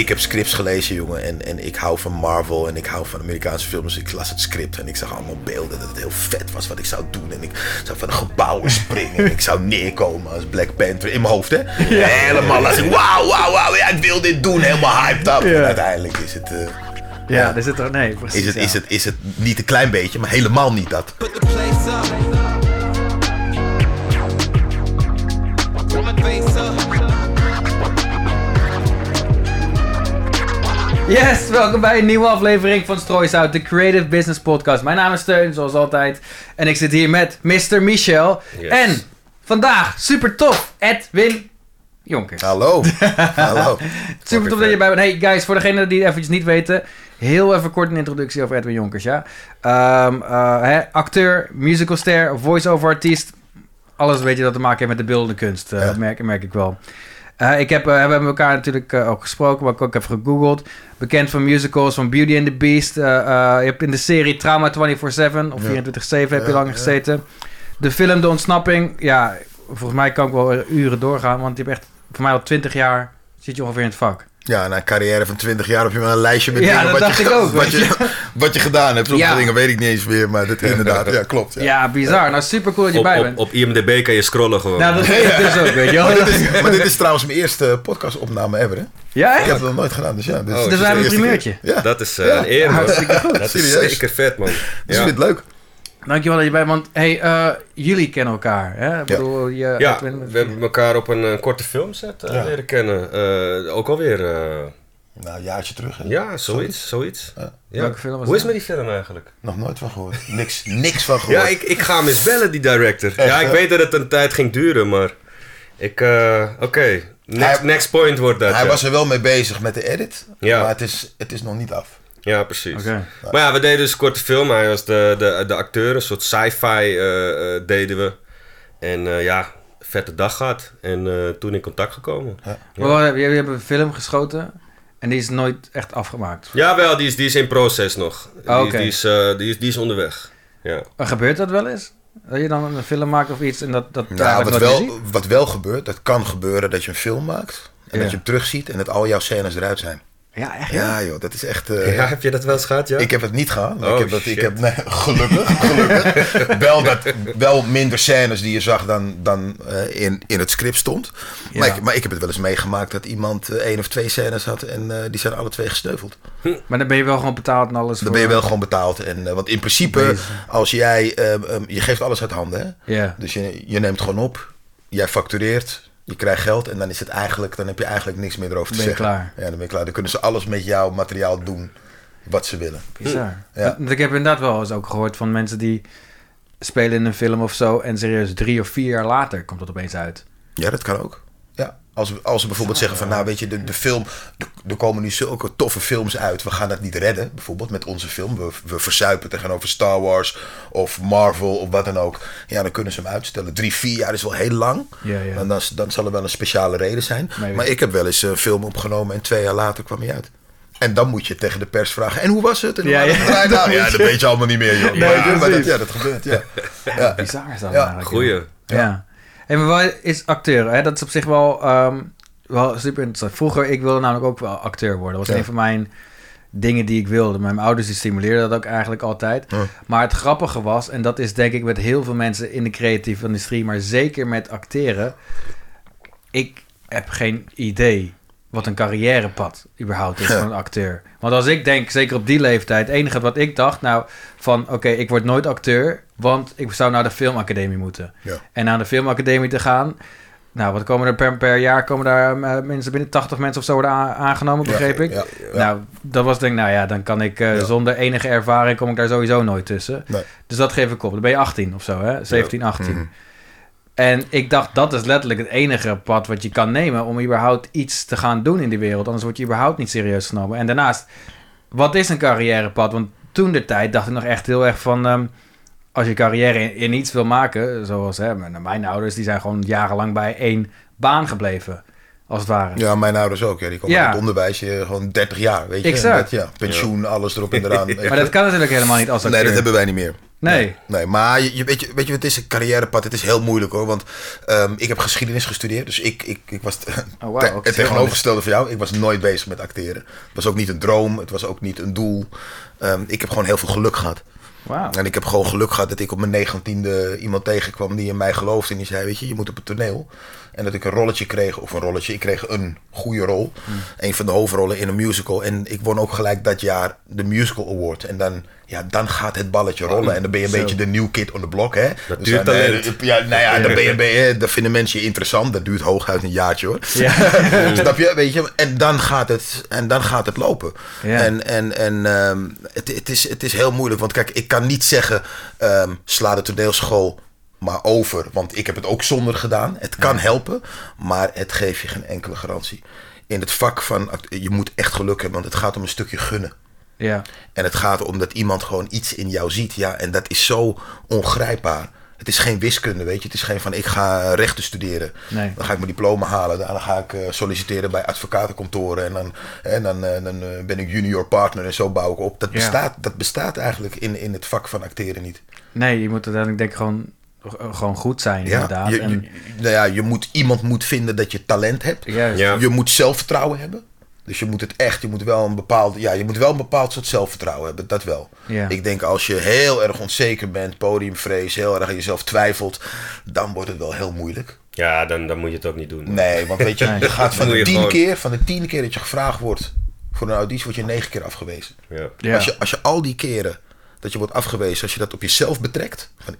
ik heb scripts gelezen, jongen. En ik hou van Marvel en ik hou van Amerikaanse films. Ik las het script en ik zag allemaal beelden dat het heel vet was wat ik zou doen. En ik zou van de gebouwen springen en ik zou neerkomen als Black Panther in mijn hoofd, hè. Ja. Helemaal als ik, wauw, ja, ik wil dit doen. Helemaal hyped up. Ja. En uiteindelijk is het... er zit er... Nee, precies. Is het niet een klein beetje, maar helemaal niet dat. Yes, welkom bij een nieuwe aflevering van Strooisout, de Creative Business Podcast. Mijn naam is Steun, zoals altijd. En ik zit hier met Mr. Michel. Yes. En vandaag, super tof, Edwin Jonkers. Hallo. Super tof dat je bij bent. Hey guys, voor degenen die het eventjes niet weten, heel even kort een introductie over Edwin Jonkers, ja. Acteur, musicalster, voice-over artiest. Alles weet je dat te maken heeft met de beeldende kunst, merk ik wel. We hebben elkaar natuurlijk ook gesproken, maar ik ook even gegoogeld. Bekend van musicals, van Beauty and the Beast. Je hebt in de serie Trauma 24/7 of 24/7 heb je lang gezeten. De film De Ontsnapping, ja, volgens mij kan ik wel uren doorgaan, want je hebt echt, voor mij al 20 jaar zit je ongeveer in het vak. Ja, na een carrière van 20 jaar heb je wel een lijstje met dingen wat je gedaan hebt. Sommige dingen weet ik niet eens meer, maar dit inderdaad, ja, klopt. Ja, bizar. Nou, super cool dat je bij bent. Op IMDb kan je scrollen gewoon. Nou, dat weet ik dus ook, weet je wel. Maar dit is trouwens mijn eerste podcastopname ever, hè? Ja, echt? Ik heb het nog nooit gedaan, dus ja. Dus we hebben een primeurtje. Ja. Dat is een eer, man. Hartstikke goed. Dat is zeker vet, man. Dus ik vind het leuk. Dankjewel dat je bij bent, want jullie kennen elkaar, hè? Ik bedoel, we hebben elkaar op een korte filmset leren kennen. Ook alweer... Nou, een jaartje terug. Hè? Ja, zoiets. Ja. Welke film was Hoe is het met die film eigenlijk? Nog nooit van gehoord. Niks van gehoord. Ja, ik ga hem eens bellen, die director. Ja, ik weet dat het een tijd ging duren, maar... Next point wordt dat. Hij was er wel mee bezig met de edit, maar het is nog niet af. Ja, precies. Okay. Maar ja, we deden dus een korte film. Hij was de acteur, een soort sci-fi deden we. En vette dag gehad. En toen in contact gekomen. Ja. Ja. Jullie hebben een film geschoten en die is nooit echt afgemaakt? Jawel, die is in proces nog. Okay. Die is onderweg. Ja. Gebeurt dat wel eens? Dat je dan een film maakt of iets en dat wat wel gebeurt, dat kan gebeuren dat je een film maakt en dat je hem terugziet en dat al jouw scènes eruit zijn. Ja, echt? Ja, joh, dat is echt... heb je dat wel eens gehad, ja? Ik heb het niet gehad. Gelukkig. Wel minder scènes die je zag dan in het script stond. Ja. Maar ik heb het wel eens meegemaakt dat iemand 1 of 2 scènes had en die zijn alle 2 gesneuveld. Maar dan ben je wel gewoon betaald en alles? Dan ben je wel gewoon betaald. Want in principe, als jij... je geeft alles uit handen, hè? Yeah. Dus je neemt gewoon op, jij factureert... Je krijgt geld en dan heb je eigenlijk niks meer erover te zeggen. Klaar. Ja, dan ben je klaar. Dan kunnen ze alles met jouw materiaal doen wat ze willen. Bizar. Ja. Ik heb inderdaad wel eens ook gehoord van mensen die spelen in een film of zo en serieus 3 of 4 jaar later komt dat opeens uit. Ja, dat kan ook. Ja. Als ze bijvoorbeeld zeggen van, nou weet je, de film, er komen nu zulke toffe films uit. We gaan dat niet redden, bijvoorbeeld met onze film. We verzuipen tegenover Star Wars of Marvel of wat dan ook. Ja, dan kunnen ze hem uitstellen. 3-4 jaar is wel heel lang. Ja. En dan zal er wel een speciale reden zijn. Maar ik heb wel eens een film opgenomen en 2 jaar later kwam hij uit. En dan moet je tegen de pers vragen, en hoe was het? En dat weet je allemaal niet meer, joh. Nee, dat gebeurt, ja. Bizar is dat eigenlijk. Goeie. Ja. En wat is acteur? Hè? Dat is op zich wel super interessant. Vroeger, ik wilde namelijk ook wel acteur worden. Dat was een van mijn dingen die ik wilde. Mijn ouders die stimuleerden dat ook eigenlijk altijd. Ja. Maar het grappige was, en dat is denk ik met heel veel mensen in de creatieve industrie, maar zeker met acteren. Ik heb geen idee wat een carrièrepad überhaupt is van een acteur. Want als ik denk, zeker op die leeftijd, het enige wat ik dacht, ik word nooit acteur, want ik zou naar de filmacademie moeten. Ja. En naar de filmacademie te gaan, nou, wat komen er per jaar, komen daar mensen binnen 80 mensen of zo worden aangenomen, begreep ik. Ja. Nou, dat was denk ik, dan kan ik zonder enige ervaring, kom ik daar sowieso nooit tussen. Nee. Dus dat geef ik op. Dan ben je 18 of zo, hè? 17, 18. Mm-hmm. En ik dacht, dat is letterlijk het enige pad wat je kan nemen om überhaupt iets te gaan doen in die wereld. Anders word je überhaupt niet serieus genomen. En daarnaast, wat is een carrièrepad? Want toen de tijd dacht ik nog echt heel erg van, als je carrière in iets wil maken, zoals mijn ouders, die zijn gewoon jarenlang bij 1 baan gebleven, als het ware. Ja, mijn ouders ook. Ja. Die komen uit het onderwijs, gewoon 30 jaar, weet je. Exact. Pensioen, alles erop en eraan. Maar dat kan natuurlijk helemaal niet als acteur. Nee, dat hebben wij niet meer. Nee. Nee, maar weet je, het is een carrièrepad. Het is heel moeilijk hoor. Want ik heb geschiedenis gestudeerd. Dus ik was het tegenovergestelde van jou. Ik was nooit bezig met acteren. Het was ook niet een droom. Het was ook niet een doel. Ik heb gewoon heel veel geluk gehad. Wow. En ik heb gewoon geluk gehad dat ik op mijn 19e iemand tegenkwam die in mij geloofde. En die zei, weet je moet op het toneel. En dat ik een rolletje kreeg. Ik kreeg een goede rol. Een van de hoofdrollen in een musical. En ik won ook gelijk dat jaar de Musical Award. En dan gaat het balletje rollen. En dan ben je een beetje de new kid on the block. Hè? Dat duurt talent. Dan vinden mensen je interessant. Dat duurt hooguit een jaartje hoor. Ja. Snap je? Weet je? En dan gaat het lopen. Ja. En het is heel moeilijk. Want kijk, ik kan niet zeggen sla de toneelschool maar over. Want ik heb het ook zonder gedaan. Het kan helpen. Maar het geeft je geen enkele garantie. In het vak van je moet echt geluk hebben. Want het gaat om een stukje gunnen. Ja. En het gaat om dat iemand gewoon iets in jou ziet. Ja, en dat is zo ongrijpbaar. Het is geen wiskunde, weet je. Het is geen van ik ga rechten studeren. Nee. Dan ga ik mijn diploma halen. Dan ga ik solliciteren bij advocatenkantoren. En dan ben ik junior partner en zo bouw ik op. Dat bestaat eigenlijk in het vak van acteren niet. Nee, je moet uiteindelijk denk ik gewoon goed zijn, inderdaad. Iemand moet vinden dat je talent hebt. Ja. Je moet zelfvertrouwen hebben. Dus je moet wel een bepaald soort zelfvertrouwen hebben, dat wel. Ja. Ik denk als je heel erg onzeker bent, podiumvrees, heel erg aan jezelf twijfelt, dan wordt het wel heel moeilijk. Ja, dan moet je het ook niet doen. Nee, want weet je, je gaat van de 10 keer dat je gevraagd wordt voor een auditie, word je 9 keer afgewezen. Ja. Ja. Als je al die keren dat je wordt afgewezen, als je dat op jezelf betrekt, van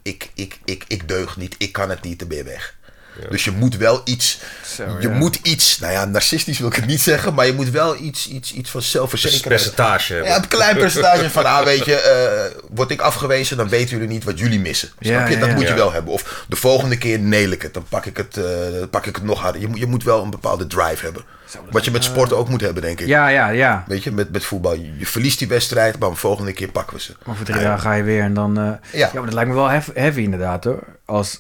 ik deug niet, ik kan het niet, dan ben je weg. Ja. Dus je moet wel iets, moet iets, narcistisch wil ik het niet zeggen, maar je moet wel iets van zelfverzekerd. Een percentage hebben. Ja, een klein percentage van, word ik afgewezen, dan weten jullie niet wat jullie missen. Snap je? Dat moet je wel hebben. Of de volgende keer nail ik het, dan pak ik het nog harder. Je moet wel een bepaalde drive hebben. Wat je met sporten ook moet hebben, denk ik. Ja. Weet je, met voetbal. Je verliest die wedstrijd, maar de volgende keer pakken we ze. Over 3 jaar ga je weer en dan... maar dat lijkt me wel heavy inderdaad, hoor. Dat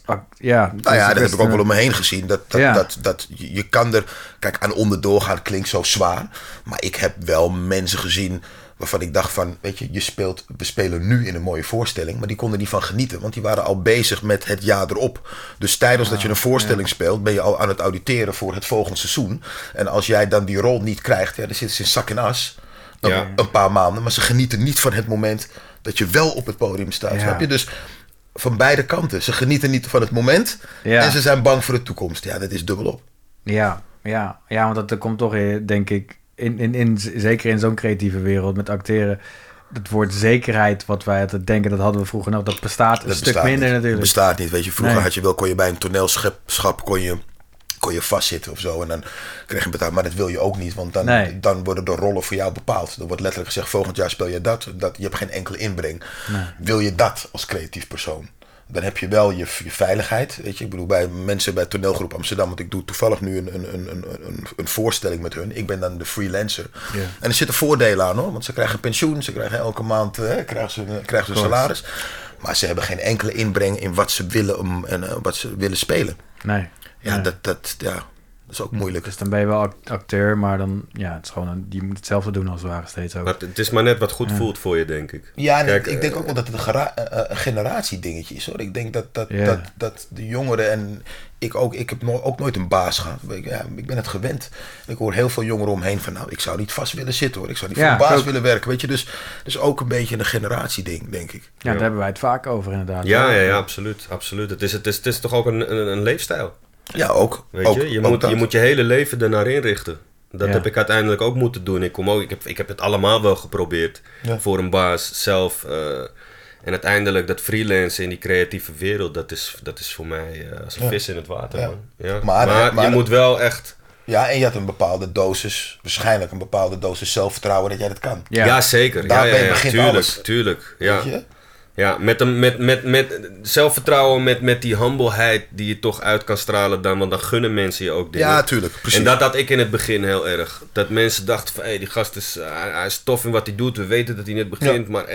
heb ik ook wel om me heen gezien. Dat je kan er... Kijk, aan onderdoor gaan klinkt zo zwaar. Maar ik heb wel mensen gezien waarvan ik dacht van... Weet je, we spelen nu in een mooie voorstelling. Maar die konden niet van genieten. Want die waren al bezig met het jaar erop. Dus tijdens dat je een voorstelling speelt... ben je al aan het auditeren voor het volgende seizoen. En als jij dan die rol niet krijgt... dan zitten ze in zak en as. Een paar maanden. Maar ze genieten niet van het moment... dat je wel op het podium staat. Snap je? Dus... Van beide kanten. Ze genieten niet van het moment. En ze zijn bang voor de toekomst. Ja, dat is dubbelop. Ja, want dat komt toch, denk ik... zeker in zo'n creatieve wereld met acteren... het woord zekerheid wat wij altijd denken... dat hadden we vroeger nog. Dat bestaat een stuk minder natuurlijk. Dat bestaat niet. Weet je, vroeger kon je bij een toneelschap... kon je vastzitten of zo. En dan kreeg je betaald. Maar dat wil je ook niet. Want dan worden de rollen voor jou bepaald. Er wordt letterlijk gezegd, volgend jaar speel je dat. Je hebt geen enkele inbreng. Nee. Wil je dat als creatief persoon? Dan heb je wel je veiligheid. Weet je? Ik bedoel, bij mensen bij Toneelgroep Amsterdam. Want ik doe toevallig nu een voorstelling met hun. Ik ben dan de freelancer. Yeah. En er zitten voordelen aan hoor. Want ze krijgen pensioen. Ze krijgen elke maand krijgen ze salaris. Maar ze hebben geen enkele inbreng in wat ze willen wat ze willen spelen. Nee. Ja, dat is ook moeilijk. Dus dan ben je wel acteur, maar dan, het is gewoon je moet hetzelfde doen als het ware steeds ook. Maar het is maar net wat goed voelt voor je, denk ik. Ja, kijk, ik denk ook wel dat het een generatiedingetje is, hoor. Ik denk dat de jongeren en ik heb ook nooit een baas gehad. Ik ben het gewend. Ik hoor heel veel jongeren omheen van, ik zou niet vast willen zitten, hoor. Ik zou niet voor een baas willen werken, weet je. Dus ook een beetje een generatieding, denk ik. Ja, daar hebben wij het vaak over, inderdaad. Ja, absoluut. Het is toch ook een leefstijl. Ja, ook. Weet je, je moet je hele leven ernaar inrichten. Dat heb ik uiteindelijk ook moeten doen. Ik heb het allemaal wel geprobeerd. Ja. Voor een baas, zelf. En uiteindelijk dat freelancen in die creatieve wereld, dat is voor mij als een vis in het water. Ja. Man. Ja. Maar je moet wel echt... Ja, en je had waarschijnlijk een bepaalde dosis zelfvertrouwen dat jij dat kan. Ja zeker. Daarbij begint alles. Tuurlijk. Ja. Weet je? Ja, met zelfvertrouwen, met die humbleheid die je toch uit kan stralen dan, want dan gunnen mensen je ook dingen. Ja, tuurlijk, precies. En dat had ik in het begin heel erg. Dat mensen dachten van, die gast hij is tof in wat hij doet, we weten dat hij net begint, maar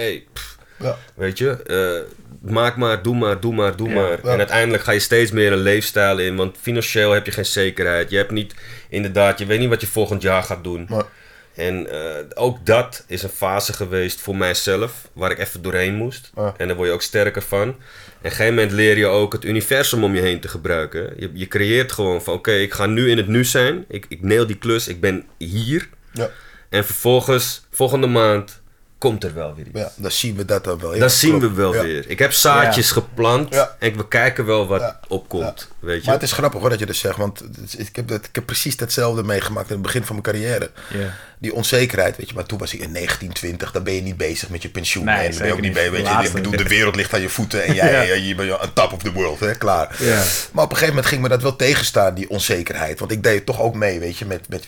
weet je, maak maar, doe maar. Ja. En uiteindelijk ga je steeds meer een leefstijl in, want financieel heb je geen zekerheid. Je hebt niet, inderdaad, je weet niet wat je volgend jaar gaat doen. Maar, En ook dat is een fase geweest voor mijzelf, waar ik even doorheen moest. En daar word je ook sterker van. En op een gegeven moment leer je ook het universum om je heen te gebruiken. Je creëert gewoon van oké, ik ga nu in het nu zijn. Ik nail die klus, ik ben hier. Ja. En vervolgens, volgende maand, komt er wel weer iets. Ja, dan zien we dat dan wel. Ja, dan zien we wel weer. Ik heb zaadjes geplant en we kijken wel wat opkomt. Weet je? Maar het is grappig hoor dat je dat zegt, want ik heb precies datzelfde meegemaakt in het begin van mijn carrière. Yeah. Die onzekerheid, weet je, maar toen was ik in 1920, dan ben je niet bezig met je pensioen. Nee, en dan ben je ook niet mee, weet je. Ik bedoel, de wereld ligt aan je voeten en jij bent on top of the world, hè, klaar. Yeah. Maar op een gegeven moment ging me dat wel tegenstaan, die onzekerheid. Want ik deed het toch ook mee, weet je,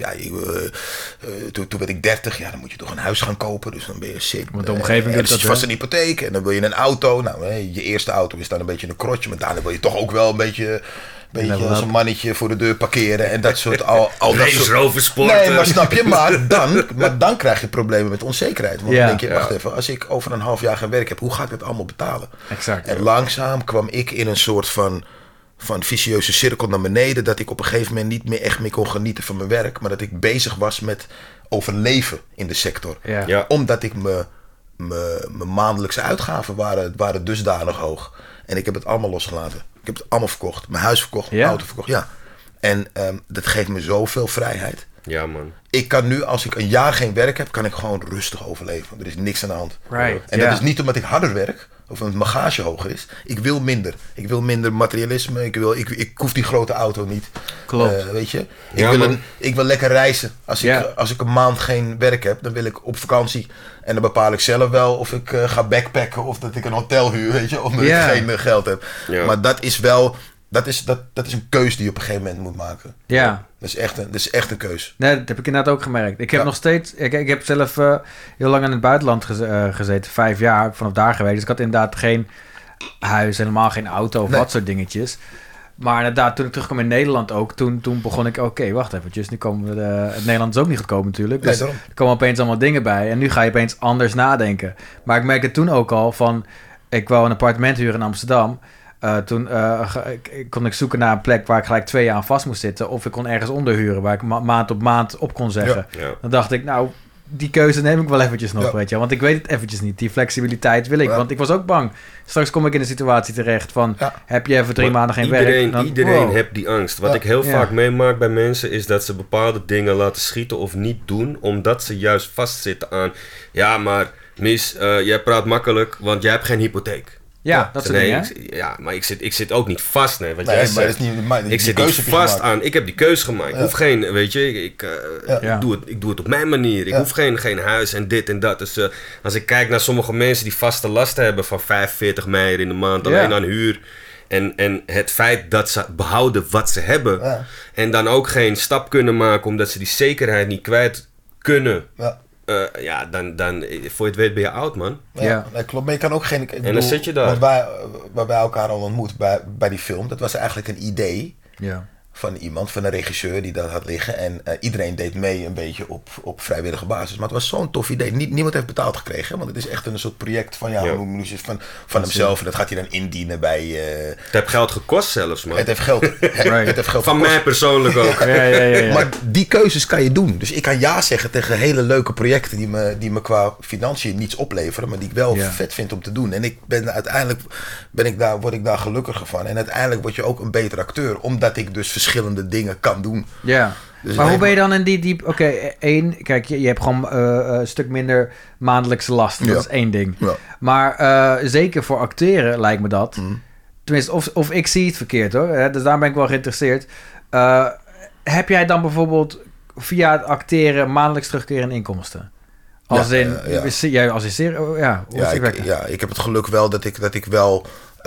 toen werd ik 30, dan moet je toch een huis gaan kopen, dus dan ben je sick. Want de omgeving dan zit je vast een hypotheek en dan wil je een auto. Nou, je eerste auto is dan een beetje een krotje, maar daarna wil je toch ook wel een beetje als een mannetje voor de deur parkeren en dat soort al dat soort roversporten. Nee, maar snap je, maar dan krijg je problemen met onzekerheid. Want dan denk je, wacht even, als ik over een half jaar geen werk heb, hoe ga ik dat allemaal betalen? Exact. En langzaam kwam ik in een soort van vicieuze cirkel naar beneden, dat ik op een gegeven moment niet meer echt meer kon genieten van mijn werk, maar dat ik bezig was met overleven in de sector. Ja. Omdat ik mijn maandelijkse uitgaven waren dusdanig hoog. En ik heb het allemaal losgelaten. Ik heb het allemaal verkocht. Mijn huis verkocht, mijn auto verkocht. Ja. En dat geeft me zoveel vrijheid. Ja, man. Ik kan nu, als ik een jaar geen werk heb, kan ik gewoon rustig overleven. Er is niks aan de hand. Right. En dat is niet omdat ik harder werk of mijn bagage hoger is. Ik wil minder. Ik wil minder materialisme. Ik hoef die grote auto niet. Klopt. Weet je? Ja, ik wil lekker reizen. Als ik een maand geen werk heb, dan wil ik op vakantie. En dan bepaal ik zelf wel of ik ga backpacken of dat ik een hotel huur, weet je, omdat ik geen geld heb. Ja. Maar dat is wel, dat is een keus die je op een gegeven moment moet maken. Ja. Dat is echt een keus. Nee, dat heb ik inderdaad ook gemerkt. Ik heb nog steeds, ik heb zelf heel lang in het buitenland gezeten, 5 jaar, vanaf daar geweest. Dus ik had inderdaad geen huis, helemaal geen auto of wat soort dingetjes. Maar inderdaad, toen ik terugkwam in Nederland ook, toen begon ik, oké, wacht eventjes. Nu komen het Nederland is ook niet goedkoop natuurlijk. Dus er komen opeens allemaal dingen bij. En nu ga je opeens anders nadenken. Maar ik merkte toen ook al van, ik wou een appartement huren in Amsterdam. Toen kon ik zoeken naar een plek waar ik gelijk 2 jaar aan vast moest zitten. Of ik kon ergens onderhuren waar ik maand op maand op kon zeggen. Ja. Dan dacht ik, nou, die keuze neem ik wel eventjes nog, weet je. Want ik weet het eventjes niet. Die flexibiliteit wil ik. Ja. Want ik was ook bang. Straks kom ik in een situatie terecht van, heb je even 3 maanden geen werk? Iedereen heeft die angst. Wat ik heel vaak meemaak bij mensen is dat ze bepaalde dingen laten schieten of niet doen, omdat ze juist vastzitten aan, ja, maar Mies, jij praat makkelijk, want jij hebt geen hypotheek. Ja, dat soort dingen. Maar ik zit ook niet vast. Nee, ik zit niet vast aan. Ik heb die keuze gemaakt. Ik hoef geen, weet je, ik doe het op mijn manier. Ik hoef geen huis en dit en dat. Dus als ik kijk naar sommige mensen die vaste lasten hebben van 45 mei in de maand alleen aan huur. En het feit dat ze behouden wat ze hebben. Ja. En dan ook geen stap kunnen maken omdat ze die zekerheid niet kwijt kunnen. Ja. Dan voor je het weet ben je oud, man. Ja, dat klopt. Maar je kan ook geen... dan zit je daar. Waar wij elkaar al ontmoet bij die film, dat was eigenlijk een idee van iemand, van een regisseur die dat had liggen. En iedereen deed mee een beetje op vrijwillige basis. Maar het was zo'n tof idee. Niemand heeft betaald gekregen, want het is echt een soort project van hemzelf. En dat gaat hij dan indienen bij... Het heeft geld gekost zelfs, man. Het heeft geld van gekost. Mij persoonlijk ook. Ja. Maar die keuzes kan je doen. Dus ik kan ja zeggen tegen hele leuke projecten die me qua financiën niets opleveren, maar die ik wel vet vind om te doen. En uiteindelijk word ik daar gelukkiger van. En uiteindelijk word je ook een betere acteur, omdat ik dus verschillende dingen kan doen. Ja. Dus maar hoe ben je dan in die... Oké, kijk, je hebt gewoon een stuk minder maandelijkse last. Dat is 1 ding. Ja. Maar zeker voor acteren lijkt me dat. Tenminste, of ik zie het verkeerd hoor. Dus daar ben ik wel geïnteresseerd. Heb jij dan bijvoorbeeld via het acteren maandelijks terugkerende inkomsten? Als jij assisteren? Ik heb het geluk wel dat ik wel...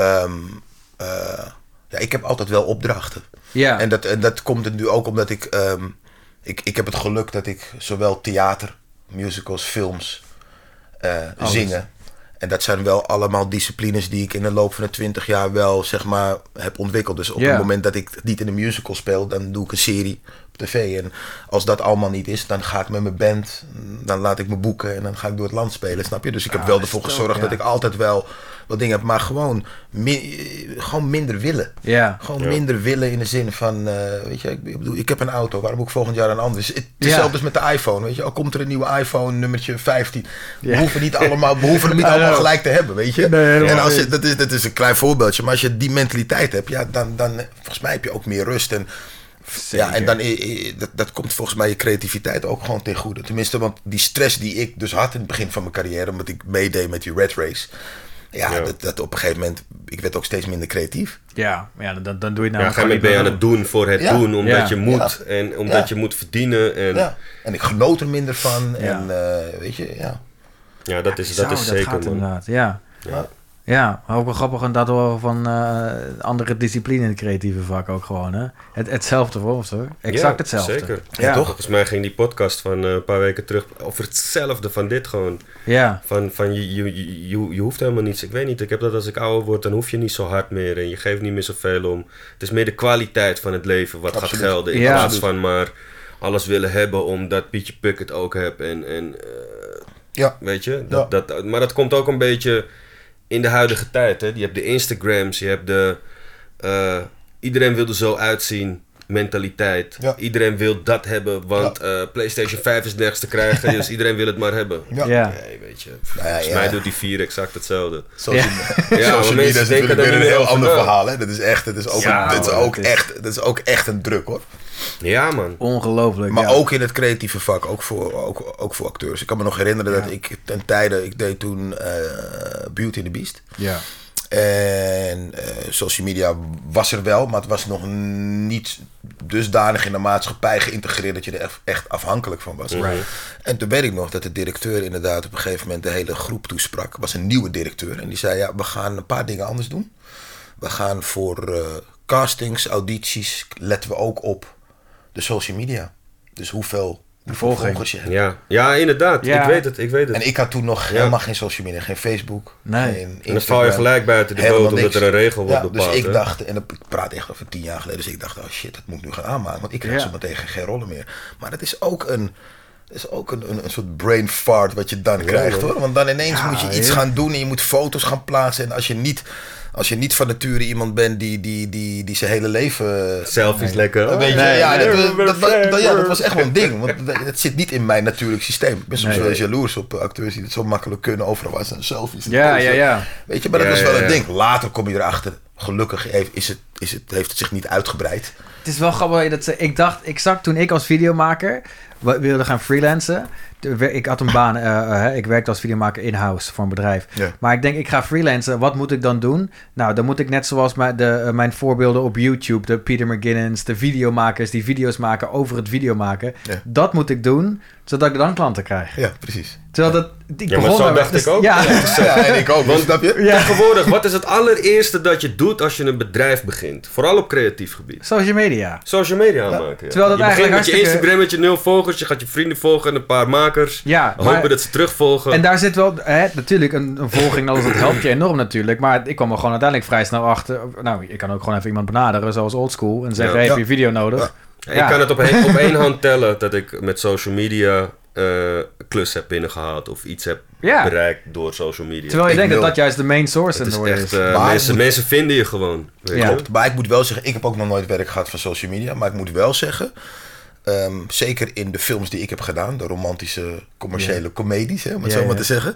ik heb altijd wel opdrachten. Ja. En dat komt er nu ook omdat ik heb het geluk dat ik zowel theater, musicals, films, zingen. En dat zijn wel allemaal disciplines die ik in de loop van de 20 jaar wel, zeg maar, heb ontwikkeld. Dus op het moment dat ik niet in een musical speel, dan doe ik een serie op tv. En als dat allemaal niet is, dan ga ik met mijn band, dan laat ik me boeken en dan ga ik door het land spelen, snap je? Dus ik heb wel ervoor gezorgd dat ik altijd wel wat dingen hebt, maar gewoon minder willen. Ja. Gewoon minder willen in de zin van, weet je, ik bedoel, ik heb een auto, waarom moet ik volgend jaar een andere? Het is hetzelfde met de iPhone, weet je. Al komt er een nieuwe iPhone, nummertje 15. We hoeven niet allemaal gelijk te hebben, weet je. Nee, en als je, dat is een klein voorbeeldje, maar als je die mentaliteit hebt, ja, dan volgens mij heb je ook meer rust. En zeker. ja, en dan dat komt volgens mij je creativiteit ook gewoon ten goede. Tenminste, want die stress die ik dus had in het begin van mijn carrière, omdat ik meedeed met die red race. Ja, dat op een gegeven moment, ik werd ook steeds minder creatief. Ja, dan doe je het nou. Ja, ga je ben je aan het doen voor het doen, omdat je moet en omdat je moet verdienen. En ik genoot er minder van en weet je, Ja, dat is zeker, man. Inderdaad, ja, maar ook wel grappig inderdaad wel van andere discipline in het creatieve vak ook gewoon, hè? Hetzelfde of zo. Exact hetzelfde. Zeker. Ja, toch? Volgens mij ging die podcast van een paar weken terug over hetzelfde van dit gewoon. Ja. Van je hoeft helemaal niets. Ik weet niet, ik heb dat als ik ouder word, dan hoef je niet zo hard meer en je geeft niet meer zoveel om. Het is meer de kwaliteit van het leven wat gaat gelden. In plaats van maar alles willen hebben omdat Pietje Puk het ook hebt en weet je? Maar dat komt ook een beetje in de huidige tijd, hè? Je hebt de Instagrams, je hebt de iedereen wil er zo uitzien mentaliteit. Ja. Iedereen wil dat hebben, want PlayStation 5 is nergens te krijgen, dus iedereen wil het maar hebben. Ja. Nee, weet je. Volgens mij doet die 4 exact hetzelfde. Social media is natuurlijk weer een heel ander verhaal, hè? Dat is ook echt een druk, hoor. Ja, man. Ongelooflijk. Maar ook in het creatieve vak, ook voor acteurs. Ik kan me nog herinneren dat ik ten tijde, ik deed toen Beauty and the Beast. Ja. En social media was er wel, maar het was nog niet dusdanig in de maatschappij geïntegreerd dat je er echt afhankelijk van was. Right. En toen weet ik nog dat de directeur inderdaad op een gegeven moment de hele groep toesprak. Het was een nieuwe directeur en die zei, we gaan een paar dingen anders doen. We gaan voor castings, audities, letten we ook op de social media. Dus hoeveel volgers je hebt. Ja, inderdaad. Ja. Ik weet het. En ik had toen nog helemaal geen social media, geen Facebook. Nee. Geen en dan val je gelijk buiten de boot omdat er een regel wordt bepaald. Dus ik dacht, en ik praat echt over 10 jaar geleden, dus ik dacht, oh shit, dat moet ik nu gaan aanmaken. Want ik krijg zo meteen geen rollen meer. Maar dat is ook een soort brain fart wat je dan krijgt, hoor. Want dan ineens moet je iets gaan doen en je moet foto's gaan plaatsen. En als je niet van nature iemand bent die zijn hele leven... Selfies lekker. Weet je, dat was echt wel een ding. Want dat zit niet in mijn natuurlijk systeem. Ik ben soms wel eens jaloers op acteurs die het zo makkelijk kunnen. Overal waar ze selfies. Ja. Weet je, maar dat was wel een ding. Later kom je erachter. Gelukkig heeft het zich niet uitgebreid. Het is wel grappig dat ik zag toen ik als videomaker wilde gaan freelancen. Ik had een baan, ik werkte als videomaker in-house voor een bedrijf. Yeah. Maar ik denk, ik ga freelancen. Wat moet ik dan doen? Nou, dan moet ik net zoals mijn voorbeelden op YouTube, de Peter McGinnis, de videomakers die video's maken over het videomaken. Yeah. Dat moet ik doen, zodat ik dan klanten krijg. Ja, precies. Terwijl maar zo dacht ik ook. Ja, en ik ook. Want, snap je? Tegenwoordig, wat is het allereerste dat je doet als je een bedrijf begint? Vooral op creatief gebied. Social media aanmaken. Terwijl dat je begint met je Instagram met je 0 volgers, je gaat je vrienden volgen en een paar makers. Ja, hopen dat ze terugvolgen. En daar zit wel, natuurlijk, een volging, dat helpt je enorm natuurlijk. Maar ik kwam er gewoon uiteindelijk vrij snel achter. Nou, je kan ook gewoon even iemand benaderen, zoals oldschool, en zeggen, heb je video nodig? Ja. Ik kan het op één hand tellen dat ik met social media klus heb binnengehaald of iets heb bereikt door social media. Terwijl je denkt dat juist de main source is. Mensen vinden je gewoon. Klopt. Maar ik moet wel zeggen, ik heb ook nog nooit werk gehad van social media, maar ik moet wel zeggen, zeker in de films die ik heb gedaan, de romantische commerciële comedies, om het zo maar te zeggen,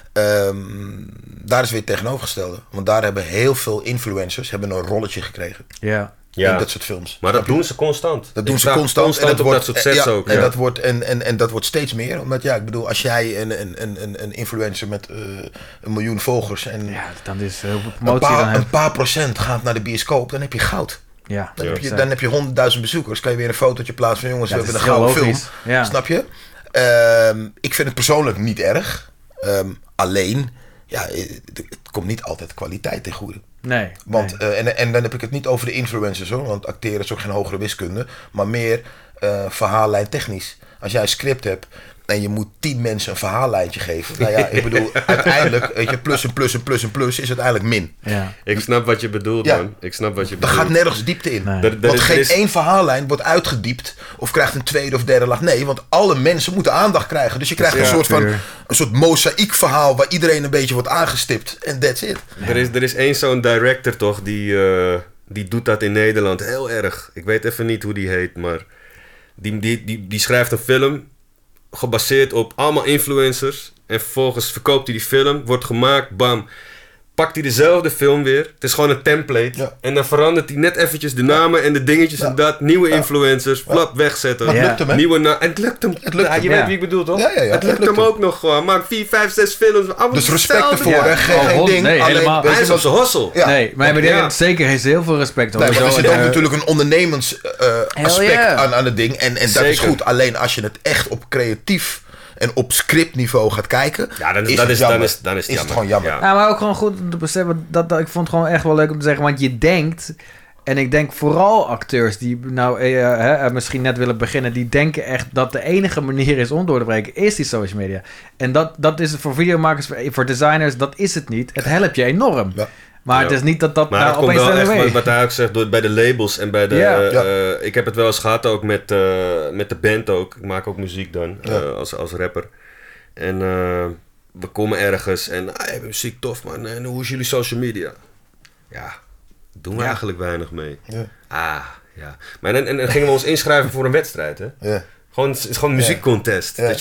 daar is weer het tegenovergestelde. Want daar hebben heel veel influencers een rolletje gekregen. Ja. In dat soort films. Maar dat doen ze constant. Dat doen ze constant. En dat soort sets ook. En dat wordt steeds meer. Omdat ik bedoel, als jij een influencer met 1 miljoen volgers en dan is heel veel promotie een paar procent gaat naar de bioscoop, dan heb je goud. Ja. Dan heb je 100.000 bezoekers. Kan je weer een fotootje plaatsen van jongens, we hebben een gouden film. Ja. Snap je? Ik vind het persoonlijk niet erg. Alleen, het komt niet altijd kwaliteit ten goede. Nee. Want, en dan heb ik het niet over de influencers, hoor. Want acteren is ook geen hogere wiskunde. Maar meer verhaallijn technisch. Als jij een script hebt en je moet 10 mensen een verhaallijntje geven. Nou ja, ik bedoel, uiteindelijk, weet je, plus en plus en plus en plus is uiteindelijk min. Ja. Ik snap wat je bedoelt, man. Ik snap wat je bedoelt. Er gaat nergens diepte in. Nee. Want geen één verhaallijn wordt uitgediept of krijgt een tweede of derde laag. Nee, want alle mensen moeten aandacht krijgen. Dus je krijgt een soort mozaïekverhaal waar iedereen een beetje wordt aangestipt. En that's it. Ja. Er is één zo'n director toch, die doet dat in Nederland heel erg. Ik weet even niet hoe die heet, maar die schrijft een film gebaseerd op allemaal influencers. En vervolgens verkoopt hij die film, wordt gemaakt, bam. Pakt hij dezelfde film weer. Het is gewoon een template. Ja. En dan verandert hij net eventjes de namen en de dingetjes en dat. Nieuwe influencers, flap, wegzetten. Maar het lukt hem, hè? Nieuwe en het lukt hem. Je weet wie ik bedoel, toch? Ja. Het lukt hem ook nog gewoon. Maak 4, 5, 6 films. Dus respect ervoor, hè? Geen ding. Nee, helemaal. Hij is op zijn hossel. Ja. Nee, maar ik denk zeker heeft heel veel respect. Nee, maar er zit ook natuurlijk een ondernemens aspect aan het ding. En dat is goed. Alleen als je het echt op creatief en op scriptniveau gaat kijken, dan is het gewoon jammer. Ja, maar ook gewoon goed om te beseffen, dat ik vond het gewoon echt wel leuk om te zeggen, want je denkt, en ik denk vooral acteurs die misschien net willen beginnen, die denken echt dat de enige manier is om door te breken, is die social media. En dat is het voor videomakers, voor designers, dat is het niet. Het helpt je enorm. Ja. Maar het is niet dat maar dat opeens komt wel echt wat hij ook zegt, bij de labels en bij de... ik heb het wel eens gehad ook met de band ook. Ik maak ook muziek dan, als rapper. En we komen ergens en... muziek tof, man. En hoe is jullie social media? Ja, doen we eigenlijk weinig mee. Ja. Maar en gingen we ons inschrijven voor een wedstrijd, hè? Ja. Het is gewoon een muziekcontest. Ja, dat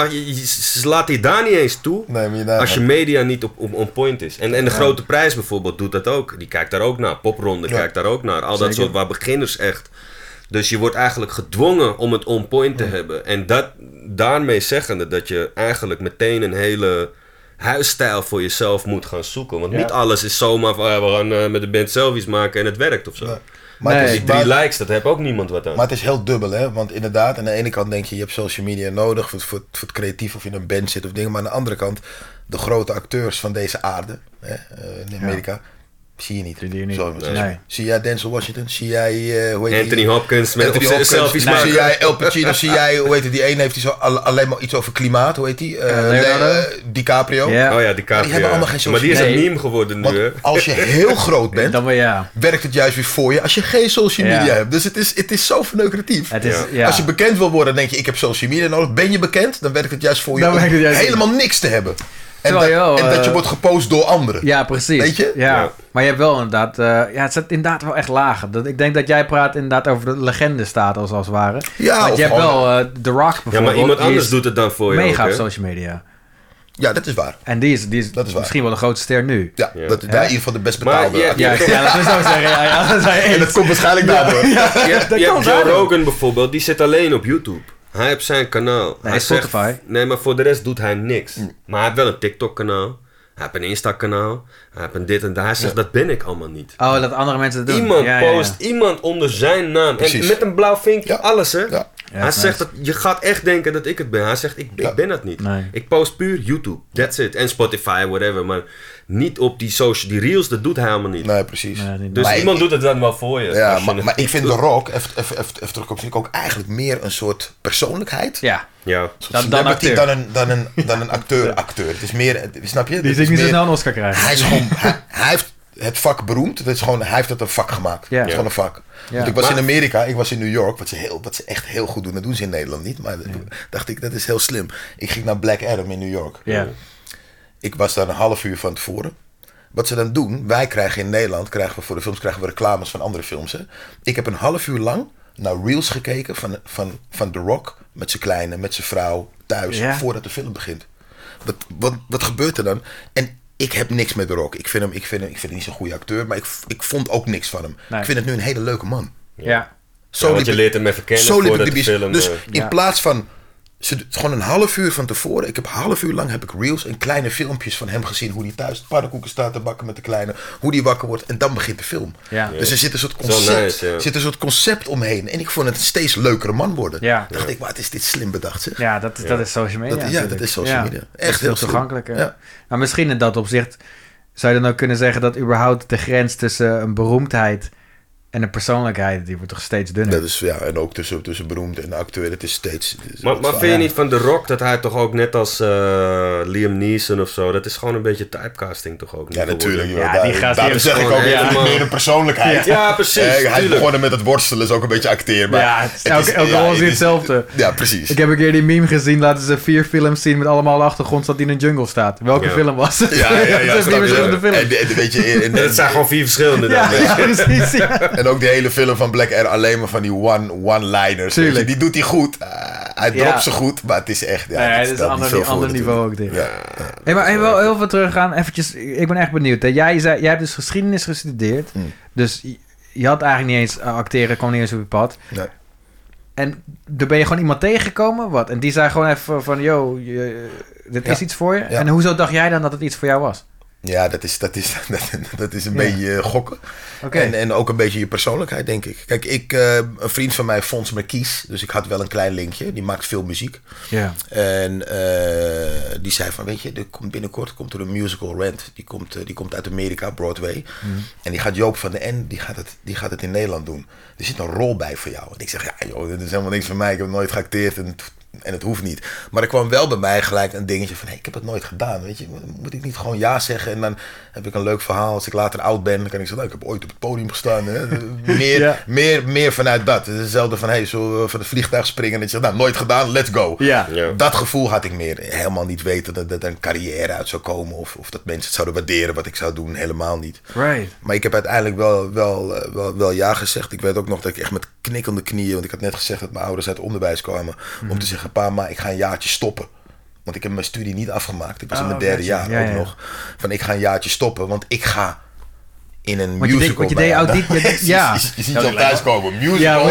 ze laten je daar niet eens toe als je media niet on point is. En de Grote Prijs bijvoorbeeld doet dat ook. Die kijkt daar ook naar. Popronde kijkt daar ook naar. Al dat soort waar beginners echt. Dus je wordt eigenlijk gedwongen om het on point te hebben. En daarmee zeggende dat je eigenlijk meteen een hele huisstijl voor jezelf moet gaan zoeken. Want niet alles is zomaar van we gaan met de band selfies maken en het werkt of zo. Ja. Maar die 3 likes, dat heeft ook niemand wat aan. Maar het is heel dubbel, hè? Want inderdaad, aan de ene kant denk je hebt social media nodig voor het creatief of je in een band zit of dingen. Maar aan de andere kant, de grote acteurs van deze aarde, hè, in Amerika, zie je niet. Zie jij Denzel Washington? Zie jij Anthony Hopkins met selfies maken? Zie jij El Pacino? Zie jij, hoe heet het, die ene heeft die zo alleen maar iets over klimaat, hoe heet die? DiCaprio. Yeah. Oh ja, DiCaprio. Die hebben allemaal geen social media. Maar die is een meme geworden nu, hè? Als je heel groot bent, dan werkt het juist weer voor je als je geen social media hebt. Dus het is zo verneukeratief. Als je bekend wil worden, dan denk je ik heb social media nodig. Ben je bekend, dan werkt het juist voor je om helemaal niks te hebben. En dat je wordt gepost door anderen. Ja, precies. Weet je? Ja. Maar je hebt wel inderdaad... het zit inderdaad wel echt lager. Ik denk dat jij praat inderdaad over de legende-status als het ware. Ja, want je hebt wel The Rock bijvoorbeeld. Ja, maar iemand anders doet het dan voor je mega op social media. Ja, dat is waar. En die is misschien wel de grootste ster nu. Ja, dat is in ieder geval de best betaalde. Laten we zo zeggen. En dat komt waarschijnlijk daardoor. Je hebt Joe Rogan bijvoorbeeld, die zit alleen op YouTube. Hij heeft zijn kanaal. Hij Spotify. Maar voor de rest doet hij niks. Maar hij heeft wel een TikTok-kanaal. Hij heeft een Insta-kanaal. Hij heeft een dit en dat. Hij zegt, dat ben ik allemaal niet. Oh, dat andere mensen dat doen. Iemand post iemand onder zijn naam. Precies. En met een blauw vinkje, alles, hè. Ja. Hij zegt dat je gaat echt denken dat ik het ben. Hij zegt, ik ben dat niet. Nee. Ik post puur YouTube. That's it. En Spotify, whatever. Maar niet op die reels, dat doet hij helemaal niet. Nee, precies. Dus maar iemand doet het dan wel voor je. Ja, maar ik vind The Rock, even terugkomen, vind ik ook eigenlijk meer een soort persoonlijkheid. Ja. Dan een acteur. Het is meer, snap je? Die zich niet zo snel een Oscar krijgen. Hij is gewoon, hij heeft het vak beroemd. Het is gewoon, hij heeft het een vak gemaakt. Het is gewoon een vak. Ja. Want ik was in Amerika, ik was in New York, wat ze echt heel goed doen. Dat doen ze in Nederland niet. Maar dacht ik, dat is heel slim. Ik ging naar Black Adam in New York. Ja. Ik was daar een half uur van tevoren. Wat ze dan doen, wij krijgen in Nederland, voor de films krijgen we reclames van andere films. Hè. Ik heb een half uur lang naar reels gekeken van The Rock met zijn kleine, met zijn vrouw thuis, voordat de film begint. Wat gebeurt er dan? En ik heb niks met The Rock. Ik vind hem niet zo'n goede acteur, maar ik vond ook niks van hem. Nee. Ik vind het nu een hele leuke man. Ja. Want je leert hem even kennen voordat de film... Dus in plaats van... Gewoon een half uur van tevoren. Ik heb half uur lang heb ik reels en kleine filmpjes van hem gezien. Hoe hij thuis pannenkoeken staat te bakken met de kleine. Hoe die wakker wordt. En dan begint de film. Ja. Dus er zit een soort concept omheen. En ik vond het een steeds leukere man worden. Ja. Dacht ik, wat is dit slim bedacht, zeg. Ja, dat is social media. Dat is social media. Echt heel toegankelijk. Ja. Maar misschien in dat opzicht zou je dan ook kunnen zeggen dat überhaupt de grens tussen een beroemdheid En de persoonlijkheid, die wordt toch steeds dunner. Dat is, en ook tussen beroemd en acteur, het is steeds... Maar vind je niet van The Rock dat hij toch ook net als Liam Neeson of zo, dat is gewoon een beetje typecasting toch ook? Ja, natuurlijk. Ja, die gaat daarom zeg ik ook meer een persoonlijkheid. Ja, precies. Hij begonnen met het worstelen, is ook een beetje acteren. Maar elke rol is hetzelfde. Ja, precies. Ik heb een keer die meme gezien, laten ze 4 films zien met allemaal de achtergrond dat hij in een jungle staat. Welke film was het? Ja. Dat is 4 verschillende films. Het zijn gewoon 4 verschillende dan. Ja, precies. Ja. En ook die hele film van Black Air alleen maar van die one-liners. Die doet hij goed. Hij dropt ze goed, maar het is echt... Ja, het is een ander niveau ook dit. Ja. Hey, maar even heel veel teruggaan. Eventjes, ik ben echt benieuwd. Hè. Jij hebt dus geschiedenis gestudeerd. Dus je had eigenlijk niet eens acteren, kwam niet eens op je pad. Nee. En daar ben je gewoon iemand tegengekomen? Wat? En die zei gewoon even van, dit is iets voor je? Ja. En hoezo dacht jij dan dat het iets voor jou was? Ja, dat is een beetje gokken. Okay. En ook een beetje je persoonlijkheid, denk ik. Kijk, een vriend van mij, Fons Merkies, dus ik had wel een klein linkje. Die maakt veel muziek. Ja. En die zei van, weet je, binnenkort komt er een musical Rent. Die komt uit Amerika, Broadway. En die gaat Joop van den N, die gaat het in Nederland doen. Er zit een rol bij voor jou. En ik zeg, ja joh, dit is helemaal niks voor mij. Ik heb nooit geacteerd en het hoeft niet. Maar er kwam wel bij mij gelijk een dingetje van... ik heb het nooit gedaan, weet je. Moet ik niet gewoon ja zeggen? En dan heb ik een leuk verhaal. Als ik later oud ben, dan kan ik zeggen... ik heb ooit op het podium gestaan. Hè? meer vanuit dat. Het is hetzelfde van... zo van het vliegtuig springen. En je zegt, nooit gedaan, let's go. Ja. Dat gevoel had ik meer. Helemaal niet weten dat er een carrière uit zou komen. Of dat mensen het zouden waarderen wat ik zou doen. Helemaal niet. Right. Maar ik heb uiteindelijk wel ja gezegd. Ik weet ook nog dat ik echt met knikkende knieën... want ik had net gezegd dat mijn ouders uit het onderwijs kwamen... om te zeggen, pa, maar ik ga een jaartje stoppen. Want ik heb mijn studie niet afgemaakt. Ik was in mijn derde jaar ook nog. Van ik ga een jaartje stoppen, want ik ga in een musical. Je deed auditie. Je ziet al thuiskomen. Musical. Ja,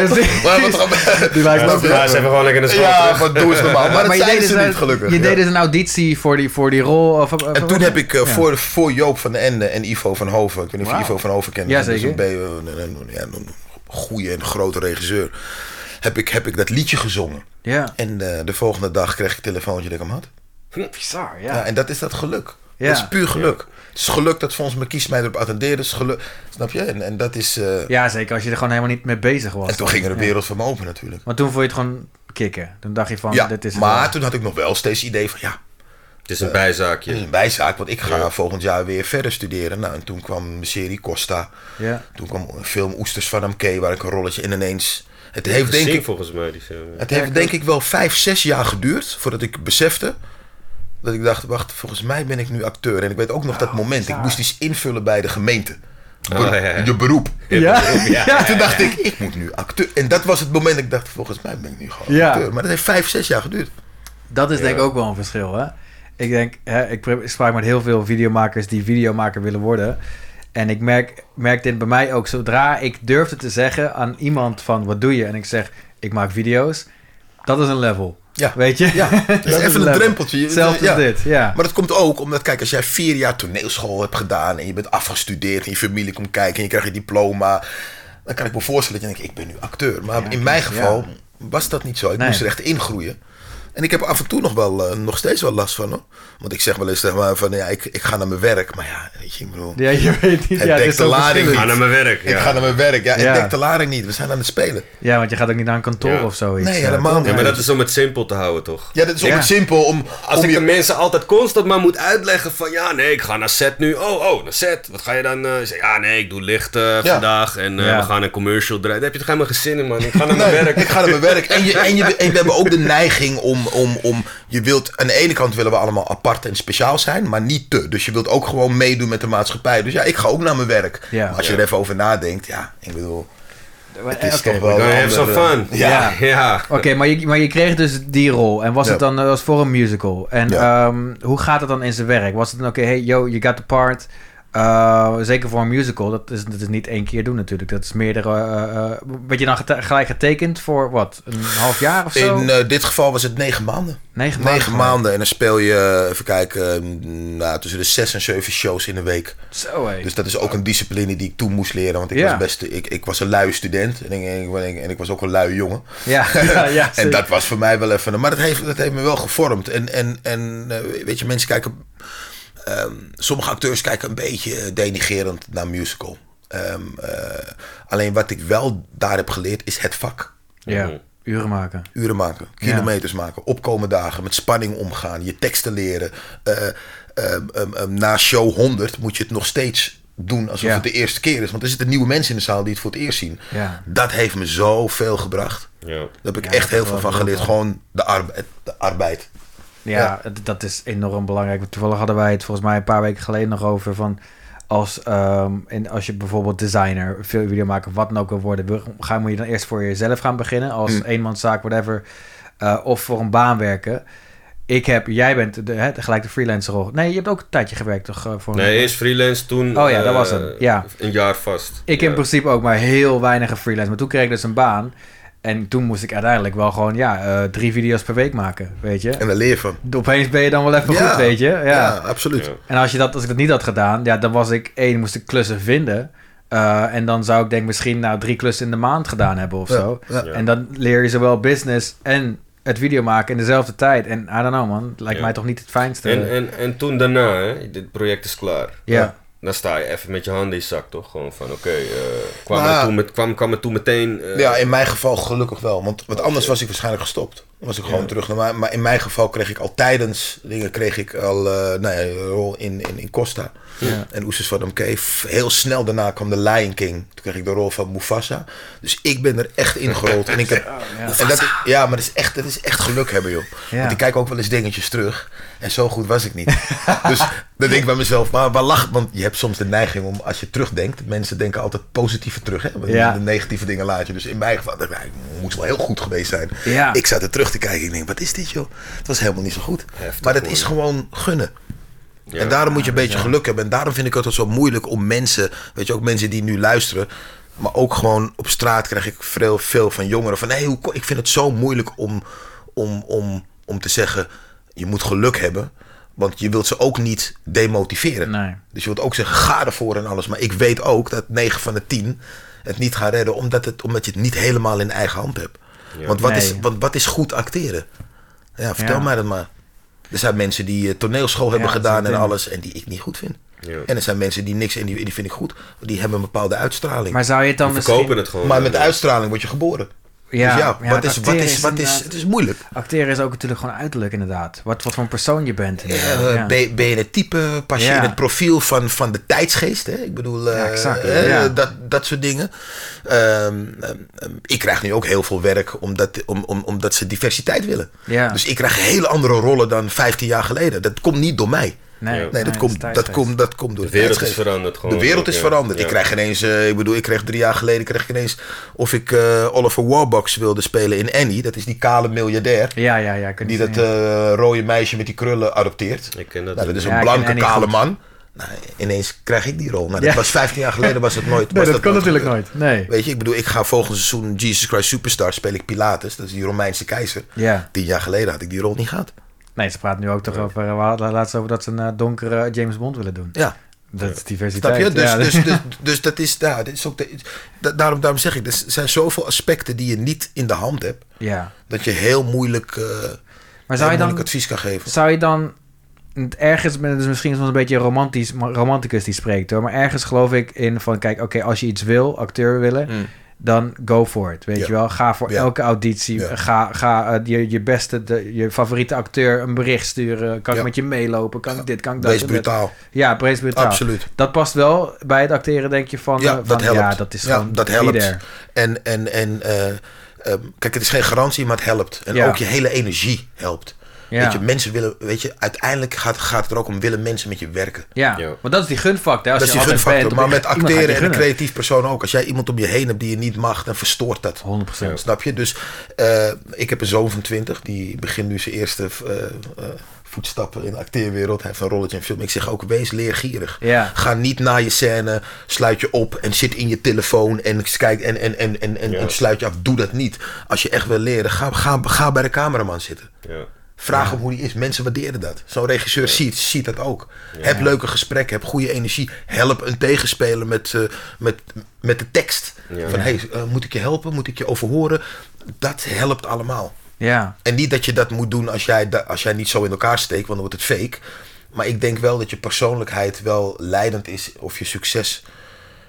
die lijkt me ook. Ja, ze hebben gewoon lekker een school. Ja, wat doe eens normaal. Maar dat zijn ze niet, gelukkig. Je deed dus een auditie voor die rol. En toen heb ik voor Joop van den Ende en Ivo van Hoven. Ik weet niet of je Ivo van Hoven kent. Ja, zeker. Een goede en grote regisseur. Heb ik dat liedje gezongen. Ja. En de volgende dag kreeg ik een telefoontje dat ik hem had. Bizar, ja. En dat is dat geluk. Ja. Dat is puur geluk. Ja. Het is geluk dat Fons Merkies mij erop attendeerde. Het is geluk, snap je? En dat is... Ja, zeker. Als je er gewoon helemaal niet mee bezig was. En toen ging er de wereld van me open natuurlijk. Maar toen vond je het gewoon kicken. Toen dacht je van, dit is het maar wel. toen had ik nog wel steeds het idee van, het is een bijzaakje. Het is een bijzaak, want ik ga volgend jaar weer verder studeren. Nou, en toen kwam de serie Costa. Ja. Toen kwam een film Oesters van Amke, waar ik een rolletje in ineens... Het heeft denk ik volgens mij die film. Het heeft denk ik wel 5-6 jaar geduurd voordat ik besefte dat ik dacht, wacht, volgens mij ben ik nu acteur. En ik weet ook nog dat moment. Ik moest iets invullen bij de gemeente. Je beroep. Ja. Toen dacht ik moet nu acteur. En dat was het moment dat ik dacht, volgens mij ben ik nu gewoon acteur. Maar dat heeft 5-6 jaar geduurd. Dat is denk ik ook wel een verschil, hè? Ik denk, ik spraak met heel veel videomakers die videomaker willen worden. En ik merk dit bij mij ook. Zodra ik durfde te zeggen aan iemand van, wat doe je? En ik zeg, ik maak video's. Dat is een level. Ja. Weet je? Ja, dat is even een drempeltje. Hetzelfde als dit, ja. Maar dat komt ook omdat, kijk, als jij 4 jaar toneelschool hebt gedaan... en je bent afgestudeerd en je familie komt kijken... en je krijgt je diploma... dan kan ik me voorstellen dat je denkt, ik ben nu acteur. Maar in mijn geval was dat niet zo. Ik moest er echt ingroeien. En ik heb af en toe nog steeds wel last van, hoor. Want ik zeg wel eens van, ik ga naar mijn werk. Maar ja, weet je, ik bedoel... Ja, je weet niet. Het dekt de lading niet. Ik ga naar mijn werk. Ik ga naar mijn werk. Ja, het dekt de lading niet. We zijn aan het spelen. Ja, want je gaat ook niet naar een kantoor of zoiets. Nee, helemaal niet. Ja, maar dat is om het simpel te houden, toch? Ja, dat is om het simpel. Als ik de mensen altijd constant maar moet uitleggen van... ja, nee, ik ga naar set nu. Oh, naar set. Wat ga je dan... ja, nee, ik doe licht vandaag. En we gaan een commercial draaien. Daar heb je toch helemaal geen zin in, man. Ik ga naar mijn werk. Ik ga naar mijn werk. En we hebben ook de neiging om je wilt, aan de ene kant willen we allemaal apart en speciaal zijn, maar niet te. Dus je wilt ook gewoon meedoen met de maatschappij. Dus ja, ik ga ook naar mijn werk. Ja, maar als je er even over nadenkt, ik bedoel... Het is toch wel... Dan heb je zo'n fun. Ja. Oké, maar je kreeg dus die rol. En was het dan was voor een musical? En hoe gaat het dan in zijn werk? Was het dan hey, you got the part... zeker voor een musical, dat is niet 1 keer doen natuurlijk. Dat is meerdere... werd je dan gelijk getekend voor wat? Een half jaar of zo? In dit geval was het 9 maanden. 9 maanden. En dan speel je, even kijken, tussen de 6 en 7 shows in een week. Zo hé. Dus dat is ook een discipline die ik toen moest leren. Want ik was een luie student. En ik was ook een luie jongen. Ja. En dat was voor mij wel even... Maar dat heeft me wel gevormd. En weet je, mensen kijken... sommige acteurs kijken een beetje denigrerend naar musical. Alleen wat ik wel daar heb geleerd is het vak. Ja, uren maken. Kilometers maken, opkomen dagen, met spanning omgaan, je teksten leren. Na show 100 moet je het nog steeds doen alsof het de eerste keer is. Want er zitten nieuwe mensen in de zaal die het voor het eerst zien. Ja. Dat heeft me zoveel gebracht. Ja. Daar heb ik echt heel veel van geleerd. Gewoon de arbeid. Ja, dat is enorm belangrijk. Toevallig hadden wij het volgens mij een paar weken geleden nog over van... Als je bijvoorbeeld designer, video maken, wat dan ook wil worden... moet je dan eerst voor jezelf gaan beginnen... als eenmanszaak, whatever... of voor een baan werken... Jij bent gelijk de freelancer. Nee, je hebt ook een tijdje gewerkt, toch? Eerst freelance, toen dat was het. Ja. Een jaar vast. Ik in principe ook maar heel weinig freelance. Maar toen kreeg ik dus een baan... En toen moest ik uiteindelijk wel gewoon 3 video's per week maken, weet je. En daar leer je van. Opeens ben je dan wel even goed, weet je. Ja, absoluut. Ja. En als ik dat niet had gedaan, dan was ik moest ik klussen vinden. En dan zou ik denk misschien 3 klussen in de maand gedaan hebben of zo. Ja. En dan leer je zowel business en het video maken in dezelfde tijd. En I don't know man, lijkt mij toch niet het fijnste. En toen daarna, hè, dit project is klaar. Ja. Dan sta je even met je handen in je zak, toch? Gewoon van, kwam het toen meteen... Ja, in mijn geval gelukkig wel. Want anders was ik waarschijnlijk gestopt. Dan was ik gewoon terug naar maar in mijn geval kreeg ik al tijdens dingen... een rol in Costa. Ja. En Oesters van Dem Cave. Heel snel daarna kwam The Lion King. Toen kreeg ik de rol van Mufasa. Dus ik ben er echt ingerold. En ik heb, maar dat is echt geluk hebben, joh. Ja. Want ik kijk ook wel eens dingetjes terug. En zo goed was ik niet. Dus dan denk ik bij mezelf, maar waar lach? Want je hebt soms de neiging om, als je terugdenkt... Mensen denken altijd positieve terug, hè? De negatieve dingen laat je. Dus in mijn geval, het moest wel heel goed geweest zijn. Ja. Ik zat er terug te kijken. Ik denk, wat is dit, joh? Het was helemaal niet zo goed. Heftig, maar dat is gewoon gunnen. Ja. En daarom moet je een beetje geluk hebben. En daarom vind ik het altijd zo moeilijk om mensen... Weet je, ook mensen die nu luisteren... Maar ook gewoon op straat krijg ik veel van jongeren... van ik vind het zo moeilijk om te zeggen... je moet geluk hebben... want je wilt ze ook niet demotiveren. Nee. Dus je wilt ook zeggen, ga ervoor en alles. Maar ik weet ook dat 9 van de 10 het niet gaan redden... omdat je het niet helemaal in eigen hand hebt. Ja. Want wat is goed acteren? Ja, vertel mij dat maar. Er zijn mensen die toneelschool hebben gedaan en alles... en die ik niet goed vind. Ja. En er zijn mensen die niks en die vind ik goed. Die hebben een bepaalde uitstraling. Maar zou je het dan verkopen het gewoon? Maar met uitstraling word je geboren. Ja, dus het is moeilijk. Acteren is ook natuurlijk gewoon uiterlijk inderdaad. Wat voor een persoon je bent. Ben je het type, pas je in het profiel van de tijdsgeest. Hè? Ik bedoel, dat soort dingen. Ik krijg nu ook heel veel werk omdat ze diversiteit willen. Ja. Dus ik krijg hele andere rollen dan 15 jaar geleden. Dat komt niet door mij. Nee, dat komt door de wereld is veranderd. Gewoon de wereld is veranderd. Ja. Ik krijg ineens, ik kreeg 3 jaar geleden ineens of ik Oliver Warbucks wilde spelen in Annie. Dat is die kale miljardair. Ja. Die dat rode meisje met die krullen adopteert. Ik ken dat. Dat is een blanke kale man. Nou, ineens krijg ik die rol. Nou, dat was 15 jaar geleden was het nooit. Nee, dat kan natuurlijk nooit. Nee. Weet je, ik ga volgend seizoen Jesus Christ Superstar speel ik Pilatus. Dat is die Romeinse keizer. Ja. 10 jaar geleden had ik die rol niet gehad. Nee, ze praten nu ook toch over... We hadden laatst over dat ze een donkere James Bond willen doen. Ja. Dat is diversiteit. Dus dat is ook... Daarom zeg ik, er zijn zoveel aspecten die je niet in de hand hebt. Ja. Dat je heel moeilijk, advies kan geven. Zou je dan... Ergens ben dus misschien soms een beetje romanticus die spreekt hoor. Maar ergens geloof ik in van... Kijk, oké, als je iets wil, acteur willen... dan go for it, weet je wel. Ga voor elke auditie. Ja. Ga je beste, je favoriete acteur een bericht sturen. Kan ik met je meelopen? Kan ik dit? Kan ik dat? Wees brutaal. Ja, wees brutaal. Absoluut. Dat past wel bij het acteren, denk je van... dat helpt. Ja, dat is gewoon dat helpt. Kijk, het is geen garantie, maar het helpt. En ook je hele energie helpt. Ja. Weet je, mensen willen, uiteindelijk gaat het er ook om, willen mensen met je werken. Ja, want dat is die gunfactor. Dat is die gunfactor, maar met acteren en een creatief persoon ook. Als jij iemand om je heen hebt die je niet mag, dan verstoort dat. 100%. Snap je? Dus ik heb een zoon van 20, die begint nu zijn eerste voetstappen in de acteerwereld. Hij heeft een rolletje in film. Ik zeg ook, wees leergierig. Ja. Ga niet naar je scène, sluit je op en zit in je telefoon en kijk en sluit je af. Doe dat niet. Als je echt wil leren, ga bij de cameraman zitten. Ja. Vraag hem hoe die is. Mensen waarderen dat. Zo'n regisseur ziet dat ook. Ja. Heb leuke gesprekken. Heb goede energie. Help een tegenspeler met de tekst. Ja. Van moet ik je helpen? Moet ik je overhoren? Dat helpt allemaal. Ja. En niet dat je dat moet doen als jij niet zo in elkaar steekt. Want dan wordt het fake. Maar ik denk wel dat je persoonlijkheid wel leidend is. Of je succes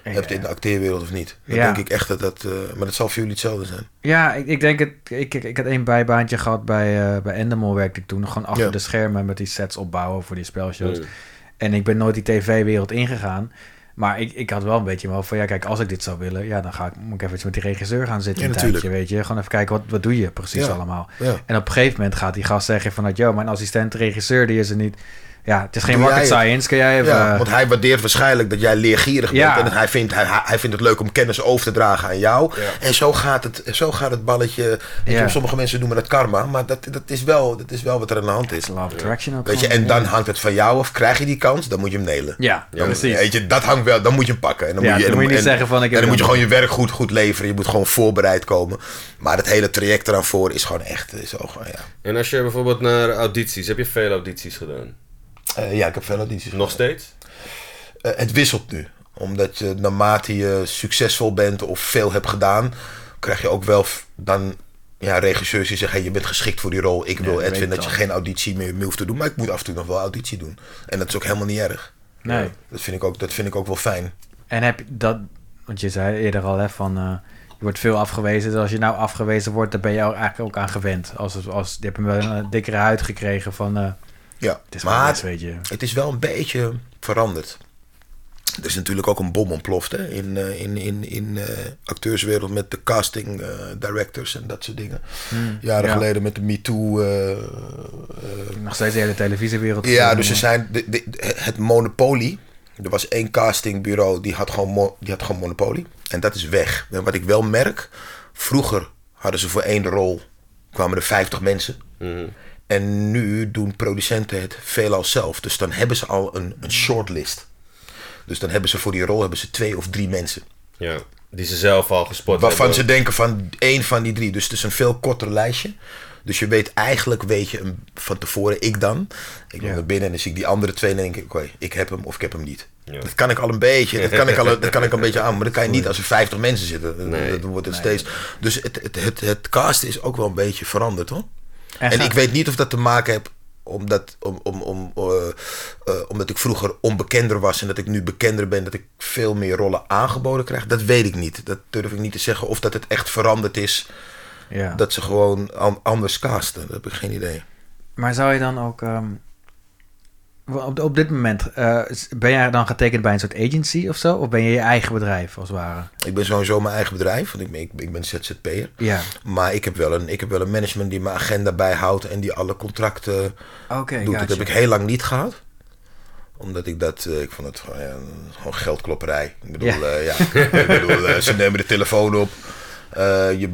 hebt in de acteerwereld of niet. Dan denk ik echt dat... maar dat zal voor jullie hetzelfde zijn. Ja, ik denk het... Ik had één bijbaantje gehad bij Endemol werkte ik toen. Gewoon achter de schermen met die sets opbouwen voor die spelshows. En ik ben nooit die tv-wereld ingegaan. Maar ik had wel een beetje wel van... Ja, kijk, als ik dit zou willen... Ja, dan moet ik even met die regisseur gaan zitten een tijdje, weet je. Gewoon even kijken, wat doe je precies allemaal. Ja. En op een gegeven moment gaat die gast zeggen van... Yo, mijn assistent-regisseur, die is er niet... Ja, het is geen rocket science. Kan jij even... Ja, want hij waardeert waarschijnlijk dat jij leergierig bent. En hij vindt het leuk om kennis over te dragen aan jou. Ja. En zo gaat het balletje. Sommige mensen noemen dat karma. Maar dat is wel wat er aan de hand is. Love attraction ook. Weet je, en dan hangt het van jou af. Krijg je die kans, dan moet je hem nailen. Ja, precies. Weet je, dat hangt wel. Dan moet je hem pakken. En dan moet je niet zeggen van... En dan moet je gewoon je werk goed leveren. Je moet gewoon voorbereid komen. Maar het hele traject eraan voor is gewoon echt... En als je bijvoorbeeld naar audities... Heb je veel audities gedaan? Ja, ik heb veel audities. Nog steeds? Het wisselt nu. Omdat je naarmate je succesvol bent of veel hebt gedaan... krijg je ook wel dan regisseurs die zeggen... Hey, je bent geschikt voor die rol. Ik wil Edwin dat je geen auditie meer hoeft te doen. Maar ik moet af en toe nog wel auditie doen. En dat is ook helemaal niet erg. Nee. Dat vind ik ook wel fijn. En heb je dat... Want je zei eerder al van... je wordt veel afgewezen. Dus als je nou afgewezen wordt... dan ben je eigenlijk ook aan gewend. Je hebt hem wel een dikkere huid gekregen van... Ja, maar het is wel een beetje veranderd. Er is natuurlijk ook een bom ontploft in acteurswereld met de casting directors en dat soort dingen. Jaren geleden met de MeToo. Nog steeds de hele televisiewereld. Ja, dus er zijn het monopolie. Er was 1 castingbureau die had gewoon monopolie. En dat is weg. En wat ik wel merk, vroeger hadden ze voor 1 rol, kwamen er 50 mensen. En nu doen producenten het veelal zelf. Dus dan hebben ze al een shortlist. Dus dan hebben ze voor die rol 2 of 3 mensen. Ja, die ze zelf al gespot hebben. Waarvan ze denken van 1 van die 3. Dus het is een veel korter lijstje. Dus je weet hem van tevoren. Ik kom er binnen en dan zie ik die andere 2 en denk ik... Oké, ik heb hem of ik heb hem niet. Ja. Dat kan ik al een beetje. Dat kan ik een beetje aan. Maar dat kan je niet als er 50 mensen zitten. Nee, dan wordt het steeds... Dus het casten is ook wel een beetje veranderd, hoor. En ik weet niet of dat te maken heeft omdat ik vroeger onbekender was en dat ik nu bekender ben, dat ik veel meer rollen aangeboden krijg. Dat weet ik niet. Dat durf ik niet te zeggen. Of dat het echt veranderd is. Ja. Dat ze gewoon anders casten. Dat heb ik geen idee. Maar zou je dan ook... Op dit moment, ben jij dan getekend bij een soort agency of zo? Of ben je je eigen bedrijf, als het ware? Ik ben sowieso mijn eigen bedrijf, want ik ben ZZP'er. Ja. Maar ik heb wel een management die mijn agenda bijhoudt en die alle contracten doet. Gotcha. Dat heb ik heel lang niet gehad. Omdat ik vond het gewoon geldklopperij. Ik bedoel, ze nemen de telefoon op. Je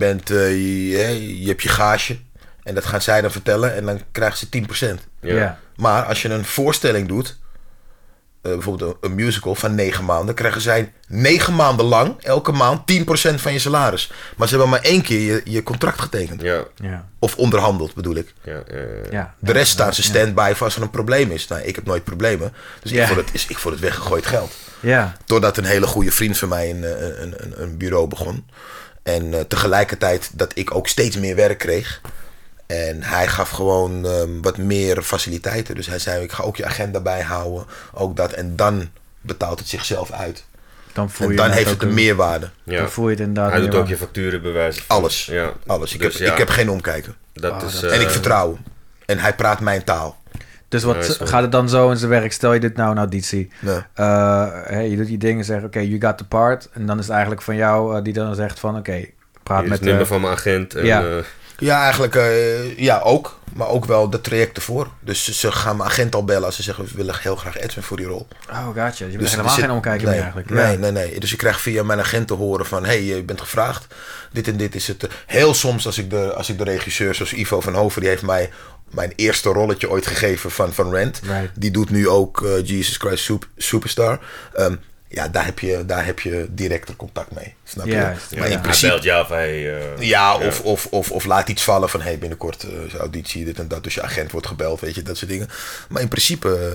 hebt je gage. En dat gaan zij dan vertellen en dan krijgen ze 10%. Ja. Maar als je een voorstelling doet, bijvoorbeeld een musical van 9 maanden, krijgen zij 9 maanden lang, elke maand 10% van je salaris. Maar ze hebben maar 1 keer je contract getekend. Ja. Ja. Of onderhandeld, bedoel ik. Ja. De rest staan ze stand-by voor als er een probleem is. Nou, ik heb nooit problemen. Dus ik vond het weggegooid geld. Ja. Doordat een hele goede vriend van mij een bureau begon. En tegelijkertijd dat ik ook steeds meer werk kreeg. En hij gaf gewoon wat meer faciliteiten. Dus hij zei, ik ga ook je agenda bijhouden. Ook dat. En dan betaalt het zichzelf uit. Dan heeft het een meerwaarde. Ja. Dan voel je het inderdaad. Hij doet ook je facturen bewijzen. Alles. Ja. Alles. Ik heb geen omkijken. En ik vertrouw hem. En hij praat mijn taal. Dus wat gaat het dan zo in zijn werk? Stel je dit nou een auditie. Nee. Je doet je dingen en zegt, oké, you got the part. En dan is het eigenlijk van jou die dan zegt van, oké, praat met... het nummer van mijn agent. En, ja, eigenlijk ook. Maar ook wel de traject ervoor. Dus ze gaan mijn agent al bellen als ze zeggen, we willen heel graag Edwin voor die rol. Oh, gotcha. Je bent helemaal geen omkijken meer eigenlijk. Nee. Dus ik krijg via mijn agent te horen van, hey, je bent gevraagd. Dit en dit is het. Heel soms als ik de regisseur, zoals Ivo van Hoven, die heeft mij mijn eerste rolletje ooit gegeven van Rent. Right. Die doet nu ook Jesus Christ Superstar. Ja, daar heb je directer contact mee. Snap je? Ja, maar in principe, hij belt jou of hij... Of laat iets vallen van... hey, binnenkort auditie, dit en dat. Dus je agent wordt gebeld, weet je, dat soort dingen. Maar in principe...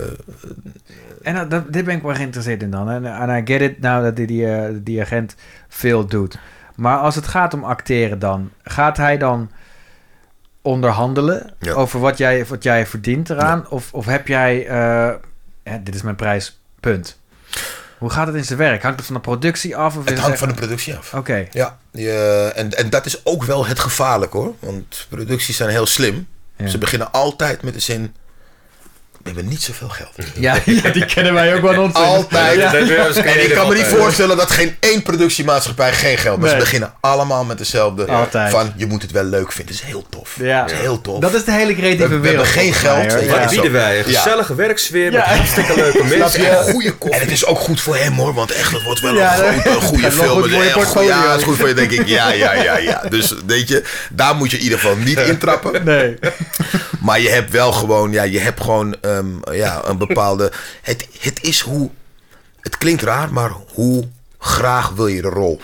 En dit ben ik wel geïnteresseerd in dan. En I get it nou dat die agent veel doet. Maar als het gaat om acteren dan... Gaat hij dan onderhandelen over wat jij verdient eraan? Ja. Of heb jij... dit is mijn prijs, punt. Hoe gaat het in zijn werk? Hangt het van de productie af? Of het hangt van de productie af. Oké. Ja, en dat is ook wel het gevaarlijk hoor. Want producties zijn heel slim. Ja. Ze beginnen altijd met de zin... We hebben niet zoveel geld. Ja, die kennen wij ook wel ontzettend. Altijd. Ja. En ik kan me niet voorstellen dat geen één productiemaatschappij geen geld. Maar ze beginnen allemaal met dezelfde. Altijd. Van, je moet het wel leuk vinden. Dat is heel tof. Ja. Dat is heel tof. Dat is de hele creatieve wereld. We hebben geen geld. Wat bieden wij? Een gezellige werksfeer met hartstikke leuke mensen. En goede koffie. En het is ook goed voor hem hoor. Want echt, het wordt wel een goede film. Ja, het is goed voor je, denk ik. Ja. Dus weet je, daar moet je in ieder geval niet intrappen. Nee. Maar je hebt wel gewoon, je hebt gewoon een bepaalde... Het is hoe... Het klinkt raar, maar hoe graag wil je de rol?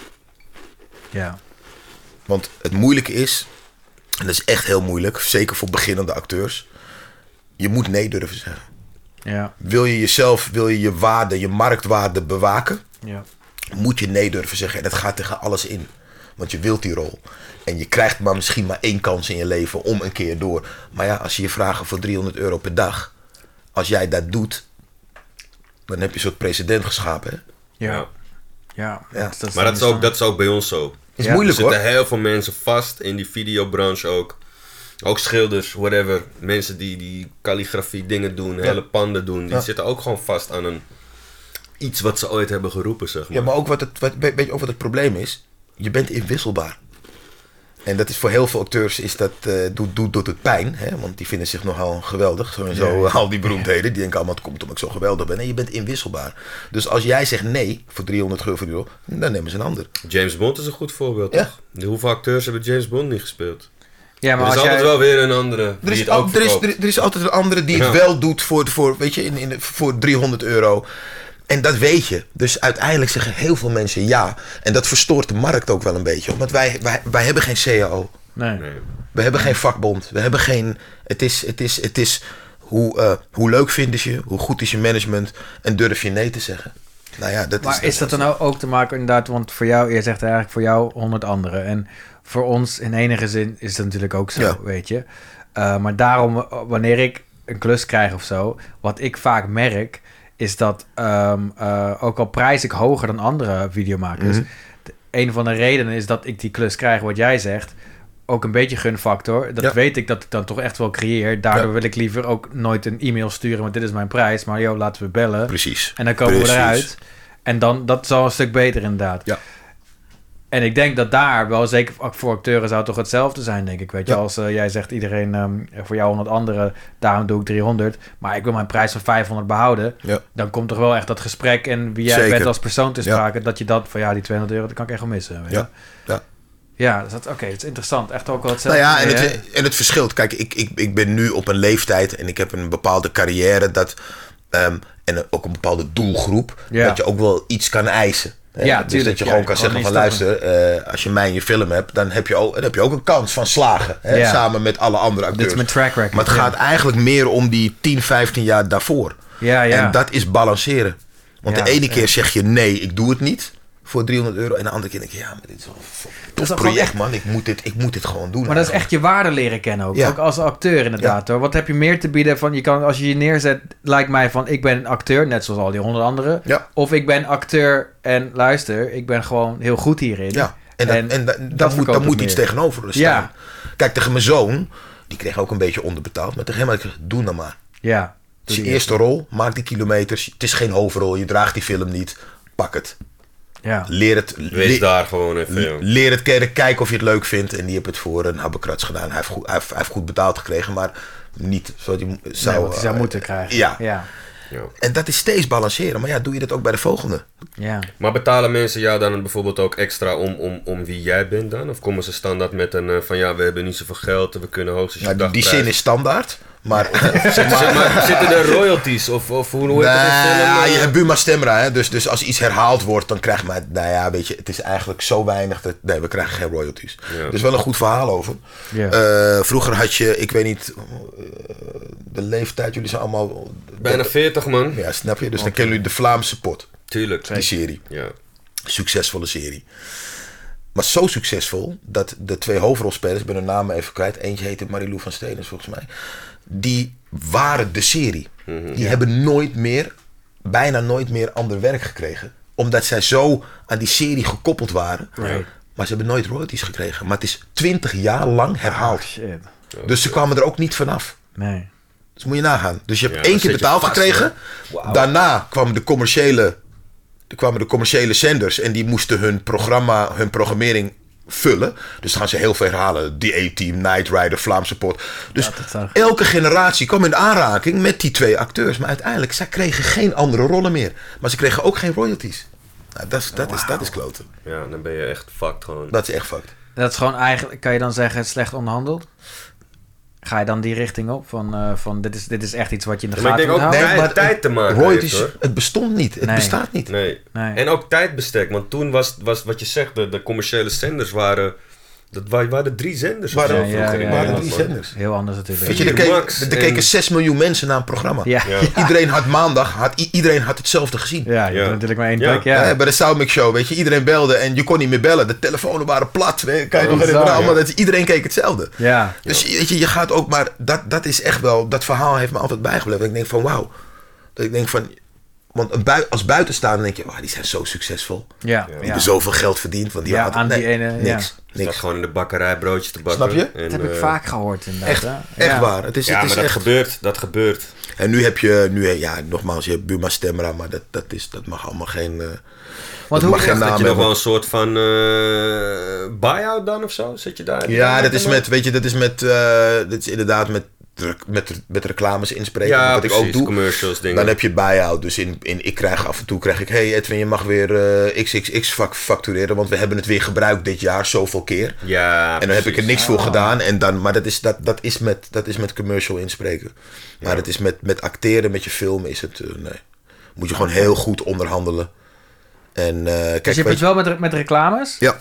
Ja. Want het moeilijke is, en dat is echt heel moeilijk, zeker voor beginnende acteurs, je moet nee durven zeggen. Ja. Wil je je waarde, je marktwaarde bewaken, moet je nee durven zeggen. En dat gaat tegen alles in. Want je wilt die rol. En je krijgt maar misschien maar 1 kans in je leven om een keer door. Maar ja, als je je vragen voor €300 per dag. Als jij dat doet, dan heb je een soort precedent geschapen. Hè? Ja. Maar dat is ook bij ons zo. Is moeilijk hoor. Er zitten heel veel mensen vast in die videobranche ook. Ook schilders, whatever. Mensen die kalligrafie dingen doen, hele panden doen. Die zitten ook gewoon vast aan iets wat ze ooit hebben geroepen, zeg maar. Ja, maar ook weet je ook wat het probleem is? Je bent inwisselbaar. En dat is voor heel veel acteurs doet het pijn. Hè? Want die vinden zich nogal geweldig. Zo al die beroemdheden. Die denken allemaal, het komt omdat ik zo geweldig ben. En je bent inwisselbaar. Dus als jij zegt nee voor €300, dan nemen ze een ander. James Bond is een goed voorbeeld, toch? Hoeveel acteurs hebben James Bond niet gespeeld? Ja, maar er is altijd wel weer een andere er is altijd een andere die het wel doet voor weet je, voor €300. En dat weet je. Dus uiteindelijk zeggen heel veel mensen ja. En dat verstoort de markt ook wel een beetje. Want wij hebben geen CAO. Nee. We hebben geen vakbond. We hebben geen... Het is hoe leuk vinden ze je? Hoe goed is je management? En durf je nee te zeggen? Nou ja, maar is dat dan ook te maken inderdaad... Want voor jou, je zegt eigenlijk voor jou 100 anderen. En voor ons in enige zin is het natuurlijk ook zo, weet je. Maar daarom, wanneer ik een klus krijg of zo... Wat ik vaak merk... is dat ook al prijs ik hoger dan andere videomakers... Een van de redenen is dat ik die klus krijg, wat jij zegt... ook een beetje gunfactor. Dat weet ik dat ik dan toch echt wel creëer. Daardoor wil ik liever ook nooit een e-mail sturen... want dit is mijn prijs, maar laten we bellen. Precies. En dan komen we eruit. En dan, dat is al een stuk beter inderdaad. Ja. En ik denk dat daar wel, zeker voor acteuren... zou het toch hetzelfde zijn, denk ik. Weet je, als jij zegt iedereen... voor jou 100 anderen, daarom doe ik 300... maar ik wil mijn prijs van 500 behouden... dan komt toch wel echt dat gesprek... en wie jij bent als persoon te sprake... dat je dat van die €200, dat kan ik echt wel missen. Weet je? Ja, oké, het is interessant. Echt ook wel hetzelfde. Nou ja, en het verschilt. Kijk, ik ben nu op een leeftijd... en ik heb een bepaalde carrière... en ook een bepaalde doelgroep... dat je ook wel iets kan eisen. Ja, dus dat je gewoon kan zeggen van luister, als je mij in je film hebt, dan heb je ook een kans van slagen. Hè, samen met alle andere acteurs. Dit is mijn track record. Maar het gaat eigenlijk meer om die 10, 15 jaar daarvoor. En dat is balanceren. Want de ene keer zeg je nee, ik doe het niet voor €300. En de andere keer denk je, maar dit is wel een tof project, echt, man. Ik moet dit gewoon doen. Maar dat is echt je waarde leren kennen ook. Ook als acteur inderdaad hoor. Wat heb je meer te bieden van, als je neerzet, lijkt mij van, ik ben een acteur, net zoals al die 100 anderen. Ja. Of ik ben acteur en luister, ik ben gewoon heel goed hierin. Ja. En dat moet iets tegenover staan. Ja. Kijk, tegen mijn zoon, die kreeg ook een beetje onderbetaald. Maar tegen hem had ik gezegd, doe nou maar. Ja. Het is je eerste rol, maak die kilometers. Het is geen hoofdrol, je draagt die film niet. Pak het. Ja. Wees daar gewoon even. Leer het kennen, kijk of je het leuk vindt. En die heb het voor een habbekrats gedaan. Hij heeft goed betaald gekregen, maar niet zoals hij zou moeten krijgen. Ja. En dat is steeds balanceren. Maar doe je dat ook bij de volgende? Ja. Maar betalen mensen jou dan bijvoorbeeld ook extra om wie jij bent dan? Of komen ze standaard met een van we hebben niet zoveel geld, we kunnen hoogstens je dagprijs? Die zin is standaard. Maar zitten er royalties of hoe heet dat? Je hebt Buma Stemra, hè? Dus als iets herhaald wordt, dan krijg je weet je, het is eigenlijk zo weinig dat we krijgen geen royalties. Ja. Er is wel een goed verhaal over. Ja. Vroeger had je, ik weet niet, de leeftijd, jullie zijn allemaal bijna 40 man. Ja, snap je? Dus dan kennen jullie de Vlaamse Pot. Tuurlijk. Die serie. Ja. Succesvolle serie. Maar zo succesvol dat de 2 hoofdrolspelers, ik ben hun namen even kwijt. Eentje heette Marilou van Steenens volgens mij. Die waren de serie. Die hebben nooit meer bijna nooit meer ander werk gekregen. Omdat zij zo aan die serie gekoppeld waren. Right. Maar ze hebben nooit royalties gekregen. Maar het is 20 jaar lang herhaald. Oh, shit. Dus ze kwamen er ook niet vanaf. Nee. Dus moet je nagaan. Dus je hebt Ja, 1 dan keer zit je betaald vast, gekregen. Wow. Daarna kwamen de commerciële zenders. En die moesten hun programmering vullen. Dus dan gaan ze heel veel herhalen. The A-Team, Knight Rider, Vlaamse Pot. Dus elke generatie kwam in aanraking met die 2 acteurs. Maar uiteindelijk, zij kregen geen andere rollen meer. Maar ze kregen ook geen royalties. Nou, dat is kloten. Ja, dan ben je echt fucked gewoon. Dat is echt fucked. Dat is gewoon eigenlijk, kan je dan zeggen, slecht onderhandeld? Ga je dan die richting op? Van dit is echt iets wat je in de Maar ik gaten denk moet ook houden? tijd te maken royalties, heeft, hoor. het bestond niet. Het Nee. bestaat niet. Nee. Nee. En ook tijdbestek. Want toen was wat je zegt, de commerciële zenders waren... Dat waren 3 zenders. of zo Ja, vroeger in waren Nederland, 3 man. zenders. Heel anders natuurlijk. Weet je, er 4 max keken en- 6 miljoen mensen naar een programma. Ja. Ja. Iedereen had maandag, iedereen had hetzelfde gezien. Ja, je Ja. hebt natuurlijk maar één Ja. plek. Ja. Bij de Soundmix Show, weet je, iedereen belde en je kon niet meer bellen. De telefoons waren plat. Kan je nog bizar, herinneren? Allemaal ja. dat iedereen keek hetzelfde. Ja. Dus weet je gaat ook maar... Dat is echt wel... Dat verhaal heeft me altijd bijgebleven. Ik denk van wauw. Dat ik denk van... Want als buitenstaander denk je... Oh, die zijn zo succesvol. Ja. Die hebben zoveel geld verdiend. Want die Ja, hadden... aan die ene, ja. niks. Je staat gewoon in de bakkerij broodjes te bakken. Snap je? En, Dat heb ik vaak gehoord inderdaad. Echt, hè? echt Ja. waar. Het is, Ja, het maar is dat echt... gebeurt. Dat gebeurt. En nu heb je... nogmaals, je hebt Buma Stemra. Maar dat mag allemaal geen... Want dat hoe mag geen Dat naam je nog hebben. wel een soort van buy-out dan of zo? Zit je daar? Ja, dat is met... Weet je, dat is inderdaad met reclames inspreken. Ja, wat precies. ik ook doe. Commercials, dingen. Dan heb je buy-out. Dus af en toe krijg ik... Hey Edwin, je mag weer XXX factureren. Want we hebben het weer gebruikt dit jaar zoveel keer. Ja, En dan heb ik er precies. niks voor gedaan. En dan, maar dat is met commercial inspreken. Maar het is met acteren, met je film is het... nee. Moet je gewoon heel goed onderhandelen. En kijk, Dus je hebt het wel met reclames, Ja.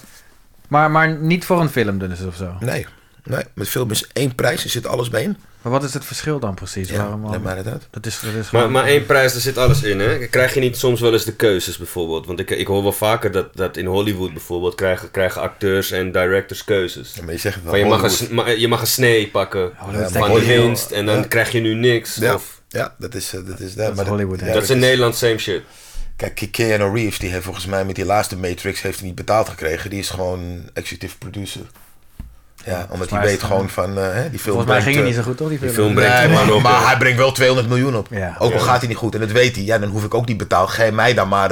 maar niet voor een film dus of zo. Nee. Met film is 1 prijs. Er zit alles bij in. Maar wat is het verschil dan precies? Ja, Waarom? leg maar het uit. Dat is gewoon... Maar 1 prijs, daar zit alles in, hè? Krijg je niet soms wel eens de keuzes, bijvoorbeeld? Want ik hoor wel vaker dat in Hollywood bijvoorbeeld krijgen acteurs en directors keuzes. Ja, maar je zegt het wel. Van Hollywood. je mag een snee pakken dat van denk de ik winst en dan krijg je nu niks. Ja, Of, ja dat is is Hollywood, hè? dat is in Nederland same shit. Kijk, Keanu Reeves, die heeft volgens mij met die laatste Matrix heeft hij niet betaald gekregen. Die is gewoon executive producer. Ja, omdat hij mij is weet het gewoon van die film. Volgens mij ging het niet zo goed, toch? Die film. film brengt Nee, die man op. maar hij brengt wel 200 miljoen op. Ja. Ook al gaat hij niet goed en dat weet hij. Ja, dan hoef ik ook niet betaald. Geef mij dan maar.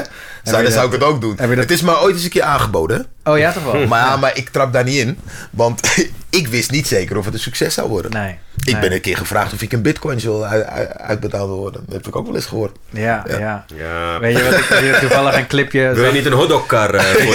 Dan zou ik het ook doen. Het is maar ooit eens een keer aangeboden. Hè? Oh ja, toch wel? Maar ik trap daar niet in. Want ik wist niet zeker of het een succes zou worden. Nee. Ik ben een keer gevraagd of ik in bitcoins wil uitbetaald worden. Dat heb ik ook wel eens gehoord. Ja. Ja. Weet je wat ik toevallig een clipje... Wil je niet een hotdogkar voor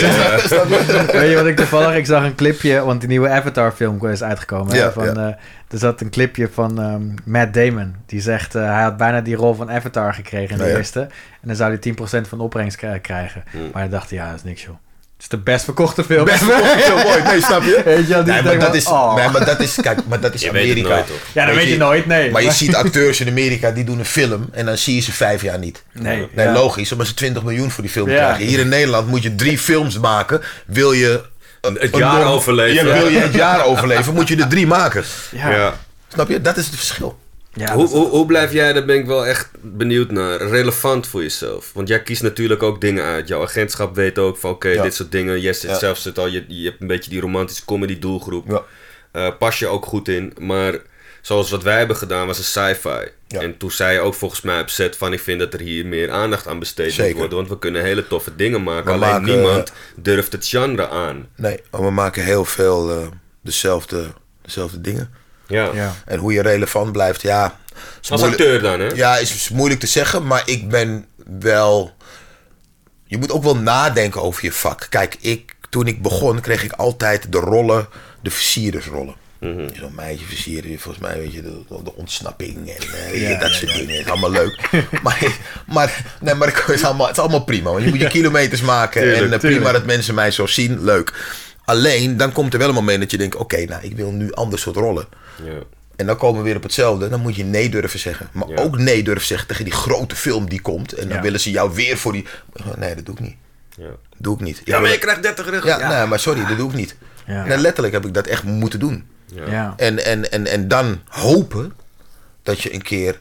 je? Weet je wat ik toevallig... Ik zag een clipje, want die nieuwe Avatar film is uitgekomen. Hè, Ja, er zat een clipje van Matt Damon. Die zegt, hij had bijna die rol van Avatar gekregen in de eerste. En dan zou hij 10% van de opbrengst krijgen. Maar hij dacht, ja, dat is niks joh. Het is de best verkochte film. Best verkochte film ooit. Nee, snap je? Weet je wel, die Nee, denkt maar dat van, is, nee, maar dat is, kijk, maar dat is Je weet het Amerika. nooit, toch? Ja, dat weet je nooit, nee. Maar je ziet acteurs in Amerika, die doen een film en dan zie je ze 5 jaar niet. Nee, Nee, ja. logisch, omdat ze 20 miljoen voor die film Ja. krijgen. Hier in Nederland moet je 3 films maken. Wil je Het jaar overleven. Ja, wil je het jaar overleven, moet je er 3 maken. Ja. Snap je? Dat is het verschil. Ja, Hoe blijf jij, daar ben ik wel echt benieuwd naar, relevant voor jezelf? Want jij kiest natuurlijk ook dingen uit. Jouw agentschap weet ook van oké, dit soort dingen. Je zit zelf zit al, je hebt een beetje die romantische comedy doelgroep. Ja. Pas je ook goed in. Maar zoals wat wij hebben gedaan was een sci-fi. Ja. En toen zei je ook volgens mij op set van ik vind dat er hier meer aandacht aan besteed moet Zeker. worden. Want we kunnen hele toffe dingen maken. We Alleen maken, niemand durft het genre aan. Nee, maar we maken heel veel dezelfde dingen. Ja. En hoe je relevant blijft, ja. is Als moeilijk- acteur dan, hè? Ja, is moeilijk te zeggen, maar ik ben wel... Je moet ook wel nadenken over je vak. Kijk, toen ik begon, kreeg ik altijd de rollen, de versierdersrollen. Zo'n meisje versieren, volgens mij weet je, de ontsnapping en dat soort dingen. Het is allemaal leuk. maar het is allemaal prima. Want je moet je kilometers maken en prima dat mensen mij zo zien, leuk. Alleen, dan komt er wel een moment dat je denkt, oké, nou, ik wil nu ander soort rollen. Ja. En dan komen we weer op hetzelfde. Dan moet je nee durven zeggen. Maar ook nee durven zeggen tegen die grote film die komt. En dan willen ze jou weer voor die... Nee, dat doe ik niet. Ja. Doe ik niet. Ja, maar je krijgt 30 rug. Ja, nee, maar sorry, dat doe ik niet. Ja. Nee, letterlijk heb ik dat echt moeten doen. Ja. En dan hopen dat je een keer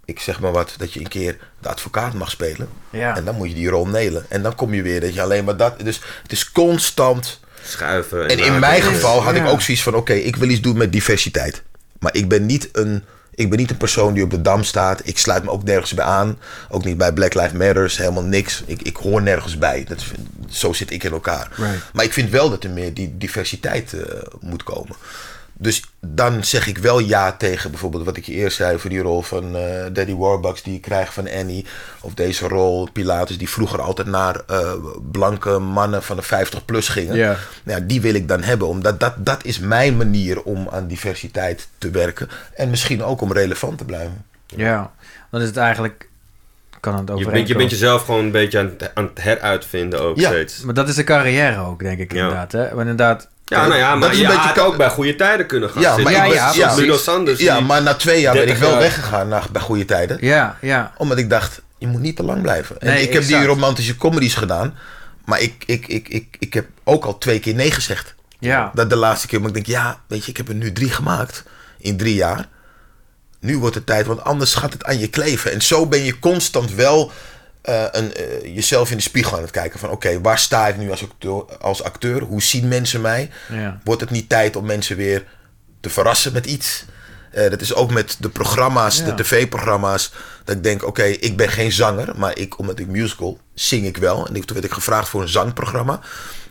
ik zeg maar wat, dat je een keer de advocaat mag spelen. Ja. En dan moet je die rol nelen. En dan kom je weer dat je alleen maar dat... Dus het is constant... Schuiven. En in mijn geval had ik ook zoiets van... Oké, ik wil iets doen met diversiteit. Maar ik ben niet een persoon die op de Dam staat. Ik sluit me ook nergens bij aan. Ook niet bij Black Lives Matter. Helemaal niks. Ik hoor nergens bij. Zo zit ik in elkaar. Right. Maar ik vind wel dat er meer die diversiteit moet komen. Dus dan zeg ik wel ja tegen bijvoorbeeld wat ik je eerst zei... voor die rol van Daddy Warbucks die ik krijg van Annie. Of deze rol Pilatus die vroeger altijd naar blanke mannen van de 50+ gingen. Yeah. Nou ja, die wil ik dan hebben. Omdat dat is mijn manier om aan diversiteit te werken. En misschien ook om relevant te blijven. Ja, dan is het eigenlijk... Kan het je bent jezelf gewoon een beetje aan het heruitvinden ook steeds. Maar dat is de carrière ook, denk ik inderdaad. Hè? Maar inderdaad... Ja, nou ja, maar je had ook bij Goede Tijden kunnen gaan zitten. Ludo Sanders. Ja, maar na 2 jaar ben ik wel weggegaan bij Goede Tijden. Ja. Omdat ik dacht, je moet niet te lang blijven. En Nee, ik heb die romantische comedies gedaan. Maar ik heb ook al 2 keer nee gezegd. Ja. Dat de laatste keer, maar ik denk, ja, weet je, ik heb er nu 3 gemaakt. In 3 jaar. Nu wordt het tijd, want anders gaat het aan je kleven. En zo ben je constant wel jezelf in de spiegel aan het kijken. Van oké, waar sta ik nu als acteur? Hoe zien mensen mij? Ja. Wordt het niet tijd om mensen weer te verrassen met iets? Dat is ook met de programma's, de tv-programma's. Dat ik denk, oké, ik ben geen zanger. Maar omdat ik musical, zing ik wel. En toen werd ik gevraagd voor een zangprogramma.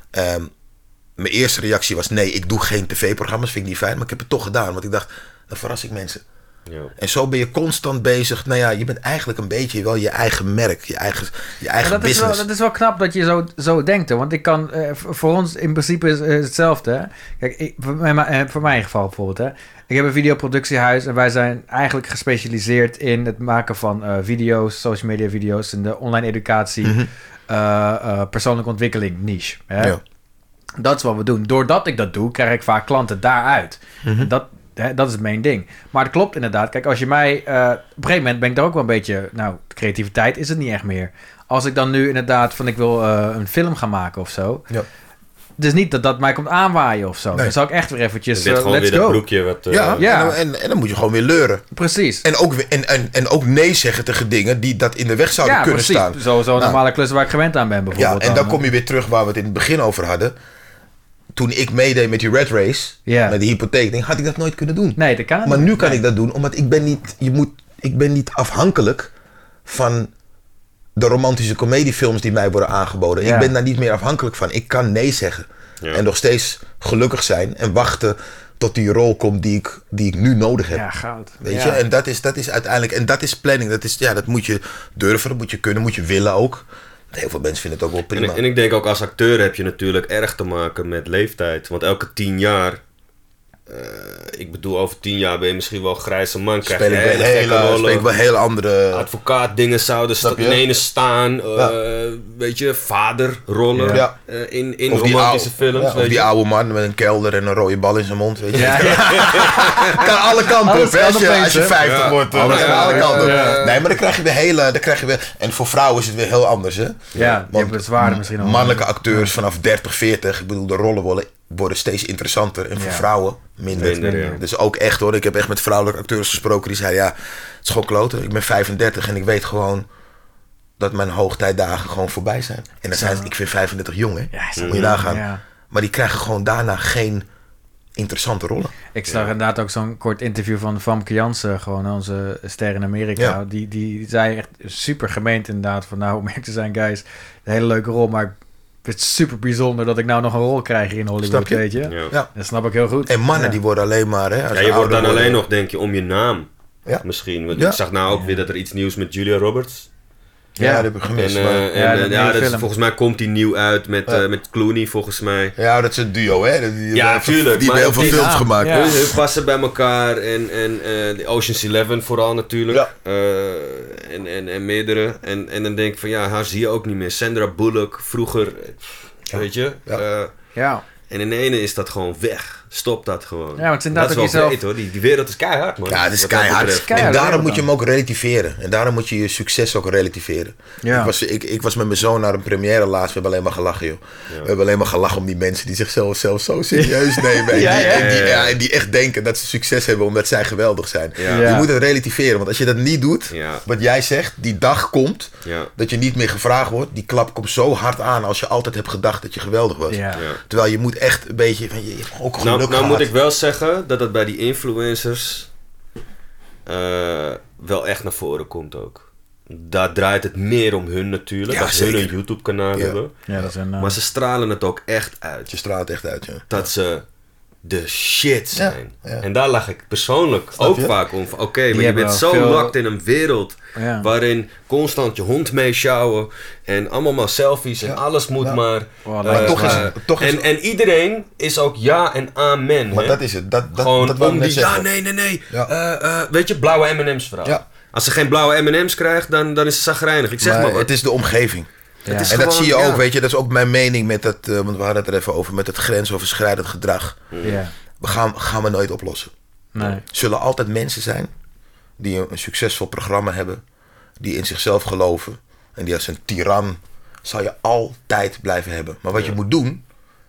Mijn eerste reactie was, nee, ik doe geen tv-programma's. Vind ik niet fijn. Maar ik heb het toch gedaan. Want ik dacht, dan verras ik mensen. Ja. En zo ben je constant bezig. Nou ja, je bent eigenlijk een beetje wel je eigen merk, je eigen business. Dat is wel knap dat je zo denkt. Hè? Want ik kan, voor ons in principe is hetzelfde. Hè? Kijk, voor mijn geval bijvoorbeeld. Hè? Ik heb een videoproductiehuis en wij zijn eigenlijk gespecialiseerd in het maken van video's, social media video's en de online educatie, persoonlijke ontwikkeling niche. Hè? Ja. Dat is wat we doen. Doordat ik dat doe, krijg ik vaak klanten daaruit. Dat is het main ding. Maar het klopt inderdaad. Kijk, als je mij... op een gegeven moment ben ik daar ook wel een beetje... Nou, creativiteit is het niet echt meer. Als ik dan nu inderdaad van ik wil een film gaan maken of zo... Ja. Dus niet dat mij komt aanwaaien of zo. Nee. Dan zal ik echt weer eventjes... Dit gewoon weer dat broekje wat... En dan moet je gewoon weer leuren. Precies. En ook nee zeggen tegen dingen die dat in de weg zouden kunnen staan. Zo'n normale klus waar ik gewend aan ben bijvoorbeeld. Ja, en dan kom je weer terug waar we het in het begin over hadden. Toen ik meedeed met die Red Race, met de hypotheek, had ik dat nooit kunnen doen. Nee, dat kan niet. Maar nu kan ik dat doen, omdat ik ben niet afhankelijk van de romantische comediefilms die mij worden aangeboden. Ja. Ik ben daar niet meer afhankelijk van. Ik kan nee zeggen. Ja. En nog steeds gelukkig zijn en wachten tot die rol komt die ik nu nodig heb. Ja, goud. Weet je? En dat is uiteindelijk, en dat is planning. Dat moet je durven, dat moet je kunnen, moet je willen ook. Heel veel mensen vinden het ook wel prima. En ik denk ook als acteur heb je natuurlijk erg te maken met leeftijd. Want elke 10 jaar... ik bedoel, over 10 jaar ben je misschien wel een grijze man. Speel ik wel hele andere... Advocaat dingen zouden ineens staan. Weet je, vaderrollen. Ja. In romantische films. Ja, of die oude man met een kelder en een rode bal in zijn mond. Weet je. Ja. Kan alle kanten op, als je 50 wordt. Alle kanten. Ja. Nee, maar dan krijg je weer... En voor vrouwen is het weer heel anders, hè? Ja, die hebben het zwaarder misschien ook. Mannelijke acteurs vanaf 30, 40. Ik bedoel, de rollen worden steeds interessanter. En voor vrouwen minder. Ja. Dus ook echt hoor. Ik heb echt met vrouwelijke acteurs gesproken. Die zeiden, ja, het is gewoon kloten. Ik ben 35 en ik weet gewoon dat mijn hoogtijdagen gewoon voorbij zijn. En dan zijn ik vind 35 jong, hè. Ja, moet je nagaan. Ja. Maar die krijgen gewoon daarna geen interessante rollen. Ik zag inderdaad ook zo'n kort interview van Famke Janssen, gewoon onze ster in Amerika. Ja. Die zei echt super gemeend inderdaad van, nou, om eerlijk te zijn, guys, een hele leuke rol, maar het is super bijzonder dat ik nou nog een rol krijg in Hollywood, weet je. Ja. Dat snap ik heel goed. En mannen die worden alleen maar... Hè, je wordt dan alleen nog, denk je, om je naam. Ja. Misschien. Want ik zag nou ook weer dat er iets nieuws met Julia Roberts. Ja, dat heb ik gemist. Volgens mij komt die nieuw uit met Clooney, volgens mij. Ja, dat is een duo, hè? Tuurlijk. Die hebben heel veel films gemaakt. Ja. Hun passen bij elkaar. En Ocean's 11 vooral natuurlijk. Ja. En meerdere. En dan denk ik van, haar zie je ook niet meer. Sandra Bullock, vroeger, weet je. Ja. En in de ene is dat gewoon weg. stop dat gewoon. Ja, want het is dat is wel jezelf... breed, hoor. Die wereld is keihard, man. Ja, het is keihard. En daarom moet je hem ook relativeren. En daarom moet je je succes ook relativeren. Ja. Ik was met mijn zoon naar een première laatst. We hebben alleen maar gelachen, joh. Ja. We hebben alleen maar gelachen om die mensen die zichzelf zo serieus nemen. En die echt denken dat ze succes hebben omdat zij geweldig zijn. Ja. Je moet het relativeren. Want als je dat niet doet, wat jij zegt, die dag komt dat je niet meer gevraagd wordt. Die klap komt zo hard aan als je altijd hebt gedacht dat je geweldig was. Ja. Terwijl je moet echt een beetje van je hebt ook geluk nou moet ik wel zeggen dat het bij die influencers wel echt naar voren komt ook. Daar draait het meer om hun natuurlijk. Dat ze een YouTube kanaal hebben. Ja, dat is maar ze stralen het ook echt uit. Je straalt echt uit, ja. Dat ze de shit zijn. Ja. En daar lag ik persoonlijk ook vaak om. Oké, maar je bent zo locked in een wereld waarin constant je hond mee sjouwen en allemaal maar selfies en alles moet maar. En iedereen is ook ja en amen. Maar dat is het. Gewoon om die nee. Ja. Weet je, blauwe M&M's verhaal. Ja. Als ze geen blauwe M&M's krijgt, dan is het chagrijnig. Ik zeg maar wat. Het is de omgeving. Ja. En gewoon, dat zie je ook, weet je, dat is ook mijn mening met dat, want we hadden het er even over, met het grensoverschrijdend gedrag. Ja. Gaan we nooit oplossen. Nee. Zullen altijd mensen zijn die een succesvol programma hebben, die in zichzelf geloven en die als een tiran zal je altijd blijven hebben. Maar wat je moet doen,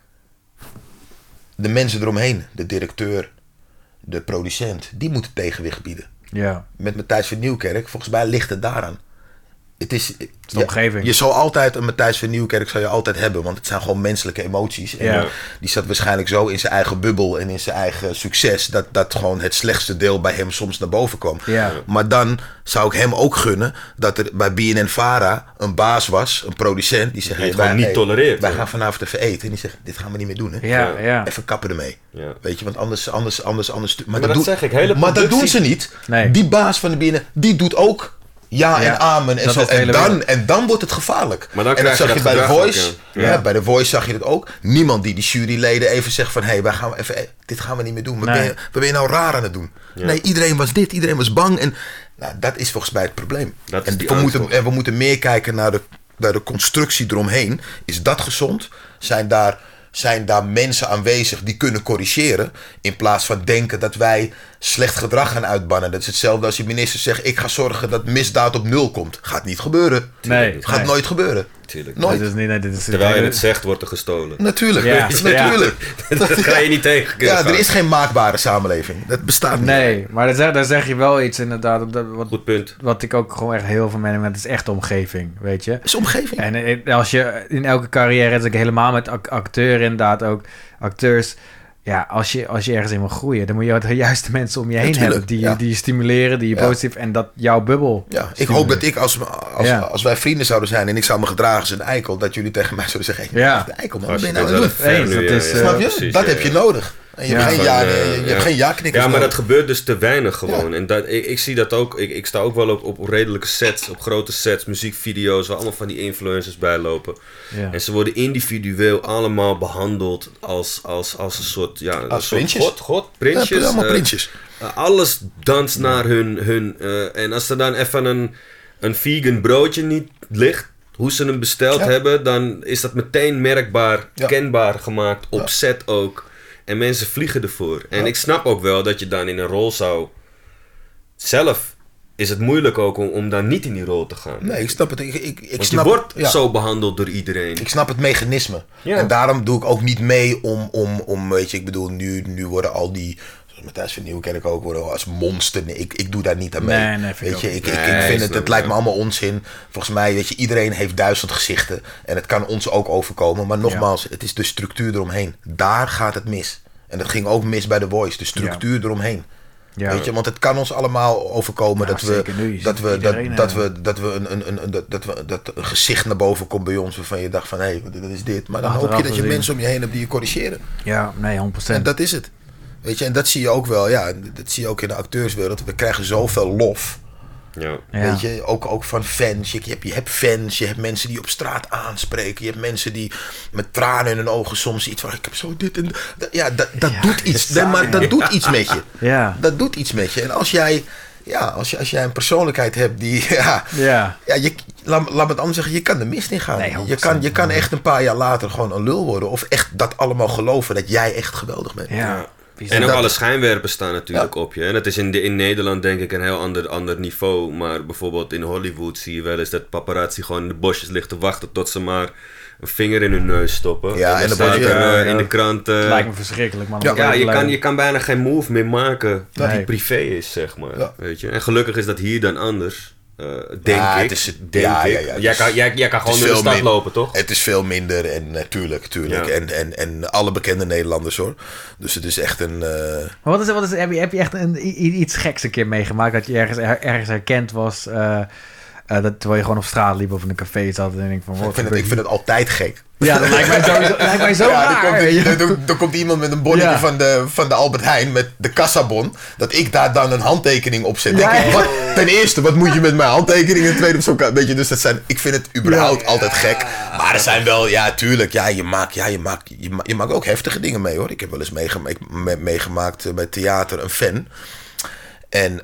de mensen eromheen, de directeur, de producent, die moeten tegenwicht bieden. Ja. Met Matthijs van Nieuwkerk, volgens mij ligt het daaraan. Het is de omgeving. Je zal altijd een Matthijs van Nieuwkerk zou je altijd hebben, want het zijn gewoon menselijke emoties. En die zat waarschijnlijk zo in zijn eigen bubbel en in zijn eigen succes dat gewoon het slechtste deel bij hem soms naar boven kwam. Ja. Maar dan zou ik hem ook gunnen dat er bij BNN-Vara een baas was, een producent die zegt: wij niet tolereert. Wij gaan vanavond even eten. En die zegt: dit gaan we niet meer doen. Hè? Ja. Even kappen ermee. Ja. Weet je, want anders. Maar dat zeg ik. Maar dat doen ze niet. Nee. Die baas van de BNN, die doet ook. En amen en zo. En dan wordt het gevaarlijk. Maar dan en dat zag je bij The Voice. Ja, bij The Voice zag je dat ook. Niemand die juryleden even zegt van wij gaan even, dit gaan we niet meer doen. Wat ben je nou raar aan het doen? Ja. Nee, iedereen was dit, iedereen was bang. En dat is volgens mij het probleem. We moeten meer kijken naar de constructie eromheen. Is dat gezond? Zijn daar mensen aanwezig die kunnen corrigeren, in plaats van denken dat wij slecht gedrag gaan uitbannen. Dat is hetzelfde als je minister zegt: ik ga zorgen dat misdaad op 0 komt. Gaat niet gebeuren. Gaat nooit gebeuren. Tuurlijk. Nooit. Terwijl je het zegt, wordt er gestolen. Natuurlijk. Dat ga je niet tegen. Er is geen maakbare samenleving. Dat bestaat niet. Nee, maar daar zeg je wel iets inderdaad. Goed punt. Wat ik ook gewoon echt heel veel mening met, is echt de omgeving, weet je. Het is omgeving. En als je in elke carrière, is ik helemaal met acteur inderdaad ook, acteurs. Ja, als je ergens in wil groeien, dan moet je de juiste mensen om je heen hebben. Die je stimuleren, die je positief en dat jouw bubbel. Ja, ik hoop dat ik als wij vrienden zouden zijn en ik zou me gedragen als een eikel, dat jullie tegen mij zouden zeggen: de eikel, man, wat ben je nou aan het doen? Snap je? Dat heb je nodig. En je hebt geen ja-knikkers. Ja, maar dat gebeurt dus te weinig gewoon. En ik zie dat ook. Ik sta ook wel op redelijke sets, op grote sets, muziekvideo's, waar allemaal van die influencers bij lopen. Ja. En ze worden individueel allemaal behandeld als een soort, als prinsjes. God, prinsjes. Ja, allemaal prinsjes. Alles danst naar hun en als er dan even een vegan broodje niet ligt, hoe ze hem besteld hebben, dan is dat meteen merkbaar, kenbaar gemaakt, op set ook. En mensen vliegen ervoor. En ik snap ook wel dat je dan in een rol zou... Zelf is het moeilijk ook om dan niet in die rol te gaan. Nee, ik snap het. Want je wordt zo behandeld door iedereen. Ik snap het mechanisme. Ja. En daarom doe ik ook niet mee om weet je, ik bedoel, nu worden al die... Zoals Matthijs van Nieuwkerk ook worden als monster. Nee, ik doe daar niet aan mee. Nee, weet je, ik vind het lijkt me allemaal onzin. Volgens mij, weet je, iedereen heeft 1000 gezichten. En het kan ons ook overkomen. Maar nogmaals, het is de structuur eromheen. Daar gaat het mis. En dat ging ook mis bij The Voice. De structuur eromheen. Ja. Weet je, want het kan ons allemaal overkomen dat een gezicht naar boven komt bij ons waarvan je dacht van wat is dit? Maar dan hoop je dat je mensen om je heen hebt die je corrigeren. Ja, nee, 100%. En dat is het. Weet je, en dat zie je ook wel. Dat zie je ook in de acteurswereld. We krijgen zoveel lof. Ja. Weet je, ook van fans. Je hebt fans, je hebt mensen die op straat aanspreken. Je hebt mensen die met tranen in hun ogen soms iets van ik heb zo dit en dat doet iets. Maar dat doet iets met je. Ja. Dat doet iets met je. En als jij Ja, als jij een persoonlijkheid hebt die... laat me het anders zeggen. Je kan de mist in gaan. Nee, je kan echt een paar jaar later gewoon een lul worden. Of echt dat allemaal geloven dat jij echt geweldig bent. Ja. En ook alle schijnwerpers staan natuurlijk op je. En dat is in Nederland denk ik een heel ander niveau. Maar bijvoorbeeld in Hollywood zie je wel eens dat paparazzi gewoon in de bosjes ligt te wachten tot ze maar een vinger in hun neus stoppen. Ja, en dan in de krant... Het lijkt me verschrikkelijk, man. Je kan bijna geen move meer maken die privé is, zeg maar. Ja. Weet je? En gelukkig is dat hier dan anders. Denk ik. Jij kan gewoon in de stad lopen, toch? Het is veel minder en tuurlijk. Ja. En alle bekende Nederlanders, hoor. Dus het is echt een... Maar heb je echt iets geks een keer meegemaakt? Dat je ergens herkend was... terwijl je gewoon op straat liep of in een café zat. En denk van, ik vind het altijd gek. Ja, dat lijkt mij zo raar. Dan komt iemand met een bonnetje van de Albert Heijn met de kassabon. Dat ik daar dan een handtekening op zet. Ten eerste, wat moet je met mijn handtekening? En tweede, op zo'n weet je, dus ik vind het überhaupt altijd gek. Maar er zijn wel, tuurlijk. Ja, je maakt ook heftige dingen mee, hoor. Ik heb wel eens meegemaakt bij theater een fan. En...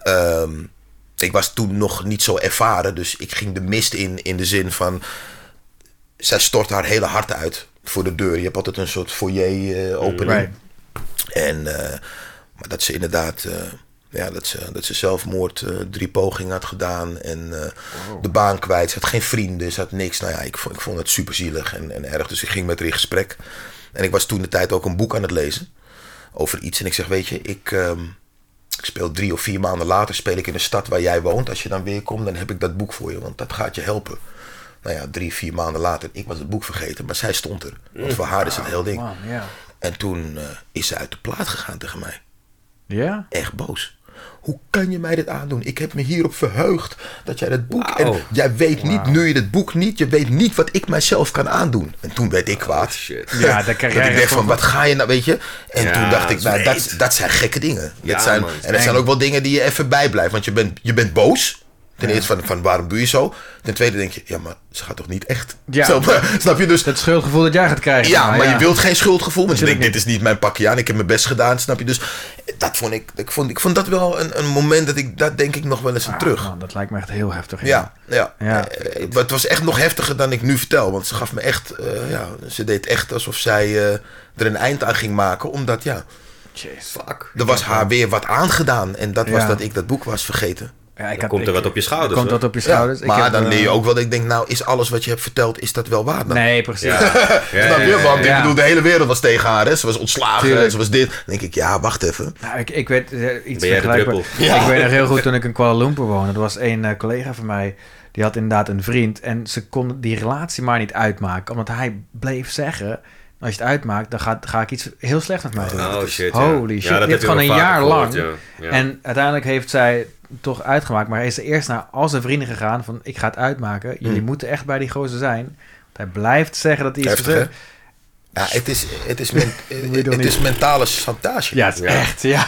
ik was toen nog niet zo ervaren, dus ik ging de mist in de zin van... Zij stort haar hele hart uit voor de deur. Je hebt altijd een soort foyer opening. En maar dat ze inderdaad... dat ze zelfmoord 3 pogingen had gedaan. En de baan kwijt. Ze had geen vrienden, ze had niks. Nou ja, ik vond het super zielig en erg. Dus ik ging met haar in gesprek. En ik was toen de tijd ook een boek aan het lezen. Over iets. En ik zeg, weet je, ik speel 3 of 4 maanden later speel ik in de stad waar jij woont. Als je dan weer komt, dan heb ik dat boek voor je. Want dat gaat je helpen. Nou ja, 3, 4 maanden later, ik was het boek vergeten. Maar zij stond er. Want voor haar is het heel ding. Man, yeah. En toen is ze uit de plaat gegaan tegen mij. Ja? Echt boos. Hoe kan je mij dit aandoen? Ik heb me hierop verheugd dat jij dat boek... En jij weet niet, nu je het boek niet... Je weet niet wat ik mijzelf kan aandoen. En toen werd ik kwaad. Shit. Ja, dan krijg ik dacht van, wat ga je nou, weet je? En toen dacht ik, nou, dat zijn gekke dingen. Ja, dat zijn ook wel dingen die je even bijblijft. Want je bent boos. Ten eerste van waarom doe je zo? Ten tweede denk je, ja, maar ze gaat toch niet echt... Ja, zo, snap je? Dus het schuldgevoel dat jij gaat krijgen. Ja, maar je wilt geen schuldgevoel. Want je denkt, dit is niet mijn pakje aan. Ik heb mijn best gedaan, snap je? Dus dat vond ik vond dat wel een moment dat denk ik nog wel eens aan terug. Man, dat lijkt me echt heel heftig. Ja. Het was echt nog heftiger dan ik nu vertel. Want ze gaf me echt... ze deed echt alsof zij er een eind aan ging maken. Omdat, fuck. Er was haar weer wat aangedaan. En dat was dat ik dat boek was vergeten. Ja, komt er wat op je schouders. Ja, maar dan leer je ook wel dat ik denk, nou, is alles wat je hebt verteld, is dat wel waar? Nee, precies. Snap je? Want ik bedoel, de hele wereld was tegen haar. Hè? Ze was ontslagen, ze was dit. Dan denk ik, wacht even. Nou, ik weet iets vergelijkbaar. Ik weet nog heel goed toen ik in Kuala Lumpur woonde. Er was een collega van mij, die had inderdaad een vriend. En ze kon die relatie maar niet uitmaken. Omdat hij bleef zeggen... Als je het uitmaakt, dan ga ik iets heel slechts met mij doen. Oh shit, holy shit. Dit gewoon een jaar lang. Ja. En uiteindelijk heeft zij toch uitgemaakt. Maar hij is eerst naar al zijn vrienden gegaan. Van, ik ga het uitmaken. Jullie moeten echt bij die gozer zijn. Want hij blijft zeggen dat hij iets verzet. Ja, het is mentale chantage. Ja, het is echt, ja.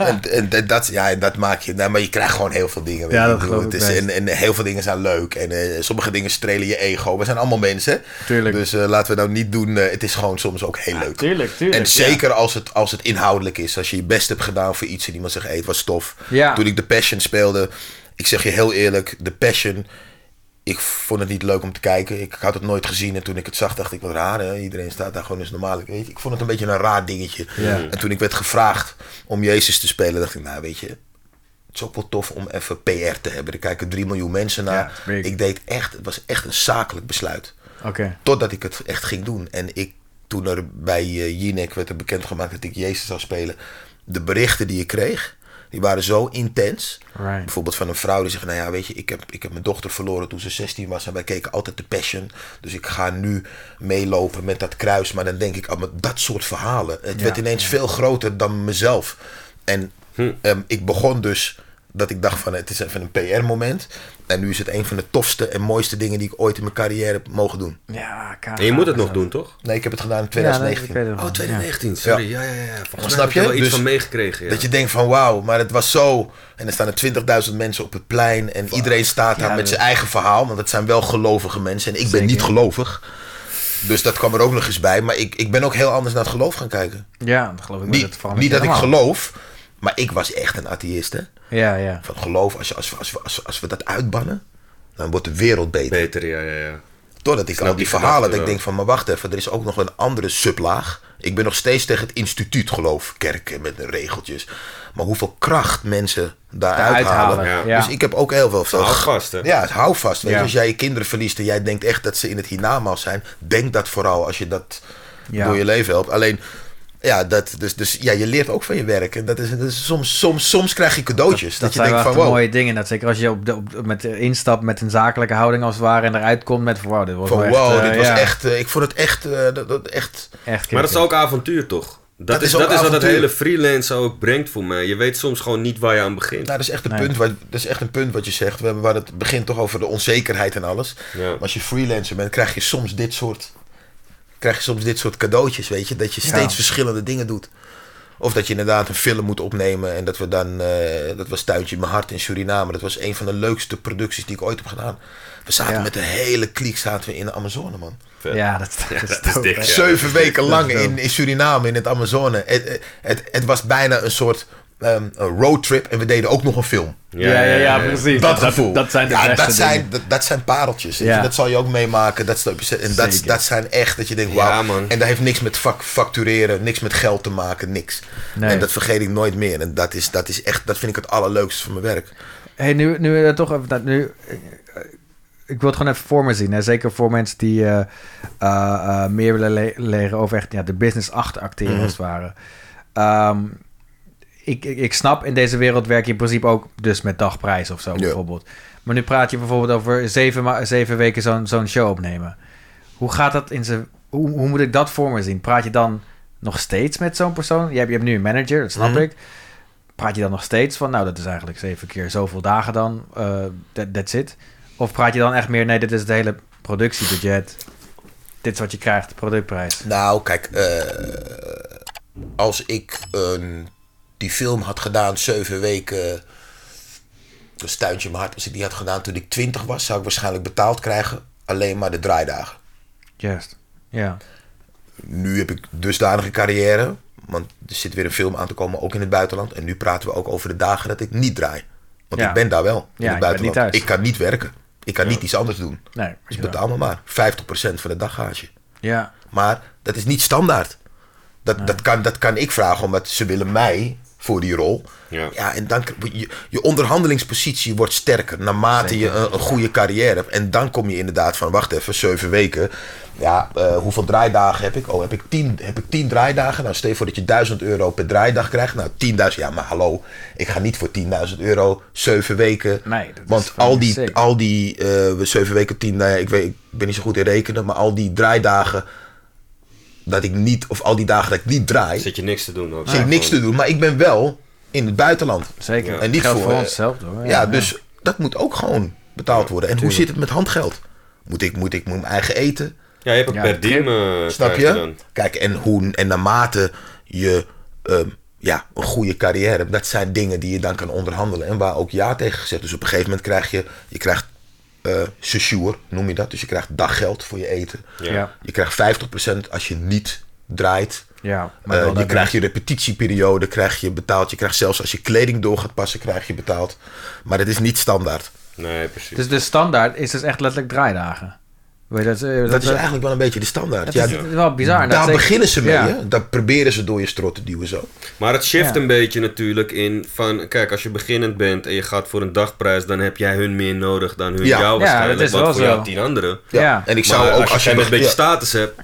En dat maak je... Nou, maar je krijgt gewoon heel veel dingen. Ja, dat geloof ik best. En heel veel dingen zijn leuk. En sommige dingen strelen je ego. We zijn allemaal mensen. Tuurlijk. Dus laten we nou niet doen... het is gewoon soms ook heel leuk. Tuurlijk. En zeker als het inhoudelijk is. Als je je best hebt gedaan voor iets en iemand zegt... het was tof. Ja. Toen ik The Passion speelde... Ik zeg je heel eerlijk... The Passion... Ik vond het niet leuk om te kijken. Ik had het nooit gezien. En toen ik het zag, dacht ik, wat raar. Hè? Iedereen staat daar gewoon eens normaal. Weet je? Ik vond het een beetje een raar dingetje. Ja. En toen ik werd gevraagd om Jezus te spelen, dacht ik, nou weet je, het is ook wel tof om even PR te hebben. Er kijken 3 miljoen mensen naar. Ja, Het was echt een zakelijk besluit. Okay. Totdat ik het echt ging doen. En toen er bij Jinek werd er bekendgemaakt dat ik Jezus zou spelen. De berichten die ik kreeg, die waren zo intens. Right. Bijvoorbeeld van een vrouw die zegt, nou ja, weet je, ik heb mijn dochter verloren toen ze 16 was en wij keken altijd The Passion. Dus ik ga nu meelopen met dat kruis. Maar dan denk ik, dat soort verhalen. Het werd ineens veel groter dan mezelf. En ik begon dus dat ik dacht van, het is even een PR-moment. En nu is het een van de tofste en mooiste dingen die ik ooit in mijn carrière heb mogen doen. Ja, en je moet het nog doen, toch? Nee, ik heb het gedaan in 2019. Ja, 2019, sorry. Ja. Volgens mij snap je? Heb ik er wel iets dus, van meegekregen. Ja. Dat je denkt van wauw, maar het was zo... En er staan er 20.000 mensen op het plein. En iedereen staat daar met zijn eigen verhaal. Want het zijn wel gelovige mensen. En ik ben niet gelovig. Dus dat kwam er ook nog eens bij. Maar ik ben ook heel anders naar het geloof gaan kijken. Ja, dat geloof ik. Niet dat ik geloof... Maar ik was echt een atheïst, hè. Ja. Van geloof, als we dat uitbannen, dan wordt de wereld beter. Ja. Doordat ik al die verhalen, dat ik denk van, maar wacht even, er is ook nog een andere sublaag. Ik ben nog steeds tegen het instituut geloof, kerken met de regeltjes. Maar hoeveel kracht mensen daaruit halen. Ja. Dus ik heb ook heel veel... Hou vast, hè? Ja, hou vast. Weet je, als jij je kinderen verliest en jij denkt echt dat ze in het hiernamaals zijn, denk dat vooral als je dat door je leven helpt. Alleen, ja, dus je leert ook van je werk. En dat is soms krijg je cadeautjes. Dat je zijn denkt wel van, wow. mooie dingen. Dat zeker als je met instapt met een zakelijke houding als het ware en eruit komt met wow, dit was Van, wel echt, dit was echt... Ik vond het echt... echt maar dat is ook avontuur, toch? Dat is wat het hele freelance ook brengt voor mij. Je weet soms gewoon niet waar je aan begint. Nou, dat is echt een punt wat je zegt. We hadden het begin toch over de onzekerheid en alles. Ja. Maar als je freelancer bent, krijg je soms dit soort cadeautjes, weet je. Dat je steeds verschillende dingen doet. Of dat je inderdaad een film moet opnemen. En dat we dan... dat was Tuintje in mijn hart in Suriname. Dat was een van de leukste producties die ik ooit heb gedaan. We zaten met de hele kliek in de Amazone, man. Ja, dat is dik. 7 weken lang in Suriname, in het Amazone. Het was bijna een soort roadtrip. En we deden ook nog een film. Ja, precies. Dat gevoel. Dat zijn de beste dingen. Dat zijn pareltjes. Ja. Dat zal je ook meemaken. Dat zijn echt dat je denkt, wauw. Ja, en dat heeft niks met factureren, niks met geld te maken, niks. Nee. En dat vergeet ik nooit meer. En dat is echt, dat vind ik het allerleukste van mijn werk. Hey, nu toch even... Ik wil het gewoon even voor me zien. Hè? Zeker voor mensen die meer willen leren over echt de business achter acteren als het ware. Ik snap, in deze wereld werk je in principe ook dus met dagprijs of zo bijvoorbeeld. Maar nu praat je bijvoorbeeld over 7 weken zo'n show opnemen. Hoe gaat dat hoe moet ik dat voor me zien? Praat je dan nog steeds met zo'n persoon? Je hebt nu een manager, dat snap ik. Praat je dan nog steeds van, nou dat is eigenlijk 7 keer zoveel dagen dan, that's it? Of praat je dan echt meer, nee, dit is het hele productiebudget. Dit is wat je krijgt, de productprijs. Nou, kijk, als ik die film had gedaan 7 weken, dus Tuintje in mijn hart, als ik die had gedaan toen ik 20 was, zou ik waarschijnlijk betaald krijgen alleen maar de draaidagen. Juist, ja. Nu heb ik dusdanige carrière, want er zit weer een film aan te komen, ook in het buitenland. En nu praten we ook over de dagen dat ik niet draai. Want ik ben daar wel, in het buitenland. Ik kan niet werken. Ik kan niet iets anders doen. Nee, dus betaal me maar 50% van het daggaatje. Ja. Maar dat is niet standaard. Dat kan ik vragen, omdat ze willen mij voor die rol. Ja, en dan je onderhandelingspositie wordt sterker naarmate je een goede carrière hebt. En dan kom je inderdaad van, wacht even, 7 weken. Ja, hoeveel draaidagen heb ik? Oh, heb ik 10 draaidagen? Nou, stel je voor dat je €1.000 per draaidag krijgt. Nou, 10.000. Ja, maar hallo. Ik ga niet voor €10.000 7 weken. Nee, want al die 7 weken, 10, ik ben niet zo goed in rekenen. Maar al die draaidagen dat ik niet, of al die dagen dat ik niet draai. Zit je niks te doen ook. Zit niks te doen, maar ik ben wel in het buitenland. Zeker. Ja. En niet voor onszelf hoor. Ja, dus dat moet ook gewoon betaald worden. En hoe zit het met handgeld? Moet ik mijn eigen eten? Ja, je hebt een per diem. Snap je? Dan. Kijk, en naarmate je een goede carrière hebt, dat zijn dingen die je dan kan onderhandelen en waar ook ja tegen gezegd. Dus op een gegeven moment krijg je krijgt séjour, noem je dat. Dus je krijgt daggeld voor je eten. Ja. Je krijgt 50% als je niet draait. Ja, maar je krijgt je repetitieperiode krijg je betaald. Je krijgt zelfs als je kleding door gaat passen, krijg je betaald. Maar dat is niet standaard. Nee, precies. Dus de standaard is dus echt letterlijk draaidagen. Dat is eigenlijk wel een beetje de standaard. Dat is wel bizar. Daar beginnen ze mee. Hè? Daar proberen ze door je strot te duwen zo. Maar het shift een beetje natuurlijk in van... Kijk, als je beginnend bent en je gaat voor een dagprijs... dan heb jij hun meer nodig dan hun jou waarschijnlijk. Dat is wel voor jou 10 anderen. Ja. En ik zou ook, als je een beetje status hebt...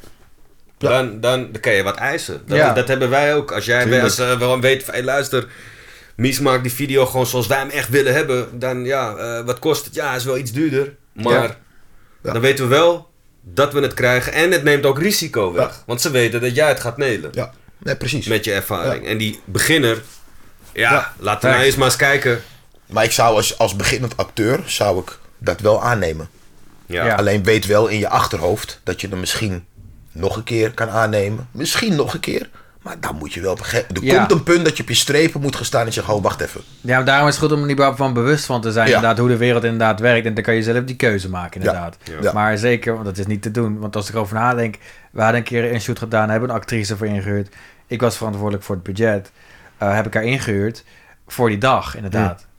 Dan kan je wat eisen. Dat hebben wij ook. Als jij wel weet van... Hey, luister... Mies maakt die video gewoon zoals wij hem echt willen hebben. Dan wat kost het? Ja, is wel iets duurder. Maar... Ja. Dan weten we wel dat we het krijgen. En het neemt ook risico weg. Ja. Want ze weten dat jij het gaat nelen. Ja, nee, precies. Met je ervaring. Ja. En die beginner... laten we nou eens maar eens kijken. Maar ik zou als beginnend acteur... zou ik dat wel aannemen. Ja. Alleen weet wel in je achterhoofd... dat je er misschien nog een keer kan aannemen. Misschien nog een keer... Maar dan moet je wel begrijpen. Er komt een punt dat je op je strepen moet gaan staan en zeggen, wacht even. Ja, maar daarom is het goed om er niet van bewust van te zijn, inderdaad, hoe de wereld inderdaad werkt. En dan kan je zelf die keuze maken, inderdaad. Ja. Maar zeker, want dat is niet te doen. Want als ik erover nadenk, we hadden een keer een shoot gedaan, hebben een actrice voor ingehuurd. Ik was verantwoordelijk voor het budget. Heb ik haar ingehuurd voor die dag, inderdaad.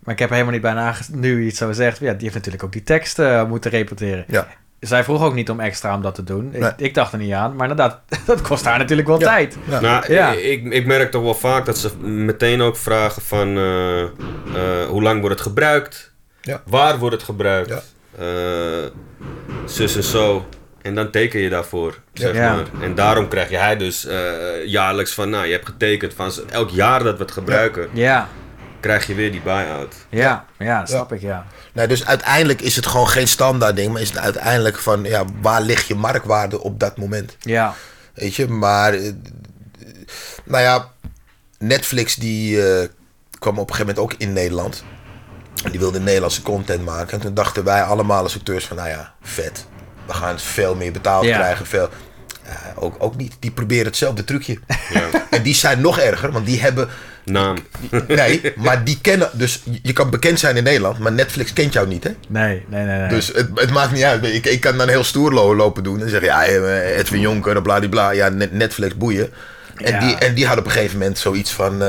Maar ik heb helemaal niet bijna nu iets zo zegt. Ja, die heeft natuurlijk ook die tekst moeten repeteren. Ja. Zij vroeg ook niet om extra om dat te doen. Nee. Ik dacht er niet aan. Maar inderdaad, dat kost haar natuurlijk wel tijd. Ja. Nou, ik merk toch wel vaak dat ze meteen ook vragen van... hoe lang wordt het gebruikt? Ja. Waar wordt het gebruikt? Ja. Zus en zo. En dan teken je daarvoor, zeg maar. En daarom krijg hij dus jaarlijks van... Nou, je hebt getekend van elk jaar dat we het gebruiken... Ja. Krijg je weer die buy-out. Ja, dat snap ik, ja. Nee, dus uiteindelijk is het gewoon geen standaard ding... maar is het uiteindelijk van... ja, waar ligt je marktwaarde op dat moment? Ja. Weet je, maar... nou ja, Netflix die kwam op een gegeven moment ook in Nederland. Die wilde Nederlandse content maken. En toen dachten wij allemaal als acteurs van... nou ja, vet. We gaan veel meer betaald krijgen. Veel... ook niet. Die proberen hetzelfde trucje. Ja. En die zijn nog erger, want die hebben... naam. Nee, maar die kennen... Dus je kan bekend zijn in Nederland, maar Netflix kent jou niet, hè? Nee. Dus het maakt niet uit. Ik kan dan heel stoer lopen doen en zeggen... ja, Edwin Jonker, bladibla. Ja, Netflix boeien. En die hadden op een gegeven moment zoiets van...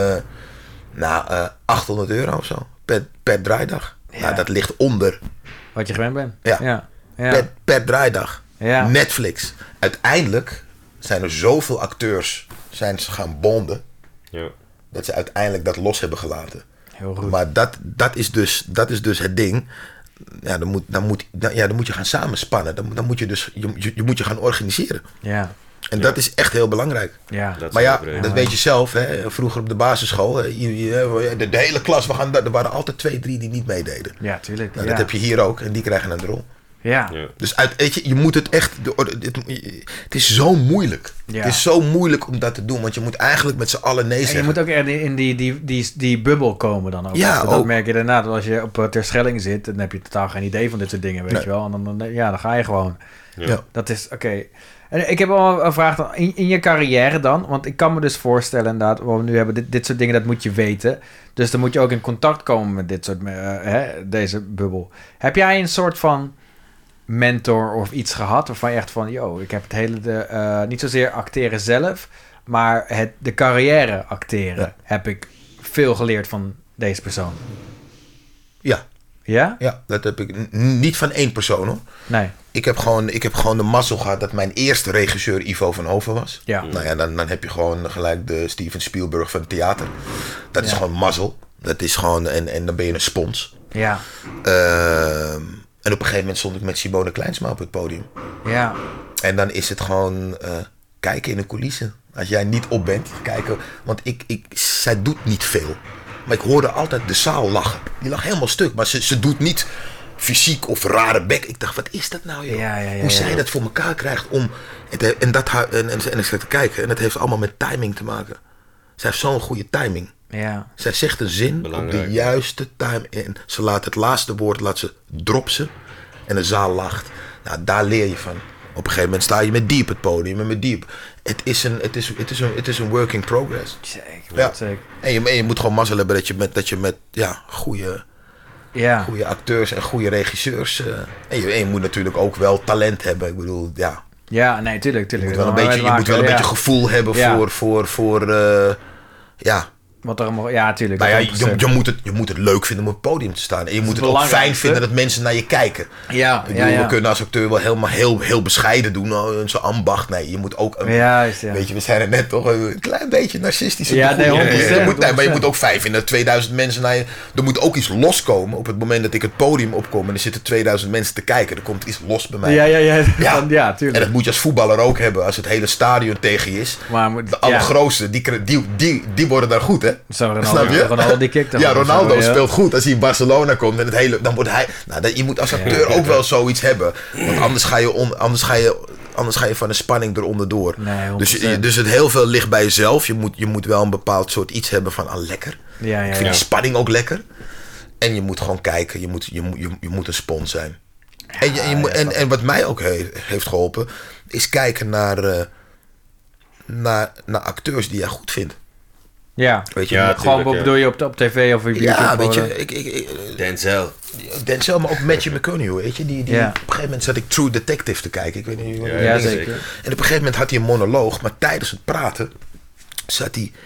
€800 of zo. Per draaidag. Ja. Nou, dat ligt onder... wat je gewend bent. Ja. Per draaidag. Ja. Netflix. Uiteindelijk zijn er zoveel acteurs zijn ze gaan bonden... Ja. Dat ze uiteindelijk dat los hebben gelaten. Heel goed. Maar dat is dus het ding. Ja, dan moet je gaan samenspannen. Dan moet je dus je moet je gaan organiseren. Ja. En dat is echt heel belangrijk. Ja. Maar ja, dat weet je zelf. Hè? Vroeger op de basisschool. De hele klas. Er waren altijd 2, 3 die niet meededen. Ja, tuurlijk. Nou, dat heb je hier ook. En die krijgen een rol. Ja. Dus je moet het echt... Het is zo moeilijk. Ja. Het is zo moeilijk om dat te doen. Want je moet eigenlijk met z'n allen nee zeggen. En je moet ook echt in die bubbel komen dan ook. Ja, dat merk je inderdaad. Als je op Terschelling zit... dan heb je totaal geen idee van dit soort dingen. Weet je wel. En dan ga je gewoon. Ja. Dat is... Oké. En ik heb al een vraag dan. In je carrière dan. Want ik kan me dus voorstellen inderdaad... wat we nu hebben. Dit soort dingen, dat moet je weten. Dus dan moet je ook in contact komen met dit soort... deze bubbel. Heb jij een soort van... mentor of iets gehad waarvan je echt van... ik heb het hele... niet zozeer acteren zelf... maar de carrière acteren... heb ik veel geleerd van deze persoon. Ja. Ja? Ja, dat heb ik niet van één persoon, hoor. Nee. Ik heb gewoon de mazzel gehad... dat mijn eerste regisseur Ivo van Hoven was. Ja. Nou ja, dan heb je gewoon gelijk de Steven Spielberg van het theater. Dat is gewoon mazzel. Dat is gewoon... En dan ben je een spons. Ja. En op een gegeven moment stond ik met Simone Kleinsma op het podium. Ja. En dan is het gewoon kijken in de coulissen. Als jij niet op bent, kijken. Want zij doet niet veel. Maar ik hoorde altijd de zaal lachen. Die lag helemaal stuk. Maar ze doet niet fysiek of rare bek. Ik dacht, wat is dat nou, joh? Ja, hoe zij dat voor elkaar krijgt om... En ik zat te kijken. En het heeft allemaal met timing te maken. Zij heeft zo'n goede timing. Ja. Zij zegt een zin op de juiste time. En ze laat het laatste woord, drop ze. En de zaal lacht. Nou, daar leer je van. Op een gegeven moment sta je met diep het podium. En met diep. Het is een work in progress. Zeker. En je moet gewoon mazzel hebben dat je met goede acteurs en goede regisseurs. En je moet natuurlijk ook wel talent hebben. Ik bedoel, ja. Ja, nee, tuurlijk. Je moet wel een beetje gevoel hebben voor Wat er allemaal, ja, tuurlijk. Nou ja, je moet het leuk vinden om op het podium te staan. En je moet het ook fijn vinden dat mensen naar je kijken. Ja, we kunnen als acteur wel helemaal heel bescheiden doen. Zo'n ambacht. Nee, je moet ook... Weet je, we zijn er net toch een klein beetje narcistisch. Ja, nee, 100%. Maar je moet ook fijn vinden dat 2000 mensen naar je... Er moet ook iets loskomen op het moment dat ik het podium opkom. En er zitten 2000 mensen te kijken. Er komt iets los bij mij. Ja, tuurlijk. En dat moet je als voetballer ook hebben. Als het hele stadion tegen je is. Maar de allergrootste, die worden daar goed, hè? Zo, Ronaldo die kikt. Ja, Ronaldo speelt goed als hij in Barcelona komt en dan wordt hij. Nou, je moet als acteur ook wel zoiets hebben, want anders ga je van de spanning eronder door. Nee, dus het heel veel ligt bij jezelf. Je moet wel een bepaald soort iets hebben van lekker. Ik vind die spanning ook lekker. En je moet gewoon kijken. Je moet een spons zijn. En wat mij ook heeft geholpen is kijken naar acteurs die jij goed vindt. Ja, weet je, gewoon bedoel je op tv of op YouTube? Ja, weet je, Denzel, maar ook Matthew McConaughey, weet je. Die op een gegeven moment zat ik True Detective te kijken. Ik weet niet. Ja, zeker. En op een gegeven moment had hij een monoloog, maar tijdens het praten zat hij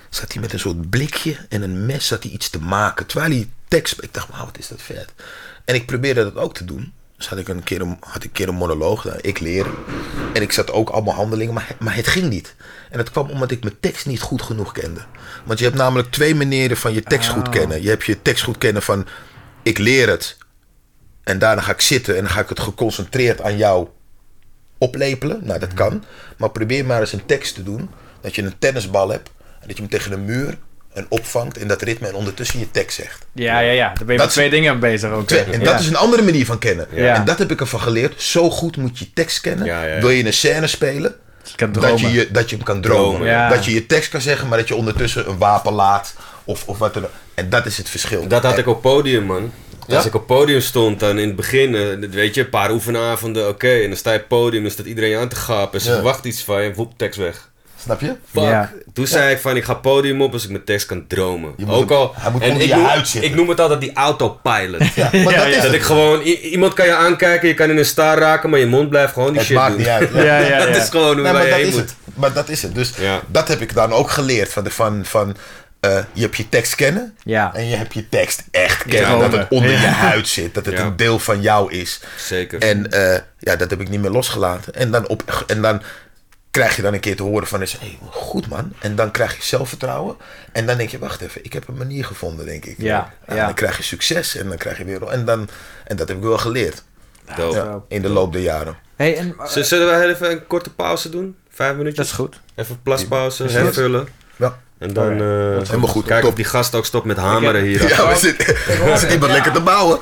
zat hij met een soort blikje en een mes zat hij iets te maken. Terwijl hij tekst... Ik dacht, wat is dat vet. En ik probeerde dat ook te doen. Dus had ik een keer een monoloog. Ik leren. En ik zat ook allemaal handelingen. Maar het ging niet. En dat kwam omdat ik mijn tekst niet goed genoeg kende. Want je hebt namelijk 2 manieren van je tekst goed kennen. Je hebt je tekst goed kennen van... Ik leer het. En daarna ga ik zitten. En dan ga ik het geconcentreerd aan jou oplepelen. Nou, dat kan. Maar probeer maar eens een tekst te doen. Dat je een tennisbal hebt. En dat je hem tegen een muur... en opvangt in dat ritme en ondertussen je tekst zegt. Ja. Daar ben je met 2 dingen bezig ook. En dat is een andere manier van kennen. Ja. En dat heb ik ervan geleerd. Zo goed moet je tekst kennen. Ja. Wil je een scène spelen... Dat je hem kan dromen. Ja. Dat je je tekst kan zeggen, maar dat je ondertussen een wapen laat. Of wat dan ook. En dat is het verschil. Dat had ik op podium, man. Ja? Als ik op podium stond, dan in het begin, weet je, een paar oefenavonden, oké. En dan sta je op het podium, dan staat iedereen aan te gapen. Ze verwacht iets van je, woep, tekst weg. Snap je? Fuck. Ja. Toen zei ik van, ik ga podium op als ik mijn tekst kan dromen. Hij moet en je huid zitten. ik noem het altijd die autopilot. Ja, maar dat is Dat het. ik gewoon, iemand kan je aankijken, je kan in een star raken, maar je mond blijft gewoon die Het shit maakt doen. niet uit. Ja. Dat is gewoon hoe Nee, maar je dat heen is moet. het. Maar dat is het. Dus Ja. dat heb ik dan ook geleerd. Je hebt je tekst kennen. Ja. En je hebt je tekst echt kennen. Dromen. Dat het onder je huid zit. Dat het een deel van jou is. Zeker. En dat heb ik niet meer losgelaten. En dan krijg je dan een keer te horen van... Hey, goed man. En dan krijg je zelfvertrouwen. En dan denk je, wacht even. Ik heb een manier gevonden, denk ik. Ja. En dan krijg je succes. En dan krijg je weer... En dat heb ik wel geleerd. Dope. Ja, in de loop der jaren. Hey, en, Zullen we even een korte pauze doen? 5 minuutjes? dat is goed. Even plaspauze, goed. hervullen. Ja. En dan helemaal goed. kijken Top. of die gast ook stopt met hameren hier. Ja, we zitten iemand lekker te bouwen.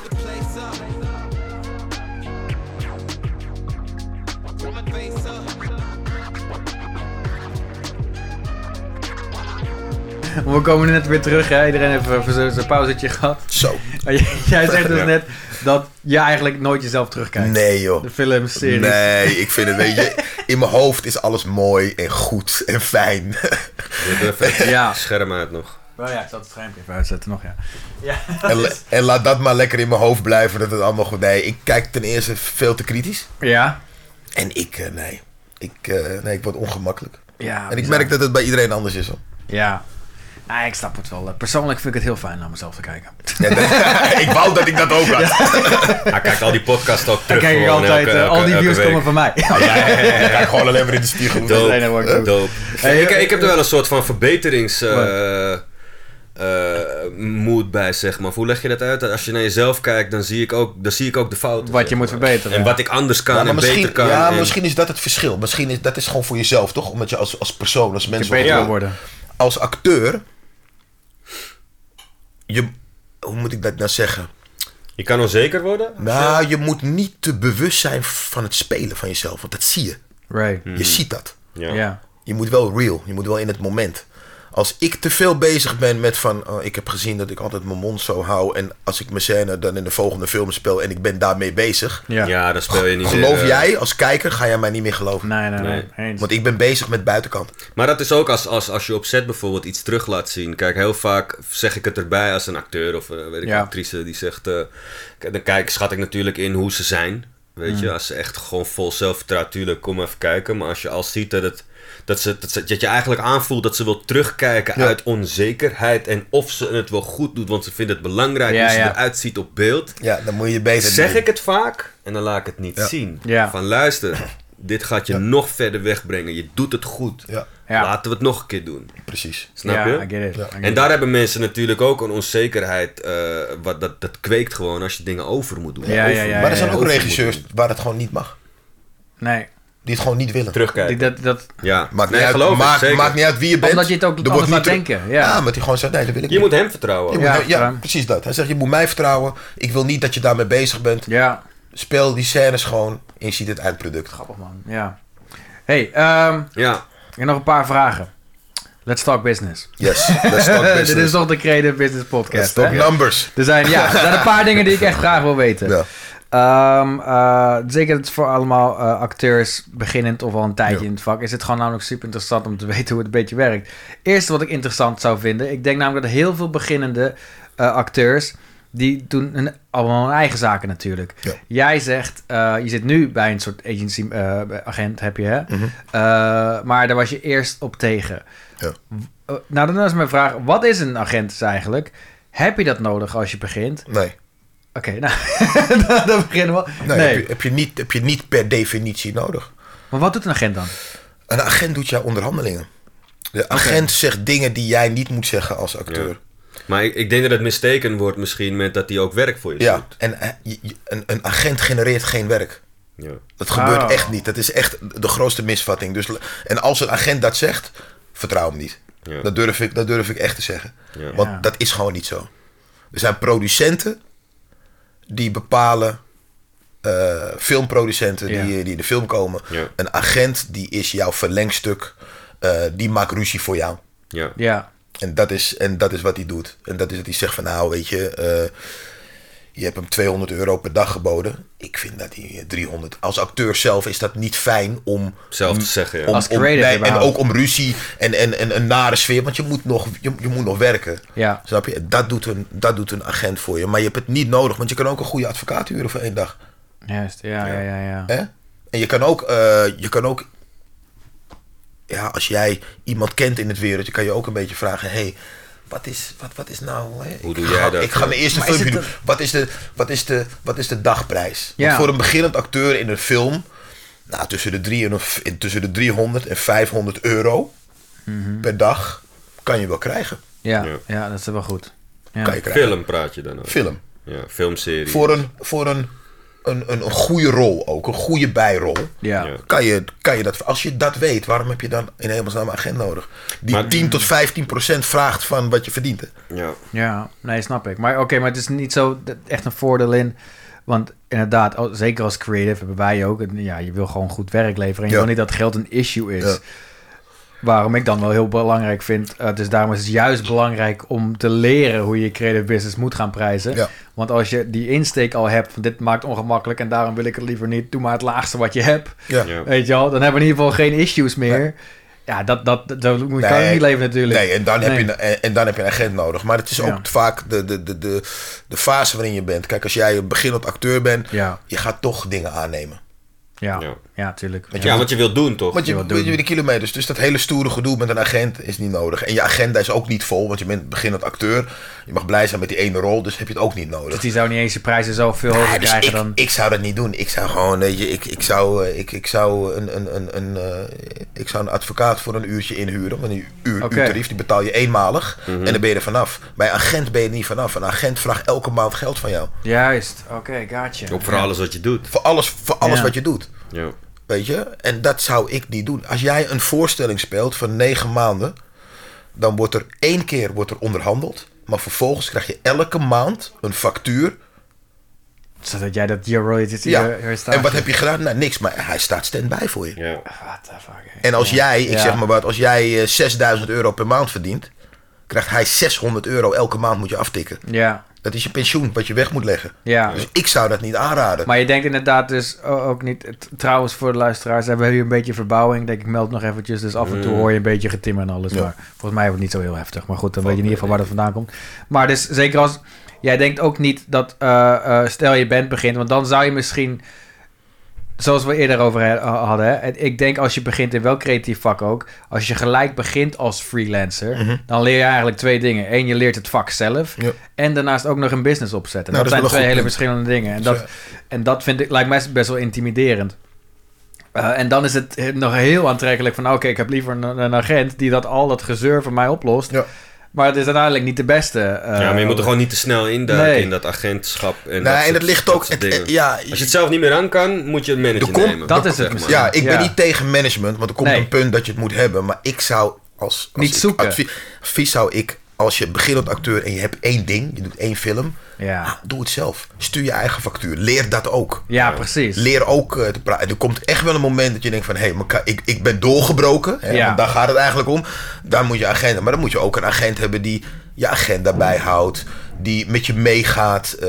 We komen net weer terug, hè? Iedereen heeft even zijn pauzetje gehad. Zo. Jij zegt dus net dat je eigenlijk nooit jezelf terugkijkt. Nee joh. De films, series. Nee, ik vind het, weet je, in mijn hoofd is alles mooi en goed en fijn. Ja. Scherm uit nog. Oh ja, ik zal het schermpje even uitzetten nog, ja. En laat dat maar lekker in mijn hoofd blijven, dat het allemaal goed... Nee, ik kijk ten eerste veel te kritisch. Ja? En ik word ongemakkelijk. Ja. En ik merk dat het bij iedereen anders is hoor. Ja. Nou, ik snap het wel. Persoonlijk vind ik het heel fijn naar mezelf te kijken. Ja, ik wou dat ik dat ook had. Hij kijkt al die podcasts ook terug. Dan kijk ik gewoon altijd, al die views komen van mij. Ja, ik kijk gewoon alleen maar in de spiegel. Dope. Nee, dat wordt goed. Dope. Hey, Ik heb er wel een soort van verbeterings... mood bij, zeg maar. Hoe leg je dat uit? Als je naar jezelf kijkt, dan zie ik ook de fouten. Wat je moet verbeteren. En wat ik anders kan Ja, en beter kan. Ja, en... misschien is dat het verschil. Dat is gewoon voor jezelf, toch? Omdat je als persoon, als mens... beter wil worden. Als acteur... Hoe moet ik dat nou zeggen? Je kan onzeker worden? Nou, je moet niet te bewust zijn van het spelen van jezelf. Want dat zie je. Right. Je ziet dat. Ja. Je moet wel real. Je moet wel in het moment. Als ik te veel bezig ben met van... ik heb gezien dat ik altijd mijn mond zo hou... en als ik mijn scène dan in de volgende film speel... en ik ben daarmee bezig... Ja, dan speel je niet Geloof meer, jij als kijker, ga jij mij niet meer geloven. Nee. Eens. Want ik ben bezig met buitenkant. Maar dat is ook als je op set bijvoorbeeld iets terug laat zien. Kijk, heel vaak zeg ik het erbij als een acteur of weet ik een actrice die zegt... dan schat ik natuurlijk in hoe ze zijn. Weet je, als ze echt gewoon vol zelfvertrouwen... Tuurlijk, kom even kijken. Maar als je al ziet dat je eigenlijk aanvoelt dat ze wil terugkijken uit onzekerheid en of ze het wel goed doet, want ze vindt het belangrijk hoe ze eruit ziet op beeld. Ja, dan moet je beter Zeg doen. ik het vaak en dan laat ik het niet zien. Ja. Van luister, dit gaat je nog verder wegbrengen. Je doet het goed. Ja. Laten we het nog een keer doen. Precies. Snap je? I get it. Ja. En daar hebben mensen natuurlijk ook een onzekerheid. Dat kweekt gewoon als je dingen over moet doen. Ja. Maar er zijn ook over regisseurs moet doen. waar het gewoon niet mag. Nee. Die het gewoon niet willen. Terugkijken. Dat, Maakt niet uit wie je bent. Omdat je het ook Er anders wordt laat niet denken. Ja, maar die gewoon zegt, nee, dat wil ik Je niet. moet hem vertrouwen. Ja, precies dat. Hij zegt, je moet mij vertrouwen. Ik wil niet dat je daarmee bezig bent. Ja. Speel die scènes gewoon en je ziet het eindproduct. Grappig, man. Ja. Hey, Ja. ik heb nog een paar vragen. Let's talk business. Yes, let's talk business. Dit is toch de Creative Business Podcast. Let's talk hè? numbers. Er zijn een paar dingen die ik echt graag wil weten. Ja. Zeker het voor allemaal acteurs beginnend of al een tijdje in het vak, is het gewoon namelijk super interessant om te weten hoe het een beetje werkt. Eerste wat ik interessant zou vinden, ik denk namelijk dat heel veel beginnende acteurs die doen allemaal hun eigen zaken natuurlijk. Ja. Jij zegt, je zit nu bij een soort agency agent, heb je, hè? Mm-hmm. Maar daar was je eerst op tegen. Ja. Nou, dan is mijn vraag, wat is een agent dus eigenlijk? Heb je dat nodig als je begint? Nee. Oké, nou, dan beginnen we. Nee. Heb je niet per definitie nodig. Maar wat doet een agent dan? Een agent doet jouw onderhandelingen. De agent zegt dingen die jij niet moet zeggen als acteur. Ja. Maar ik denk dat het mistaken wordt misschien met dat hij ook werk voor je doet. Ja, en een agent genereert geen werk. Ja. Dat gebeurt echt niet. Dat is echt de grootste misvatting. Dus, en als een agent dat zegt, vertrouw hem niet. Ja. Dat durf ik echt te zeggen. Ja. Want dat is gewoon niet zo. Er zijn producenten die bepalen, filmproducenten die in de film komen. Ja. Een agent die is jouw verlengstuk. Die maakt ruzie voor jou. Ja. Ja. En dat is wat hij doet. En dat is dat hij zegt van nou, weet je, je hebt hem €200 per dag geboden. Ik vind dat hij 300. Als acteur zelf is dat niet fijn om zelf te zeggen. Ja. Als creative en ook om ruzie en een nare sfeer, want je moet nog werken. Ja. Snap je? Dat doet een agent voor je. Maar je hebt het niet nodig, want je kan ook een goede advocaat huren voor 1 dag. Juist, ja. En je kan ook ja, als jij iemand kent in het wereldje, kan je ook een beetje vragen, hey, wat is nou... Hè? Hoe doe jij dat? Ik ga mijn eerste filmpje doen. Wat is de dagprijs? Ja. Voor een beginnend acteur in een film, nou, tussen de 300 en €500 per dag kan je wel krijgen. Ja, dat is wel goed. Ja. Kan je krijgen. Film praat je dan over? Film. Ja, filmserie. Voor een goede rol ook, een goede bijrol. Ja. Kan je dat, als je dat weet, waarom heb je dan in hemelsnaam een agent nodig? Die 10 tot 15% vraagt van wat je verdient. Ja, nee, snap ik. Maar oké, maar het is niet zo echt een voordeel in. Want inderdaad, zeker als creative hebben wij ook. Ja, je wil gewoon goed werk leveren. En je wil niet dat geld een issue is. Ja. Waarom ik dan wel heel belangrijk vind. Dus daarom is het juist belangrijk om te leren hoe je creative business moet gaan prijzen. Ja. Want als je die insteek al hebt van dit maakt ongemakkelijk en daarom wil ik het liever niet. Doe maar het laagste wat je hebt. Ja. Weet je wel, dan hebben we in ieder geval geen issues meer. Nee. Ja, dat kan je niet leven natuurlijk. Nee, en dan heb je een agent nodig. Maar het is ook vaak de fase waarin je bent. Kijk, als jij een beginnend acteur bent, je gaat toch dingen aannemen. Ja, tuurlijk. Wat je wilt doen, toch? Want je wil de kilometers. Dus dat hele stoere gedoe met een agent is niet nodig. En je agenda is ook niet vol, want je bent beginnend acteur. Je mag blij zijn met die ene rol, dus heb je het ook niet nodig. Dus die zou niet eens je prijzen zo veel hoger krijgen dan... Ik zou dat niet doen. Ik zou gewoon, ik zou een advocaat voor een uurtje inhuren. Want een uurtarief, die betaal je eenmalig. En dan ben je er vanaf. Bij een agent ben je er niet vanaf. Een agent vraagt elke maand geld van jou. Juist, oké, gotcha. Ook voor alles wat je doet. Voor alles wat je doet. Ja. Weet je? En dat zou ik niet doen. Als jij een voorstelling speelt van 9 maanden, dan wordt er 1 keer onderhandeld, maar vervolgens krijg je elke maand een factuur. Zodat jij dat je royalties en wat heb je gedaan? Nou, niks, maar hij staat stand-by voor je. Ja. What the fuck? En als jij, zeg maar wat, als jij €6.000 per maand verdient, krijgt hij €600 elke maand moet je aftikken. Ja. Dat is je pensioen wat je weg moet leggen. Ja. Dus ik zou dat niet aanraden. Maar je denkt inderdaad dus ook niet... Trouwens, voor de luisteraars hebben we hier een beetje verbouwing. Denk ik, meld nog eventjes. Dus af en toe hoor je een beetje getimmer en alles. Ja. Maar volgens mij wordt het niet zo heel heftig. Maar goed, dan weet je in ieder geval waar dat vandaan komt. Maar dus zeker als... Jij denkt ook niet dat... stel je band begint. Want dan zou je misschien... Zoals we eerder over hadden. Hè? Ik denk als je begint in welk creatief vak ook. Als je gelijk begint als freelancer. Dan leer je eigenlijk 2 dingen. 1, je leert het vak zelf. Ja. En daarnaast ook nog een business opzetten. Nou, dat zijn 2 hele verschillende dingen. En dat lijkt mij best wel intimiderend. En dan is het nog heel aantrekkelijk van... Oké, ik heb liever een agent die al dat gezeur voor mij oplost. Ja. Maar het is uiteindelijk niet de beste. Maar je moet er gewoon niet te snel induiken in dat agentschap. En dat ligt ook... Als je het zelf niet meer aan kan, moet je een manager nemen. Dat is het misschien. Ja, ik ben niet tegen management, want er komt een punt dat je het moet hebben. Maar ik zou als niet zoeken. Advies zou ik, als je beginnend acteur en je hebt 1 ding, je doet 1 film... doe het zelf. Stuur je eigen factuur. Leer dat ook. Ja, precies. Leer ook te praten. Er komt echt wel een moment dat je denkt van... ik ben doorgebroken. Hè, want daar gaat het eigenlijk om. Dan moet je agenda. Maar dan moet je ook een agent hebben die je agenda bijhoudt. Die met je meegaat.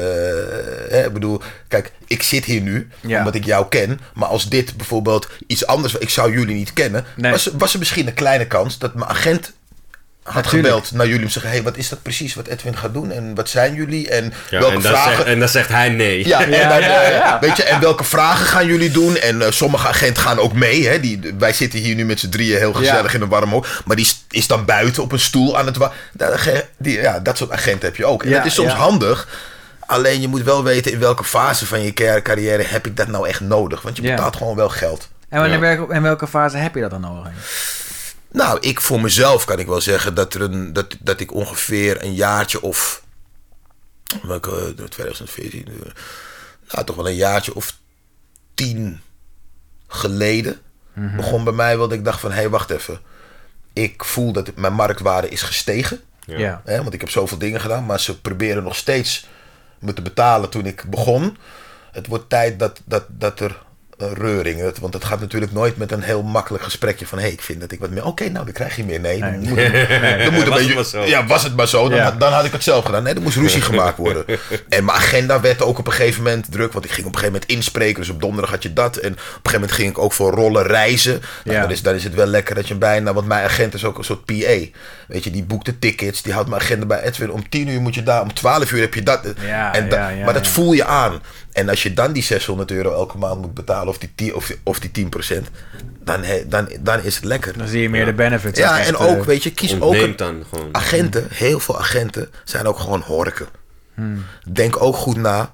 Ik bedoel, kijk, ik zit hier nu omdat ik jou ken. Maar als dit bijvoorbeeld iets anders... Ik zou jullie niet kennen. Nee. Was er misschien een kleine kans dat mijn agent had gebeld naar jullie om te zeggen... hey, wat is dat precies wat Edwin gaat doen? En wat zijn jullie? En welke vragen... En dan zegt hij nee. Weet je, en welke vragen gaan jullie doen? En sommige agenten gaan ook mee. Hè? Wij zitten hier nu met z'n drieën heel gezellig in een warm hoofd. Maar die is dan buiten op een stoel aan het... dat soort agenten heb je ook. En dat is soms handig... Alleen je moet wel weten in welke fase van je carrière heb ik dat nou echt nodig. Want je betaalt gewoon wel geld. En in welke fase heb je dat dan nodig? Nou, ik voor mezelf kan ik wel zeggen dat ik ongeveer een jaartje of... 2014... Nou, toch wel een jaartje of 10 geleden... begon bij mij wel dat ik dacht van... hé, wacht even. Ik voel dat mijn marktwaarde is gestegen. Ja. Want ik heb zoveel dingen gedaan. Maar ze proberen nog steeds... me te betalen toen ik begon. Het wordt tijd dat er reuring... Want het gaat natuurlijk nooit met een heel makkelijk gesprekje van... ik vind dat ik wat meer... Oké, nou, dan krijg je meer. Nee. Was het maar zo. Dan had ik het zelf gedaan. Nee, er moest ruzie gemaakt worden. En mijn agenda werd ook op een gegeven moment druk... want ik ging op een gegeven moment inspreken. Dus op donderdag had je dat. En op een gegeven moment ging ik ook voor rollen reizen. Nou, dan is het wel lekker dat je bijna... want mijn agent is ook een soort PA. Weet je, die boekt de tickets. Die houdt mijn agenda bij Edwin. Om 10 uur moet je daar. Om 12 uur heb je dat. Maar dat voel je aan. En als je dan die €600 elke maand moet betalen... of die 10%... Dan is het lekker. Dan zie je meer de benefits. Ja, en ook, weet je, kies ook... dan gewoon. Agenten, heel veel agenten... zijn ook gewoon horken. Denk ook goed na...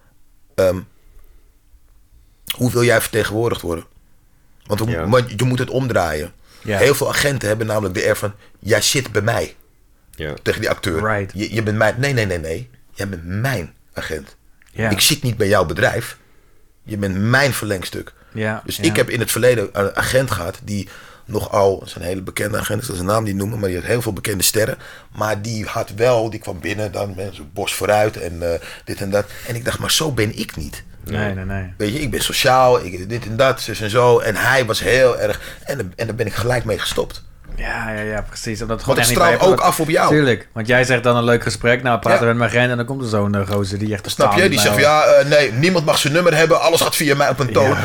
hoe wil jij vertegenwoordigd worden? Want je moet het omdraaien. Ja. Heel veel agenten hebben namelijk de air van... jij zit bij mij. Ja. Tegen die acteur. Right. Je bent mijn... Nee. Jij bent mijn agent. Ja. Ik zit niet bij jouw bedrijf. Je bent mijn verlengstuk. Ja, dus ik heb in het verleden een agent gehad... die nogal... dat is een hele bekende agent. Dat is een naam die noemen. Maar die had heel veel bekende sterren. Maar die die kwam binnen dan met zo'n bos vooruit. En dit en dat. En ik dacht, maar zo ben ik niet. Nee. Weet je, ik ben sociaal. Dit en dat, zus en zo. En hij was heel erg... En daar ben ik gelijk mee gestopt. Ja, precies. Want het straalt ook af op jou. Tuurlijk, want jij zegt dan een leuk gesprek. Nou, praten we met mijn agent en dan komt er zo'n gozer die echt... Snap je? Die zegt nee, niemand mag zijn nummer hebben. Alles gaat via mij op een toon.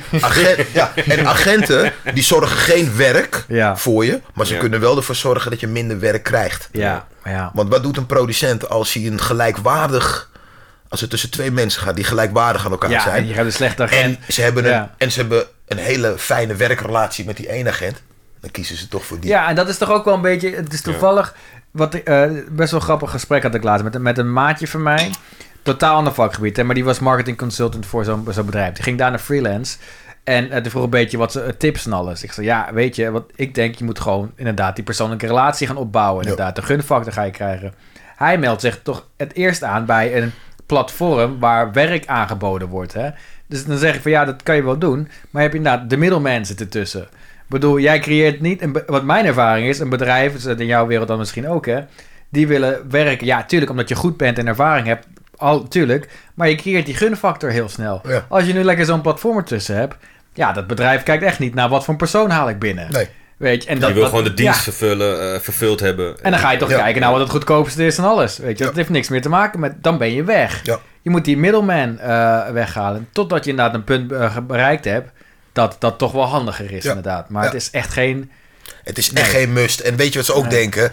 Ja. En agenten, die zorgen geen werk voor je. Maar ze kunnen wel ervoor zorgen dat je minder werk krijgt. Ja. Want wat doet een producent als hij een gelijkwaardig... Als het tussen twee mensen gaat die gelijkwaardig aan elkaar zijn. En je hebt een slechte agent. En ze hebben een hele fijne werkrelatie met die ene agent. Dan kiezen ze toch voor die. Ja, en dat is toch ook wel een beetje... Het is toevallig... Wat best wel een grappig gesprek had ik laatst met een maatje van mij. Totaal ander vakgebied. Hè, maar die was marketing consultant voor zo'n bedrijf. Die ging daar naar freelance. En die vroeg een beetje wat tips en alles. Ik zei, ja, weet je... Wat ik denk, je moet gewoon inderdaad die persoonlijke relatie gaan opbouwen. Inderdaad, de gunfactor ga je krijgen. Hij meldt zich toch het eerst aan bij een platform waar werk aangeboden wordt. Hè? Dus dan zeg ik van, ja, dat kan je wel doen. Maar je hebt inderdaad de middelman zitten ertussen. Ik bedoel, jij creëert niet... wat mijn ervaring is, een bedrijf... in jouw wereld dan misschien ook, hè... die willen werken... ja, tuurlijk, omdat je goed bent en ervaring hebt... tuurlijk, maar je creëert die gunfactor heel snel. Ja. Als je nu lekker zo'n platform ertussen hebt... ja, dat bedrijf kijkt echt niet naar wat voor een persoon haal ik binnen. Nee. Weet je, en die wil gewoon de dienst vervuld hebben. En dan ga je toch kijken naar wat het goedkoopste is en alles. Weet je, dat heeft niks meer te maken met... dan ben je weg. Ja. Je moet die middelman weghalen... totdat je inderdaad een punt bereikt hebt... dat toch wel handiger is, inderdaad. Maar het is echt geen... Het is echt geen must. En weet je wat ze ook denken?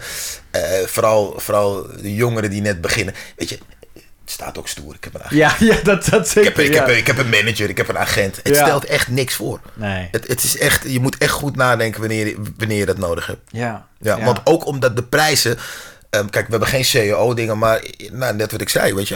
Vooral de jongeren die net beginnen. Weet je, het staat ook stoer. Ik heb een agent. Ja, dat zeker. Ik heb een manager, ik heb een agent. Het stelt echt niks voor. Nee. Het is echt... Je moet echt goed nadenken wanneer je dat nodig hebt. Ja. Want ook omdat de prijzen... kijk, we hebben geen CEO-dingen, maar net wat ik zei. Weet je,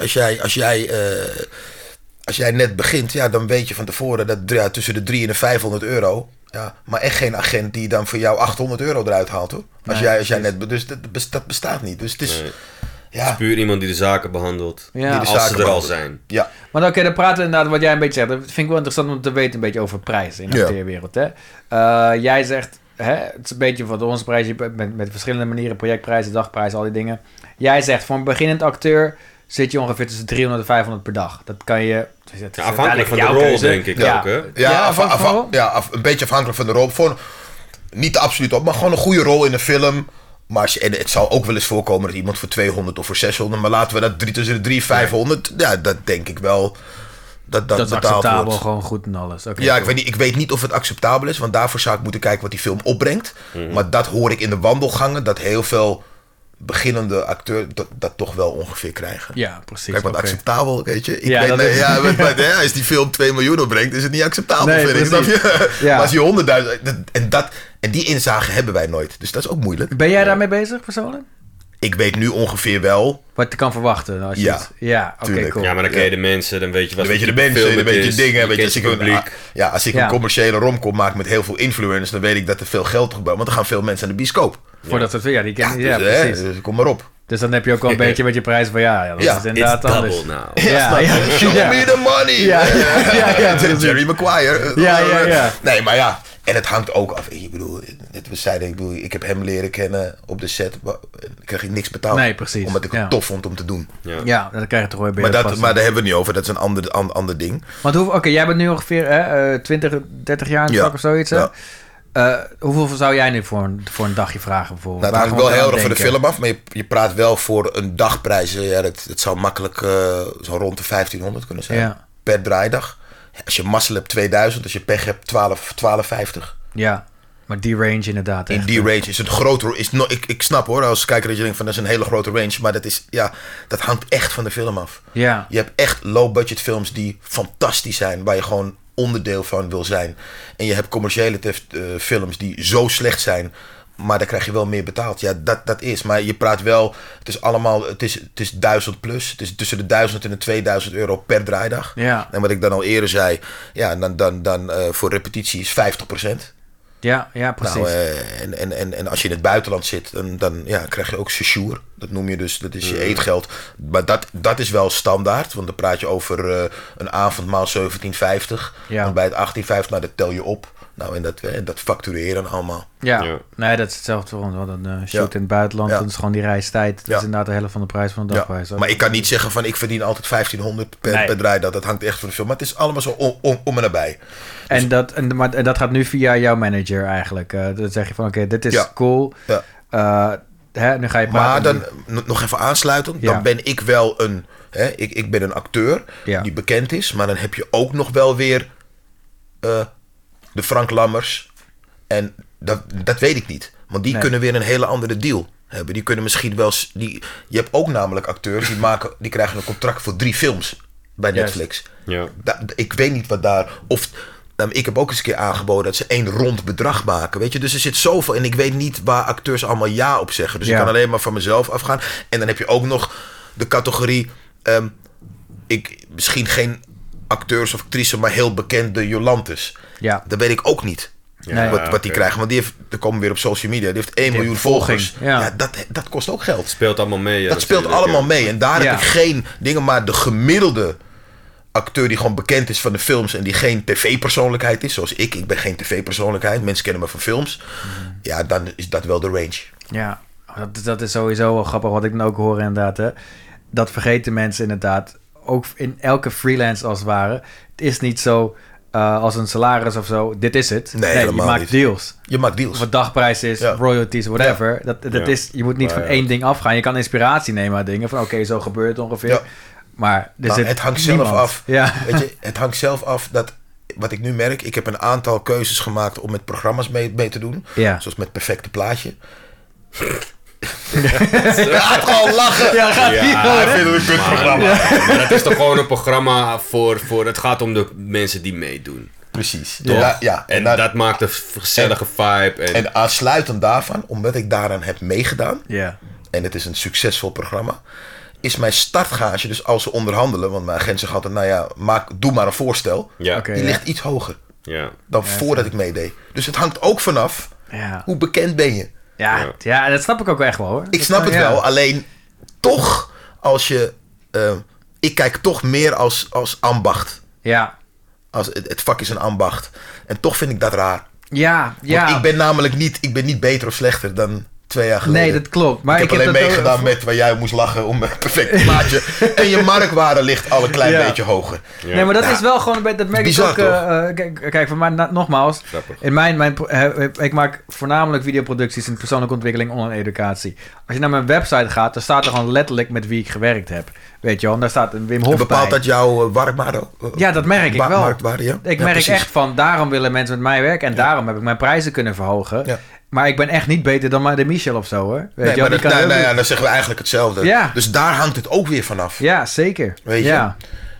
als jij net begint, dan weet je van tevoren dat tussen de 300 en 500 euro... Ja, maar echt geen agent die dan voor jou 800 euro eruit haalt, hoor. Als jij net... Dus dat bestaat niet. Dus het is... Het is puur iemand die de zaken behandelt. Ja. Die als ze er al zijn. Ja. Maar oké, dan praten we inderdaad wat jij een beetje zegt. Dat vind ik wel interessant om te weten een beetje over prijzen in de acteerwereld. Hè? Jij zegt, het is een beetje van onze prijzen met verschillende manieren. Projectprijzen, dagprijzen, al die dingen. Jij zegt, voor een beginnend acteur... zit je ongeveer tussen 300 en 500 per dag. Dat kan je... afhankelijk van de rol, denk ik ook, hè? Een beetje afhankelijk van de rol. Niet absoluut op, maar gewoon een goede rol in een film. Maar en het zal ook wel eens voorkomen dat iemand voor 200 of voor 600... maar laten we dat tussen de 300 en 500... Ja, dat denk ik wel... Dat is acceptabel, gewoon goed en alles. Okay, ja, ik weet niet of het acceptabel is, want daarvoor zou ik moeten kijken wat die film opbrengt. Maar dat hoor ik in de wandelgangen, dat heel veel beginnende acteurs dat toch wel ongeveer krijgen. Ja, precies. Kijk, wat acceptabel, weet je. Als die film 2 miljoen opbrengt, is het niet acceptabel, vind ik. Snap je? Ja. Maar als je 100.000... En die inzage hebben wij nooit. Dus dat is ook moeilijk. Ben jij daarmee bezig, persoonlijk? Ik weet nu ongeveer wel... Wat je kan verwachten. Als je oké, cool. Ja, maar dan ken je de mensen, dan weet je wat dan weet je de mensen, dan weet je dingen. Als ik een commerciële romcom maak met heel veel influence, dan weet ik dat er veel geld gebeuurt. Want dan gaan veel mensen naar de bioscoop. Voordat het die kennen. Ja, precies. Dus kom maar op. Dus dan heb je ook wel een beetje met je prijs van dat is inderdaad anders. Double now. Show me the money. Jerry Maguire. Ja. Nee, maar ja. En het hangt ook af. Ik bedoel, net we zeiden, ik heb hem leren kennen op de set. Ik kreeg niks betaald. Nee, precies. Omdat ik het tof vond om te doen. Ja, dat krijg je toch wel bij. Maar daar hebben we het niet over. Dat is een ander ding. Want jij bent nu ongeveer 20, 30 jaar in het vak of zoiets. Ja. Hoeveel zou jij nu voor een dagje vragen bijvoorbeeld? Nou, het hangt wel heel erg voor de film af. Maar je praat wel voor een dagprijs. Dat zou makkelijk zo rond de 1500 kunnen zijn. Ja. Per draaidag. Als je mazzel hebt 2000, als je pech hebt 12,50. Ja, maar die range inderdaad. In die range is het groter. Ik snap hoor, als kijker dat je denkt van dat is een hele grote range. Maar dat hangt echt van de film af. Ja. Je hebt echt low budget films die fantastisch zijn. Waar je gewoon onderdeel van wil zijn. En je hebt commerciële films die zo slecht zijn. Maar daar krijg je wel meer betaald. Ja, dat is. Maar je praat wel... Het is allemaal... Het is 1000 plus. Het is tussen de 1000 en de 2000 euro per draaidag. Ja. En wat ik dan al eerder zei... Ja, dan voor repetitie is 50%. Ja, precies. En als je in het buitenland zit... Dan krijg je ook séjour. Dat noem je dus... Dat is je eetgeld. Maar dat is wel standaard. Want dan praat je over een avond maal 17,50. Ja. En bij het 18,50... Nou, dat tel je op. Nou, en dat factureren allemaal. Ja. Nee, dat is hetzelfde voor ons. Een shoot in het buitenland, dat is gewoon die reistijd. Dat is inderdaad de helft van de prijs van de dagprijs. Ja. Maar ik kan niet zeggen van ik verdien altijd 1500 per draaidag. Dat hangt echt van de film. Maar het is allemaal zo om en nabij. Dus en dat gaat nu via jouw manager eigenlijk. Dan zeg je van oké, dit is cool. Ja. Nu ga je praten. Maar dan nog even aansluiten. Dan ben ik wel een... Ik ben een acteur die bekend is. Maar dan heb je ook nog wel weer... de Frank Lammers. En dat weet ik niet. Want die kunnen weer een hele andere deal hebben. Die kunnen misschien wel... Je hebt ook namelijk acteurs die krijgen een contract voor 3 films bij Netflix. Ja. Ik weet niet wat daar... ik heb ook eens een keer aangeboden dat ze 1 rond bedrag maken. Weet je? Dus er zit zoveel... En ik weet niet waar acteurs allemaal ja op zeggen. Dus ik kan alleen maar van mezelf afgaan. En dan heb je ook nog de categorie... misschien geen acteurs of actrices, maar heel bekende Jolantes. Ja. Dat weet ik ook niet. Wat die krijgen. Want er komen weer op social media. Die heeft 1 miljoen volgers. Ja, dat kost ook geld. Speelt allemaal mee. Dat speelt allemaal mee. En daar heb ik geen dingen. Maar de gemiddelde acteur die gewoon bekend is van de films en die geen tv-persoonlijkheid is, zoals ik ben geen tv-persoonlijkheid. Mensen kennen me van films. Ja, dan is dat wel de range. Ja, dat is sowieso wel grappig wat ik dan ook hoor inderdaad. Hè. Dat vergeten mensen inderdaad. Ook in elke freelance als het ware. Het is niet zo als een salaris of zo. Dit is het. Nee je maakt niet. Deals. Je maakt deals. Of het dagprijs is, royalties, whatever. Ja. Dat is, je moet niet van één ding afgaan. Je kan inspiratie nemen uit dingen. Van oké, zo gebeurt het ongeveer. Ja. Maar het hangt zelf af. Ja. Weet je, het hangt zelf af dat... Wat ik nu merk, ik heb een aantal keuzes gemaakt om met programma's mee te doen. Ja. Zoals met Perfecte Plaatje. Gaat gewoon lachen. Ik vind het een kut programma. Maar dat is toch gewoon een programma voor... Het gaat om de mensen die meedoen. Precies. Ja. En dat maakt een gezellige vibe. En aansluitend daarvan, omdat ik daaraan heb meegedaan... en het is een succesvol programma... is mijn startgage, dus als ze onderhandelen... want mijn agent zegt altijd, doe maar een voorstel... die ligt iets hoger dan voordat ik meedeed. Dus het hangt ook vanaf hoe bekend ben je. Ja, dat snap ik ook echt wel hoor. Ik snap het wel, alleen toch als je... ik kijk toch meer als ambacht. Ja. Als het vak is een ambacht. En toch vind ik dat raar. Ja. Want ik ben namelijk niet beter of slechter dan 2 jaar geleden. Nee, dat klopt. Maar ik heb alleen meegedaan met waar jij moest lachen om een perfect maatje. En je marktwaarde ligt al een klein beetje hoger. Ja. Nee, maar dat is wel gewoon... Dat merk bizar, ik ook... kijk, voor mij nogmaals... Ik maak voornamelijk videoproducties in persoonlijke ontwikkeling, online educatie. Als je naar mijn website gaat, dan staat er gewoon letterlijk met wie ik gewerkt heb. Weet je wel? En daar staat een Wim Hof bij. Bepaalt dat jouw marktwaarde? Ja, dat merk ik wel. Marktwaarde, ja? Ik merk echt van, daarom willen mensen met mij werken. En daarom heb ik mijn prijzen kunnen verhogen. Ja. Maar ik ben echt niet beter dan de Michel of zo, hoor. Weet je wel? Dan zeggen we eigenlijk hetzelfde. Ja. Dus daar hangt het ook weer vanaf. Ja, zeker. Weet je? Ja.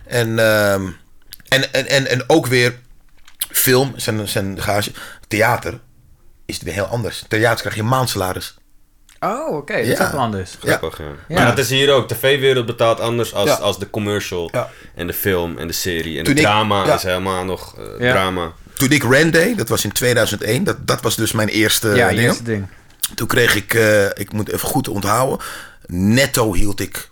En ook weer film, zijn gage. Theater is het weer heel anders. Theater krijg je maandsalaris. Oh, oké. Dat is ook wel anders. Grappig, ja. Maar dat is hier ook. TV-wereld betaalt anders als de commercial en de film en de serie. En de drama is helemaal nog drama. Toen ik Randay, dat was in 2001, dat was dus mijn eerste ding. Toen kreeg ik moet even goed onthouden, netto hield ik,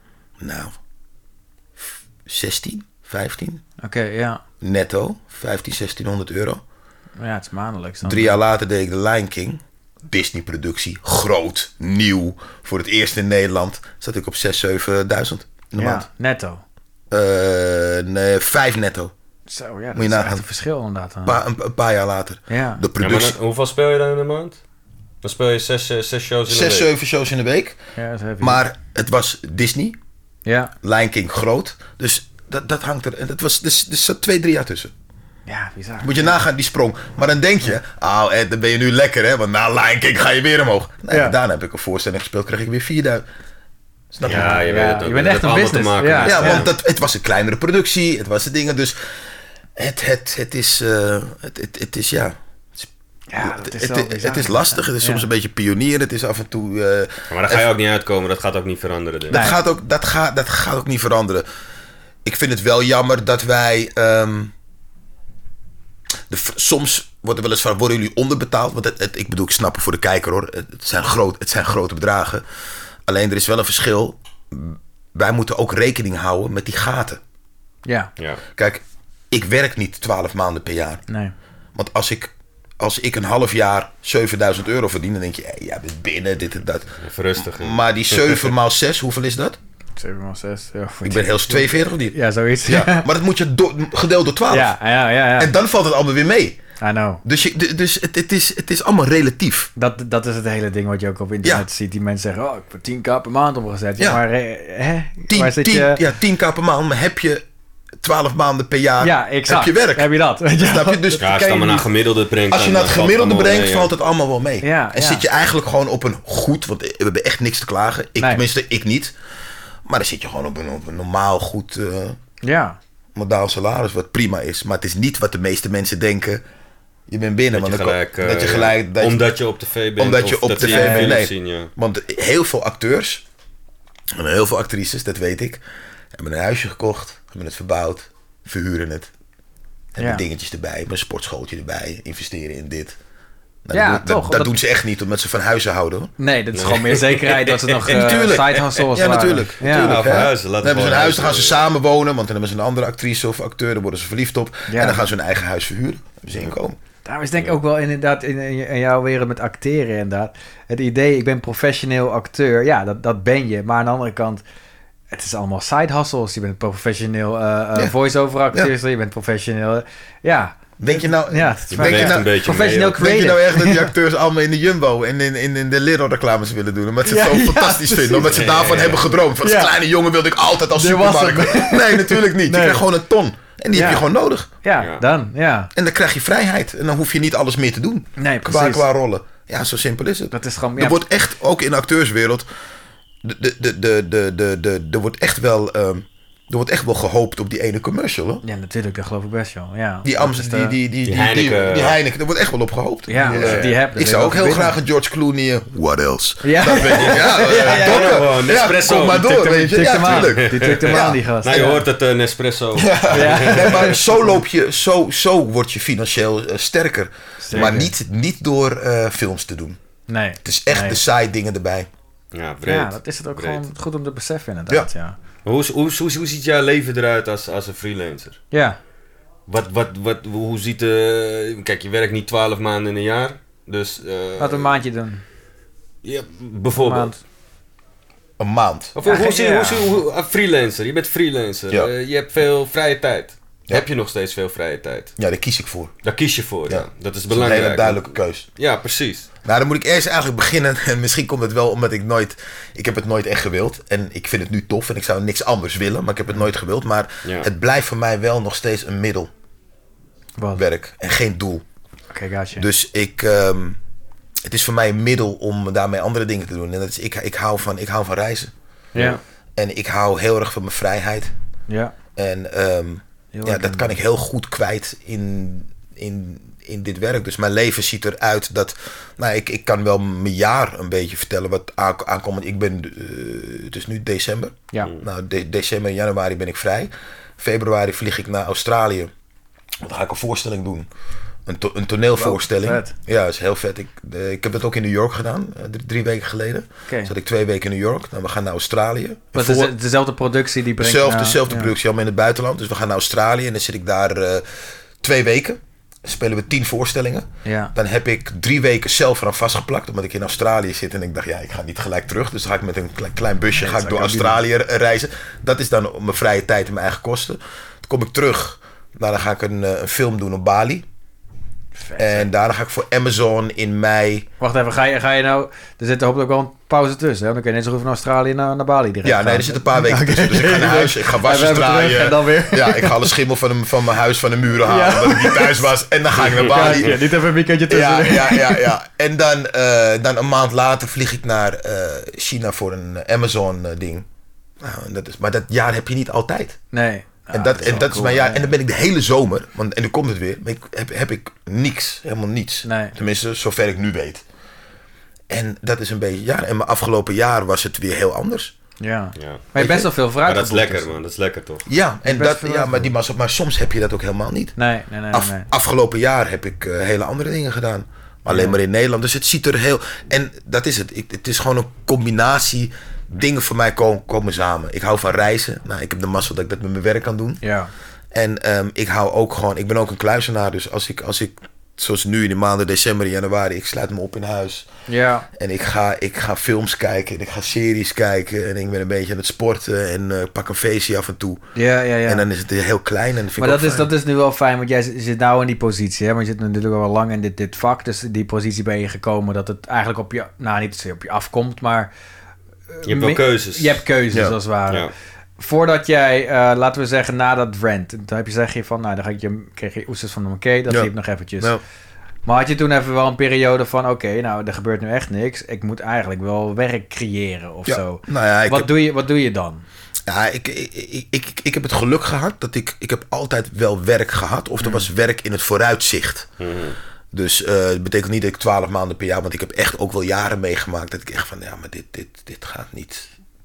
16, 15. Oké, ja. Netto, 1600 euro. Ja, het is maandelijks dan. 3 jaar later deed ik The Lion King. Disney-productie, groot, nieuw, voor het eerst in Nederland. Zat ik op 6.000, 7.000 in de maand. Netto? Nee, 5 netto. Zo, ja, dat is echt een verschil inderdaad. Een paar jaar later. Ja. De productie... maar hoeveel speel je dan in de maand? Dan speel je 6 shows in de week. 6, 7 shows in de week. Ja, dat maar het was Disney. Ja. Lion King groot. Dus dat hangt er... En dat was, dus zat 2-3 jaar tussen. Ja, bizar. Moet je nagaan, die sprong. Maar dan denk je, Ed, dan ben je nu lekker, hè? Want na Lion King ga je weer omhoog. Nee, daarna heb ik een voorstelling gespeeld, kreeg ik weer 4.000. Snap je? Ja, je weet het ook. Je bent echt een business. Maken, ja, want het was een kleinere productie, het was de dingen, dus het is ja. Ja, het is lastig, het is soms een beetje pionier, het is af en toe... maar daar ga je ook niet uitkomen, dat gaat ook niet veranderen. Dus. Dat gaat ook niet veranderen. Ik vind het wel jammer dat wij... soms wordt er wel eens van, worden jullie onderbetaald? Want ik bedoel, ik snap het voor de kijker hoor. Het zijn grote bedragen. Alleen er is wel een verschil. Wij moeten ook rekening houden met die gaten. Ja. Kijk, ik werk niet 12 maanden per jaar. Nee. Want als ik een half jaar 7.000 euro verdien, dan denk je, jij bent binnen, dit en dat. Even rustig. Hè? Maar die 7 maal 6, hoeveel is dat? 7 maal 6. Ja, ik ben heel 42 of niet? Ja, zoiets. Ja. Maar dat moet je gedeeld door 12. Ja. En dan valt het allemaal weer mee. I know. Dus het is allemaal relatief. Dat is het hele ding wat je ook op internet ziet. Die mensen zeggen, ik heb 10k per maand opgezet. Ja. Maar waar zit je... 10k per maand, maar heb je 12 maanden per jaar exact. heb je werk. Heb je dat? Snap je? Dus als je het allemaal naar gemiddelde brengt... Als je naar het gemiddelde brengt, valt het allemaal wel mee. Ja, en zit je eigenlijk gewoon op een goed... Want we hebben echt niks te klagen. Tenminste, ik niet. Maar dan zit je gewoon op een normaal goed... modaal salaris, wat prima is. Maar het is niet wat de meeste mensen denken... Je bent binnen, omdat je op tv bent. Omdat je op tv bent. Nee. Zien, ja. Want heel veel acteurs en heel veel actrices, dat weet ik, hebben een huisje gekocht, hebben het verbouwd, verhuren het. Hebben dingetjes erbij, hebben een sportschooltje erbij, investeren in dit. Dat doen ze echt niet, omdat ze van huizen houden. Hoor. Nee, dat is gewoon meer zekerheid dat ze nog side hustles Ja, natuurlijk. Dan hebben ze een huis, dan gaan ze samen wonen, want dan hebben ze een andere actrice of acteur, daar worden ze verliefd op. En dan gaan ze hun eigen huis verhuren. Dan hebben ze inkomen. Daar is denk ik ook wel inderdaad in jouw wereld met acteren inderdaad. Het idee, ik ben professioneel acteur. Ja, dat ben je. Maar aan de andere kant, het is allemaal side hustles. Je bent professioneel voice-over acteur. Je bent professioneel... Denk je nou... Ja, een beetje professioneel creative. Denk je nou echt dat die acteurs allemaal in de Jumbo en in de Lidl reclames willen doen? Omdat ze het zo fantastisch vinden. Omdat ze daarvan hebben gedroomd. Van als kleine jongen wilde ik altijd als supermarkt. Nee, natuurlijk niet. Je krijgt gewoon een ton. En die heb je gewoon nodig. Ja. En dan krijg je vrijheid. En dan hoef je niet alles meer te doen. Nee, precies. Qua rollen. Ja, zo simpel is het. Dat is gewoon... Er wordt echt, ook in de acteurswereld... Er wordt echt wel... Er wordt echt wel gehoopt op die ene commercial, hoor. Ja, natuurlijk, dat geloof ik best wel. Ja. Die Heineken, daar wordt echt wel op gehoopt. Ja, ik zou ook heel graag een George Clooney... What else? Ja. Dat weet ik. Nespresso. Kom maar door, weet je. Ja, tuurlijk. Die tikt hem aan, die gast. Nou, je hoort het, Nespresso. Nee, maar zo word je financieel sterker. Maar niet door films te doen. Nee. Het is echt de side dingen erbij. Ja, breed. Ja, dat is het ook gewoon goed om te beseffen, inderdaad. Ja. Hoe ziet jouw leven eruit als een freelancer? Ja. Hoe ziet kijk, je werkt niet 12 maanden in een jaar. Dus, laten we een maandje doen. Ja, bijvoorbeeld. Een maand. Of hoe freelancer. Je bent freelancer. Ja. Je hebt veel vrije tijd. Ja. Heb je nog steeds veel vrije tijd? Ja, daar kies ik voor. Daar kies je voor, ja. Dat is belangrijk. Dat is een hele duidelijke keus. Ja, precies. Nou, dan moet ik eerst eigenlijk beginnen. En misschien komt het wel omdat ik heb het nooit echt gewild. En ik vind het nu tof en ik zou niks anders willen. Maar ik heb het nooit gewild. Maar het blijft voor mij wel nog steeds een middelwerk. En geen doel. Oké, gotcha. Dus het is voor mij een middel om daarmee andere dingen te doen. En dat is, ik hou van reizen. Ja. En ik hou heel erg van mijn vrijheid. Ja. En dat kan ik heel goed kwijt in dit werk. Dus mijn leven ziet eruit dat... Nou, ik kan wel mijn jaar een beetje vertellen wat aankomt. Ik ben... het is nu december. Ja. Nou, december en januari ben ik vrij. Februari vlieg ik naar Australië. Dan ga ik een voorstelling doen. Een toneelvoorstelling. Wow, vet. Ja, dat is heel vet. Ik heb dat ook in New York gedaan. 3 weken geleden. Okay. Zat ik 2 weken in New York. Nou, we gaan naar Australië. Maar het is dezelfde productie die brengt... Dezelfde productie, allemaal in het buitenland. Dus we gaan naar Australië en dan zit ik daar 2 weken. Dan spelen we 10 voorstellingen. Ja. Dan heb ik 3 weken zelf eraan vastgeplakt. Omdat ik in Australië zit en ik dacht, ik ga niet gelijk terug. Dus dan ga ik met een klein busje door Australië reizen. Dat is dan mijn vrije tijd en mijn eigen kosten. Dan kom ik terug. Nou, dan ga ik een film doen op Bali. Vet, en daarna ga ik voor Amazon in mei... Wacht even, ga je nou... Er zit hopelijk wel een pauze tussen, hè? Dan kun je net zo goed van Australië naar Bali direct gaan. Er zit een paar weken tussen. Dus ik ga naar huis, ik ga wassen draaien. En dan weer... Ja, ik ga alle schimmel van mijn huis van de muren halen, omdat ik niet thuis was. En dan ga ik naar Bali. Ja, niet even een weekendje tussen. Ja. En dan een maand later vlieg ik naar China voor een Amazon ding. Nou, maar dat jaar heb je niet altijd. Nee. En dat is mijn jaar. En dan ben ik de hele zomer, en dan komt het weer, heb ik niks, helemaal niets. Nee. Tenminste, zover ik nu weet. En dat is een beetje, en mijn afgelopen jaar was het weer heel anders. Ja. Maar je hebt best wel veel vooruit. Maar dat is lekker, man. Dat is lekker, toch? Ja, en maar soms heb je dat ook helemaal niet. Nee. Afgelopen jaar heb ik hele andere dingen gedaan. Alleen maar in Nederland. Dus het ziet er heel... En dat is het. Het is gewoon een combinatie... Dingen voor mij komen samen. Ik hou van reizen. Nou, ik heb de mazzel dat ik dat met mijn werk kan doen. Ja. En ik hou ook gewoon... Ik ben ook een kluizenaar. Dus als ik zoals nu in de maanden december en januari... Ik sluit me op in huis. Ja. En ik ga films kijken. En ik ga series kijken. En ik ben een beetje aan het sporten. En pak een feestje af en toe. Ja. En dan is het heel klein. En maar dat is nu wel fijn. Want jij zit nou in die positie. Hè? Want je zit natuurlijk al lang in dit vak. Dus die positie ben je gekomen. Dat het eigenlijk op je... Nou, niet zozeer op je afkomt. Maar... Je hebt wel keuzes. Je hebt keuzes, als het ware. Ja. Voordat jij, laten we zeggen, na dat rant... Dan zeg je van, nou, dan kreeg je oesters van oké, dat liep nog eventjes. Ja. Maar had je toen even wel een periode van... Oké, nou, er gebeurt nu echt niks. Ik moet eigenlijk wel werk creëren of zo. Nou ja, wat doe je dan? Ja, ik heb het geluk gehad dat ik heb altijd wel werk gehad. Of er was werk in het vooruitzicht. Dus het betekent niet dat ik 12 maanden per jaar... Want ik heb echt ook wel jaren meegemaakt... dat ik echt van... Ja, maar dit gaat niet.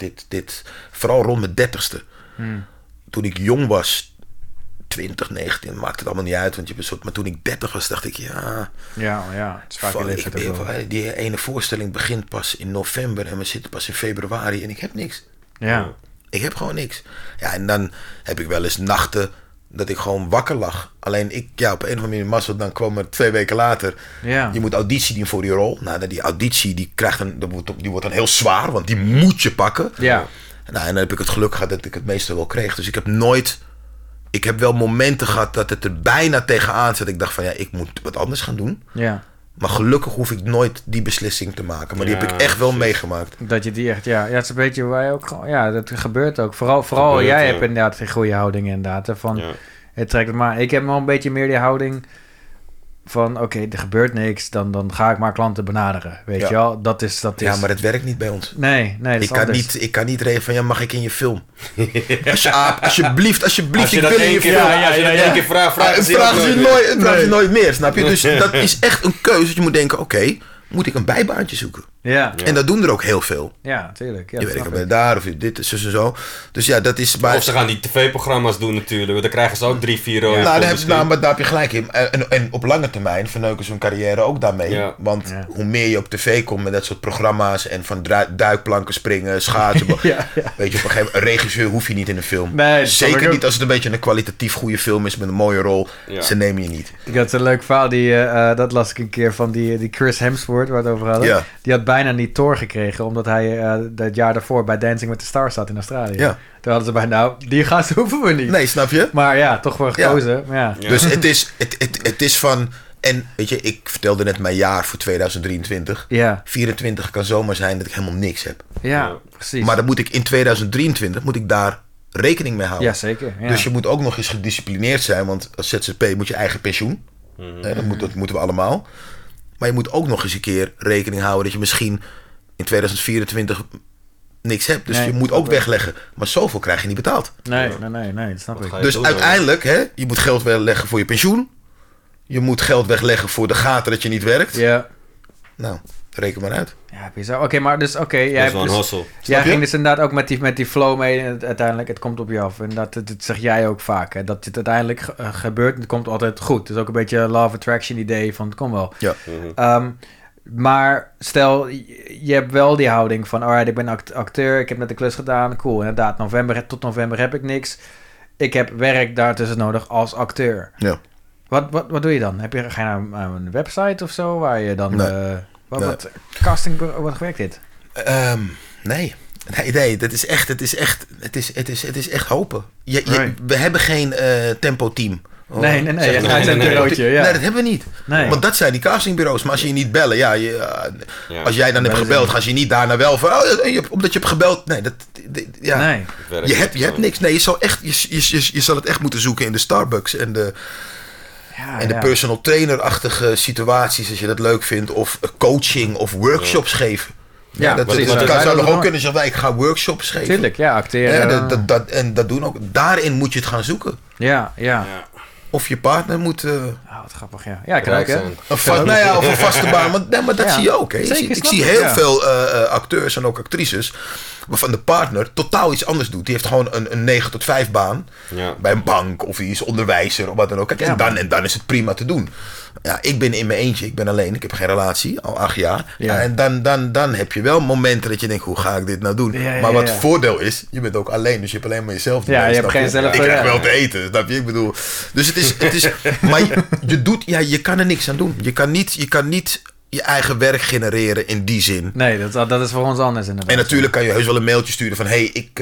Vooral rond mijn 30ste. Toen ik jong was... 20, 19, maakt het allemaal niet uit. Want maar toen ik 30 was, dacht ik... Ja, het is vaak die ene voorstelling begint pas in november... en we zitten pas in februari en ik heb niks. Ja. Ik heb gewoon niks. Ja, en dan heb ik wel eens nachten... dat ik gewoon wakker lag. Alleen op een of andere manier mazzel, dan kwam er 2 weken later... Ja. Je moet auditie doen voor die rol. Nou, die auditie die wordt dan heel zwaar, want die moet je pakken. Ja. Nou, en dan heb ik het geluk gehad dat ik het meeste wel kreeg. Dus ik heb wel momenten gehad dat het er bijna tegenaan zat. Ik dacht van, ik moet wat anders gaan doen. Ja. Maar gelukkig hoef ik nooit die beslissing te maken. Maar die heb ik echt wel meegemaakt. Dat je die echt, het is een beetje waar je ook gewoon... Ja, dat gebeurt ook. Vooral jij hebt inderdaad een goede houding inderdaad. Van, het trekt het maar. Ik heb wel een beetje meer die houding van... Oké, er gebeurt niks. Dan ga ik maar klanten benaderen. Weet je wel? Dat is... Ja, maar dat werkt niet bij ons. Nee, dat is anders. Ik kan niet regelen van... mag ik in je film? Alsjeblieft, als je ik dat wil in je film. Als je dat één keer vraagt je nooit meer, snap je? Dus dat is echt een keuze. Dat je moet denken, oké, moet ik een bijbaantje zoeken? Ja. En dat doen er ook heel veel. Ja, tuurlijk. Ja, je weet, ik ben daar of dit, zus en zo. Dus ja, dat is... Of ze gaan die tv-programma's doen natuurlijk. Want dan krijgen ze ook 3-4 euro. Maar daar heb je gelijk in. En op lange termijn verneuken ze hun carrière ook daarmee. Ja. Want hoe meer je op tv komt met dat soort programma's... en van duikplanken springen, schaatsen... Weet je, op een gegeven moment... Een regisseur hoef je niet in een film. Nee, zeker niet als het een beetje een kwalitatief goede film is... met een mooie rol. Ja. Ze nemen je niet. Ik had een leuk verhaal. Dat las ik een keer van die Chris Hemsworth. Stewart, waar we het over hadden. Ja. Die had bijna niet Thor gekregen, omdat hij het jaar daarvoor bij Dancing with the Stars zat in Australië. Ja. Toen hadden ze bijna, die gast hoeven we niet. Nee, snap je? Maar ja, toch voor gekozen. Ja. Dus het is van... En weet je, ik vertelde net mijn jaar voor 2023. Ja. 24 kan zomaar zijn dat ik helemaal niks heb. Ja, precies. Maar dan moet ik in 2023 daar rekening mee houden. Ja, zeker. Ja. Dus je moet ook nog eens gedisciplineerd zijn, want als ZZP moet je eigen pensioen. Dat moeten we allemaal. Maar je moet ook nog eens een keer rekening houden dat je misschien in 2024 niks hebt. Dus je moet ook wegleggen. Maar zoveel krijg je niet betaald. Nee, dat snap ik. Dus uiteindelijk, je moet geld wegleggen voor je pensioen. Je moet geld wegleggen voor de gaten dat je niet werkt. Ja. Nou, reken maar uit. Ja, bizar. Oké, maar dus dat is wel een hustle. Jij ging dus inderdaad ook met die flow mee. En uiteindelijk, het komt op je af. En dat zeg jij ook vaak. Hè? Dat het uiteindelijk gebeurt en het komt altijd goed. Het is ook een beetje love attraction idee van het komt wel. Ja. Maar stel, je hebt wel die houding van... alright, ik ben acteur, ik heb net de klus gedaan. Cool, inderdaad, tot november heb ik niks. Ik heb werk daartussen nodig als acteur. Ja. Wat doe je dan? Ga je naar een website of zo waar je dan... Nee. Wat casting... Wat werkt dit? Nee, dat is echt... Het is echt hopen. We hebben geen tempo-team. Nee. Je gaat een bureautje, ja. Nee, dat hebben we niet. Nee. Want dat zijn die castingbureaus. Maar als je niet bellen, als jij dan hebt gebeld, gaan ze je niet daarna wel van... omdat je hebt gebeld. Nee, nee. Je hebt niks. Nee, je zal het echt moeten zoeken in de Starbucks en de... En de personal trainer-achtige situaties, als je dat leuk vindt, of coaching of workshops geven. Dat zou nog ook kunnen zeggen, ik ga workshops geven. Tuurlijk, acteren. En dat doen ook. Daarin moet je het gaan zoeken. Ja. Of je partner moet... wat grappig, ja. Ja, kan ook, hè. Of een vaste baan. Maar dat zie je ook, hè. Ik zie heel veel acteurs en ook actrices... waarvan de partner totaal iets anders doet. Die heeft gewoon een 9 tot 5 baan. Ja. Bij een bank of iets, onderwijzer of wat dan ook. Kijk, en dan is het prima te doen. Ja, ik ben in mijn eentje, ik ben alleen. Ik heb geen relatie, al 8 jaar. Ja. En dan heb je wel momenten dat je denkt, hoe ga ik dit nou doen? Maar wat het voordeel is, je bent ook alleen. Dus je hebt alleen maar jezelf. Je hebt geen zelf. Ik krijg wel te eten, snap je? Ik bedoel... Dus het is maar je kan er niks aan doen. Je kan niet je eigen werk genereren in die zin. Nee, dat is voor ons anders inderdaad. En natuurlijk kan je heus wel een mailtje sturen van... ik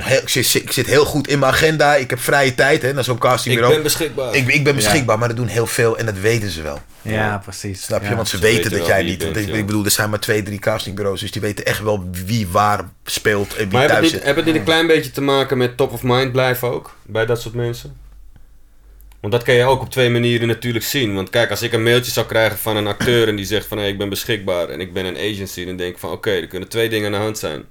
zit heel goed in mijn agenda. Ik heb vrije tijd, hè, naar zo'n castingbureau. Ik ben beschikbaar. Ik ben beschikbaar, maar dat doen heel veel en dat weten ze wel. Ja, precies. Snap je? Want ze weten dat jij niet... Ik bedoel, er zijn maar 2-3 castingbureaus... dus die weten echt wel wie waar speelt en wie maar thuis zit. Heb het niet een klein beetje te maken met top of mind blijven ook? Bij dat soort mensen? Want dat kan je ook op 2 manieren natuurlijk zien. Want kijk, als ik een mailtje zou krijgen van een acteur en die zegt van ik ben beschikbaar en ik ben een agency, dan denk ik van oké, er kunnen 2 dingen aan de hand zijn.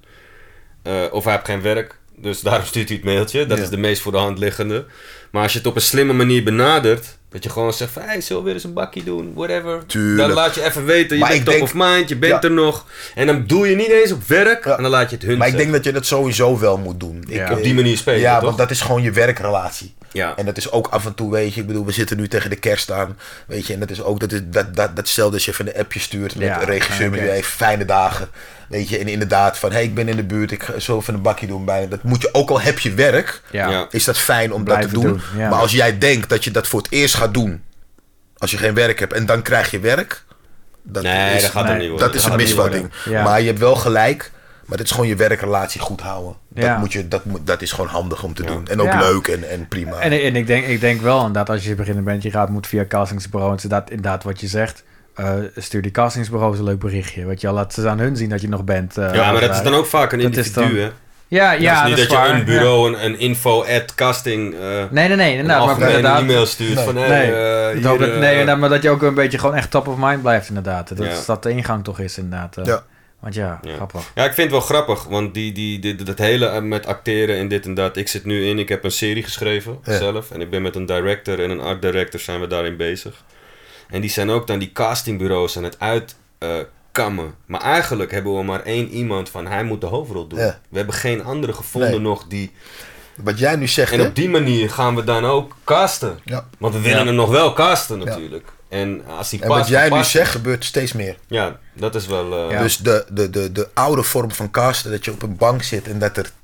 Of hij heeft geen werk, dus daarom stuurt hij het mailtje. Dat is de meest voor de hand liggende. Maar als je het op een slimme manier benadert, dat je gewoon zegt van zullen we weer eens een bakkie doen, whatever. Tuurlijk. Dan laat je even weten, je bent top of mind, je bent er nog. En dan doe je niet eens op werk en dan laat je het hun Maar zeggen. ik denk dat je dat sowieso wel moet doen. Op die manier spelen, ja, toch? Want dat is gewoon je werkrelatie. Ja. En dat is ook af en toe, weet je, ik bedoel, we zitten nu tegen de kerst aan, weet je, en dat is ook, datzelfde als je even een appje stuurt met een regisseur met even fijne dagen, weet je, en inderdaad van, ik ben in de buurt, ik ga zo even een bakje doen bij, dat moet je, ook al heb je werk, is dat fijn om dat te doen. Ja. Maar als jij denkt dat je dat voor het eerst gaat doen, als je geen werk hebt en dan krijg je werk, dat gaat er niet worden. Dat is een misvatting. Ja. Maar je hebt wel gelijk. Maar het is gewoon je werkrelatie goed houden. Ja. Dat is gewoon handig om te doen. En ook leuk en prima. En ik denk wel inderdaad, als je begint een bandje gaat, moet via castingsbureau. Inderdaad wat je zegt. Stuur die castingsbureaus een leuk berichtje. Weet je, laat ze aan hun zien dat je nog bent. Maar dat is dan ook vaak een individu, hè? Ja, dat is niet dat je een bureau, een info@casting... nee, inderdaad. Maar inderdaad een e-mail stuurt van... maar dat je ook een beetje gewoon echt top of mind blijft, inderdaad. Dat de ingang toch is, inderdaad. Want grappig. Ja, ik vind het wel grappig, want dat hele met acteren en dit en dat. Ik zit nu in, ik heb een serie geschreven zelf. En ik ben met een director en een art director zijn we daarin bezig. En die zijn ook dan die castingbureaus aan het uitkammen. Maar eigenlijk hebben we maar 1 iemand van, hij moet de hoofdrol doen. Ja. We hebben geen andere gevonden nog die... Wat jij nu zegt, en op die manier gaan we dan ook casten. Ja. Want we willen hem nog wel casten natuurlijk. En als die wat jij nu zegt, gebeurt steeds meer. Ja, dat is wel... Dus de oude vorm van casten, dat je op een bank zit en dat er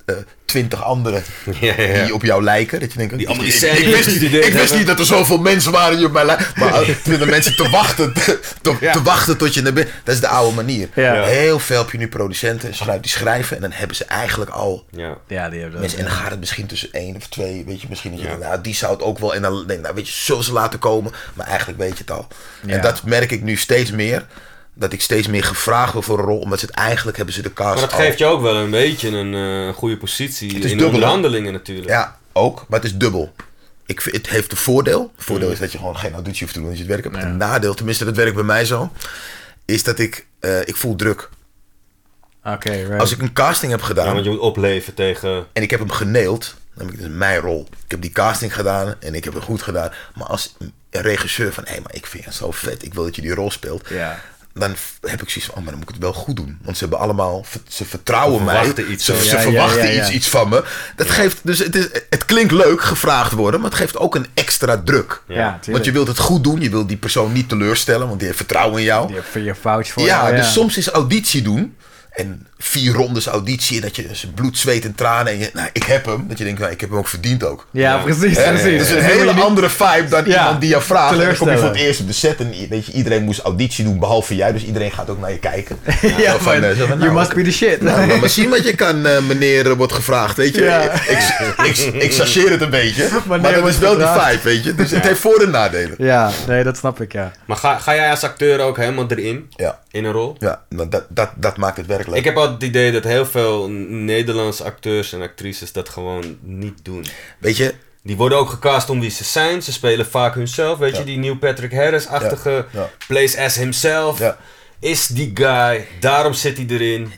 20 anderen die op jou lijken. Dat je denkt, die allemaal ik wist niet dat er zoveel mensen waren die op mij lijken. Maar de mensen te wachten tot je naar binnen. Dat is de oude manier. Ja. Heel veel heb je nu producenten, die schrijven en dan hebben ze eigenlijk al Ja, die hebben mensen. En dan gaat het misschien tussen 1 of 2, weet je, misschien dat je denkt, nou, die zou het ook wel. En dan denk je, nou, weet je, zullen ze laten komen. Maar eigenlijk weet je het al. Ja. En dat merk ik nu steeds meer. Dat ik steeds meer gevraagd word voor een rol, omdat ze het eigenlijk hebben ze de cast. Maar dat geeft je ook wel een beetje een goede positie in de onderhandelingen natuurlijk. Ja, ook, maar het is dubbel. Het heeft een voordeel. Het voordeel is dat je gewoon geen auditie hoeft te doen als je het werk hebt. Ja. Een nadeel, tenminste dat werkt bij mij zo, is dat ik voel druk. Okay, right. Als ik een casting heb gedaan. Ja, want je moet opleven tegen. En ik heb hem geneeld, dan heb ik dus mijn rol. Ik heb die casting gedaan en ik heb het goed gedaan. Maar als een regisseur van, hé, maar ik vind het zo vet, ik wil dat je die rol speelt. Ja. Dan heb ik zoiets van, maar dan moet ik het wel goed doen. Want ze hebben allemaal, ze vertrouwen mij. Iets, ze verwachten iets van me. Dat geeft, dus het klinkt leuk, gevraagd worden, maar het geeft ook een extra druk. Ja, want je wilt het goed doen, je wilt die persoon niet teleurstellen, want die heeft vertrouwen in jou. Die heeft je foutje voor jou. Ja, dus soms is auditie doen. En 4 rondes auditie en dat je bloed, zweet en tranen en ik heb hem. Dat je denkt, ik heb hem ook verdiend ook. Ja, precies. Het is een hele andere vibe dan iemand die jou vraagt. En dan kom je voor het eerst op de set en weet je, iedereen moest auditie doen behalve jij. Dus iedereen gaat ook naar je kijken. You must be the shit. Nou, maar zien wat je kan, meneer, wordt gevraagd, weet je. Ja. Ik chargeer het een beetje. Maar dat is wel die vibe, weet je. Dus het heeft voor- en nadelen. Ja, nee, dat snap ik, ja. Maar ga jij als acteur ook helemaal erin? Ja. In een rol? Ja, dat maakt het werk leuk. Ik heb altijd het idee dat heel veel Nederlandse acteurs en actrices dat gewoon niet doen. Weet je, die worden ook gecast om wie ze zijn. Ze spelen vaak hunzelf. Weet je, die Neil Patrick Harris-achtige plays as himself. Ja. Is die guy. Daarom zit hij erin.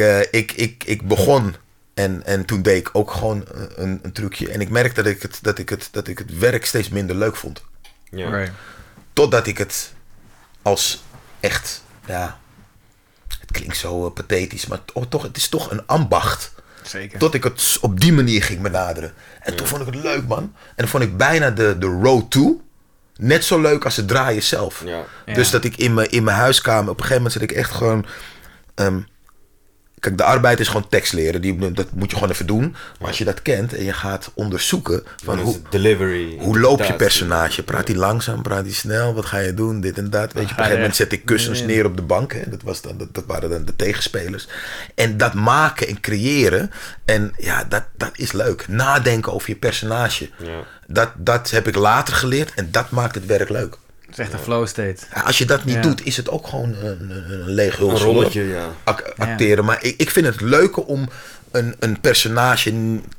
Ik begon en toen deed ik ook gewoon een trucje. En ik merkte dat ik het werk steeds minder leuk vond. Ja. Right. Totdat ik het als echt, ja, het klinkt zo pathetisch, maar het is toch een ambacht. Zeker. Tot ik het op die manier ging benaderen. En toen vond ik het leuk, man. En dan vond ik bijna de road to net zo leuk als het draaien zelf. Ja. Dus dat ik in mijn huiskamer, op een gegeven moment zit ik echt gewoon... Kijk, de arbeid is gewoon tekst leren. Dat moet je gewoon even doen. Maar als je dat kent en je gaat onderzoeken van hoe loopt je personage? Praat hij langzaam? Praat hij snel? Wat ga je doen? Dit en dat. Weet je, op een gegeven moment zet ik kussens neer op de bank. Hè. Dat waren dan de tegenspelers. En dat maken en creëren. En ja, dat is leuk. Nadenken over je personage. Ja. Dat heb ik later geleerd. En dat maakt het werk leuk. Het is echt een flow state. Ja, als je dat niet doet, is het ook gewoon een leeg hulsel. Een rolletje, ja. Acteren. Maar ik vind het leuker om een personage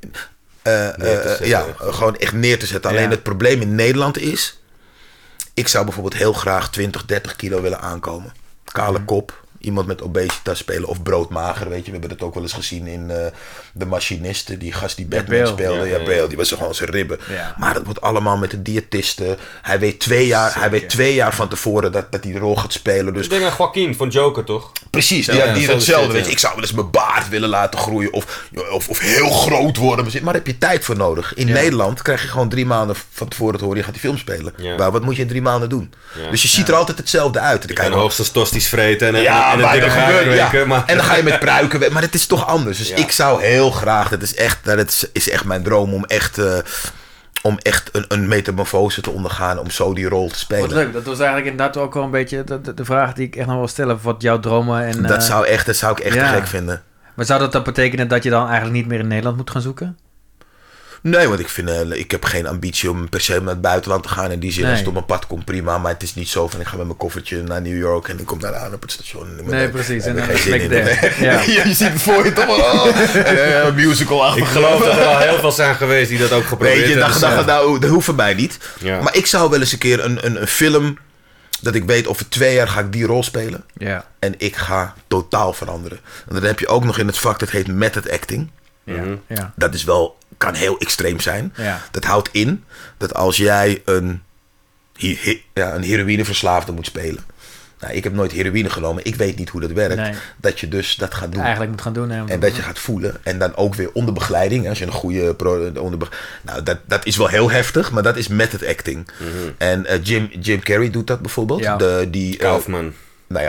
gewoon echt neer te zetten. Alleen het probleem in Nederland is... Ik zou bijvoorbeeld heel graag 20, 30 kilo willen aankomen. Kale kop. Iemand met obesitas spelen of broodmager, weet je. We hebben dat ook wel eens gezien in De Machiniste. Die gast die Batman speelde. Ja, Bale, die was gewoon zijn ribben. Ja. Maar dat wordt allemaal met de diëtiste. Hij weet 2 jaar van tevoren dat hij de rol gaat spelen. Dus... Ik denk aan Joaquin van Joker, toch? Precies, die hetzelfde. Weet je. Ik zou wel eens mijn baard willen laten groeien of heel groot worden. Maar daar heb je tijd voor nodig. In Nederland krijg je gewoon 3 maanden van tevoren te horen, je gaat die film spelen. Ja. Maar wat moet je in 3 maanden doen? Ja. Dus je ziet er altijd hetzelfde uit. Je kan hoogstens tosties vreten en en dan ga je met pruiken weg. Maar het is toch anders. Dus ik zou heel graag... Dat is echt mijn droom om echt een metamorfose te ondergaan. Om zo die rol te spelen. Wat leuk. Dat was eigenlijk inderdaad ook wel een beetje de vraag die ik echt nog wil stellen. Wat jouw dromen en... Dat zou ik echt te gek vinden. Maar zou dat betekenen dat je dan eigenlijk niet meer in Nederland moet gaan zoeken? Nee, want ik heb geen ambitie om per se naar het buitenland te gaan. In die zin, als het op mijn pad komt, prima. Maar het is niet zo van, ik ga met mijn koffertje naar New York en ik kom daar aan op het station. Nee, precies. En dan geen zin in. Je ziet het voor je toch een musical. Ik geloof dat er al heel veel zijn geweest die dat ook geprobeerd hebben. Dat hoeft voor mij niet. Ja. Maar ik zou wel eens een keer een film... Dat ik weet, over 2 jaar ga ik die rol spelen. Ja. En ik ga totaal veranderen. En dan heb je ook nog in het vak, dat heet method acting. Ja. Ja. Dat is wel... kan heel extreem zijn. Ja. Dat houdt in dat als jij een heroïneverslaafde moet spelen. Nou, ik heb nooit heroïne genomen. Ik weet niet hoe dat werkt. Nee. Dat je dus dat gaat doen. Eigenlijk moet gaan doen. En dat je gaat voelen. En dan ook weer onder begeleiding. Als je een goede... Nou, dat is wel heel heftig. Maar dat is method acting. Mm-hmm. En Jim Carrey doet dat bijvoorbeeld. Ja. Kaufman. Nou ja.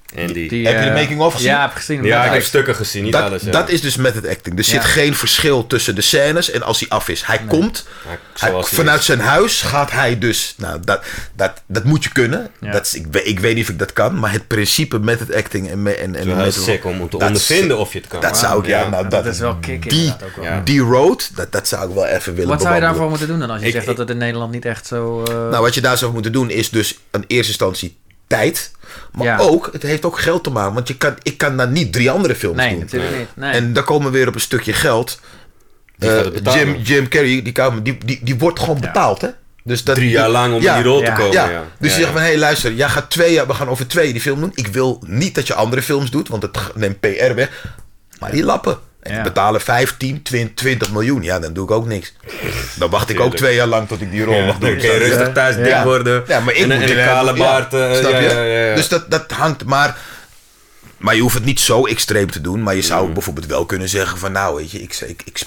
Andy. Heb je de making-of gezien? Ja, heb gezien. Ja, ik heb stukken gezien, niet alles. Ja. Dat is dus method acting. Er zit geen verschil tussen de scènes en als hij af is. Hij komt, vanuit zijn huis gaat hij dus... Nou, dat moet je kunnen. Ja. Ik weet niet of ik dat kan, maar het principe method acting en dat is sick om te ondervinden of je het kan. Dat zou ik, dat is wel kick inderdaad ook wel. Die road, dat zou ik wel even willen Wat zou je daarvoor moeten doen dan als je zegt dat het in Nederland niet echt zo... Nou, wat je daar zou moeten doen is dus in eerste instantie tijd. Maar ook, het heeft ook geld te maken. Want ik kan dan niet 3 andere films doen. Natuurlijk niet. Nee. En dan komen we weer op een stukje geld. Jim Carrey, die wordt gewoon betaald, hè? Dus 3 jaar lang om in die rol te komen. Ja. Dus je zegt van, hé luister, jij gaat 2 jaar, we gaan over 2 die film doen. Ik wil niet dat je andere films doet, want het neemt PR weg. Maar die lappen. En die betalen 15, 20 miljoen. Ja, dan doe ik ook niks. Dan wacht ik ook 2 jaar lang tot ik die rol mag doen. Dan kun je rustig thuis dik worden. Ja, maar ik moet een kale baard. Snap je? Dus dat hangt maar... Maar je hoeft het niet zo extreem te doen. Maar je zou bijvoorbeeld wel kunnen zeggen van... Nou, weet je, ik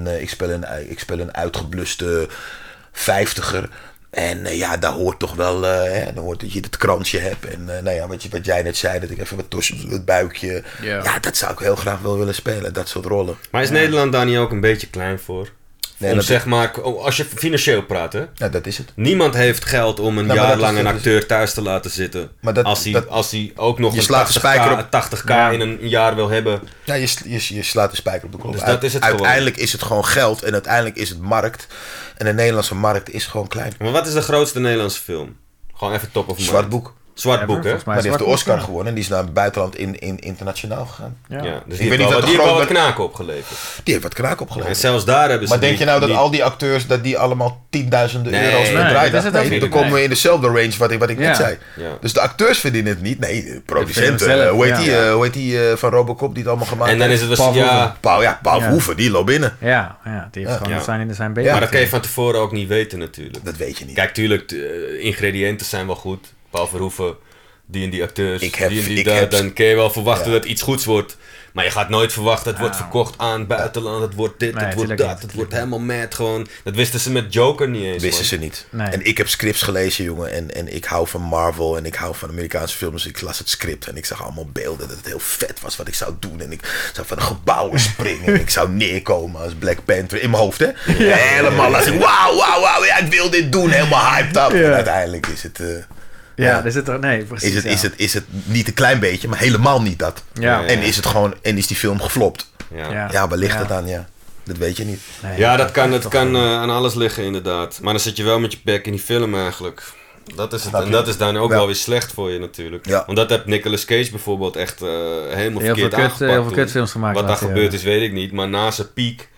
speel een uitgebluste 50er. En daar hoort toch wel... dan hoort dat je het kransje hebt. En wat jij net zei, dat ik even wat tussen het buikje... Ja, dat zou ik heel graag wel willen spelen. Dat soort rollen. Maar is Nederland daar niet ook een beetje klein voor? Nee, zeg maar, als je financieel praat, hè? Ja, dat is het. Niemand heeft geld om een jaar lang een acteur thuis te laten zitten. Maar als hij ook nog een 80k in een jaar wil hebben. Ja, je slaat de spijker op de kop. Dus dat is het uiteindelijk is het gewoon geld en uiteindelijk is het markt. En de Nederlandse markt is gewoon klein. Maar wat is de grootste Nederlandse film? Gewoon even top of mind. Zwart Boek, hè? Maar die heeft de Oscar gewonnen en die is naar het buitenland internationaal gegaan. Ja. Dus die heeft wel wat knaken opgeleverd. Die heeft wat knaken opgeleverd. En zelfs daar hebben ze... Maar denk je nou dat al die acteurs, dat die allemaal 10.000 euro's gedraaid? Nee, dan komen we in dezelfde range wat ik net zei. Ja. Dus de acteurs verdienen het niet. Nee, de producenten. Hoe heet die van Robocop die het allemaal gemaakt heeft? En dan is het Paul Verhoeven, die loopt binnen. Ja, die heeft gewoon zijn beter. Maar dat kan je van tevoren ook niet weten natuurlijk. Dat weet je niet. Kijk, tuurlijk, de ingrediënten zijn wel goed. Paul Verhoeven, die en die acteurs, dan kun je wel verwachten dat iets goeds wordt. Maar je gaat nooit verwachten, het wordt verkocht aan het buitenland, het wordt dit, het wordt dat, het wordt helemaal mad gewoon. Dat wisten ze met Joker niet eens. Wisten ze niet. Nee. En ik heb scripts gelezen, jongen, en ik hou van Marvel en ik hou van Amerikaanse films. Dus ik las het script en ik zag allemaal beelden dat het heel vet was wat ik zou doen. En ik zou van de gebouwen springen en ik zou neerkomen als Black Panther in mijn hoofd, hè. Ja, helemaal als ik, wauw, ja, ik wil dit doen, helemaal hyped up. En uiteindelijk is het... is het er, nee, precies. Is het niet een klein beetje, maar helemaal niet dat. Ja. En is het gewoon, en is die film geflopt? Ja, waar ligt het aan? Ja, dat weet je niet. Nee, ja, dat kan aan alles liggen inderdaad. Maar dan zit je wel met je bek in die film eigenlijk. Dat is het. En dat is dan ook wel weer slecht voor je natuurlijk. Ja. Want dat heeft Nicolas Cage bijvoorbeeld echt helemaal verkeerd aangepakt. Heel veel kutfilms gemaakt. Wat daar gebeurd is, weet ik niet. Maar na zijn piek,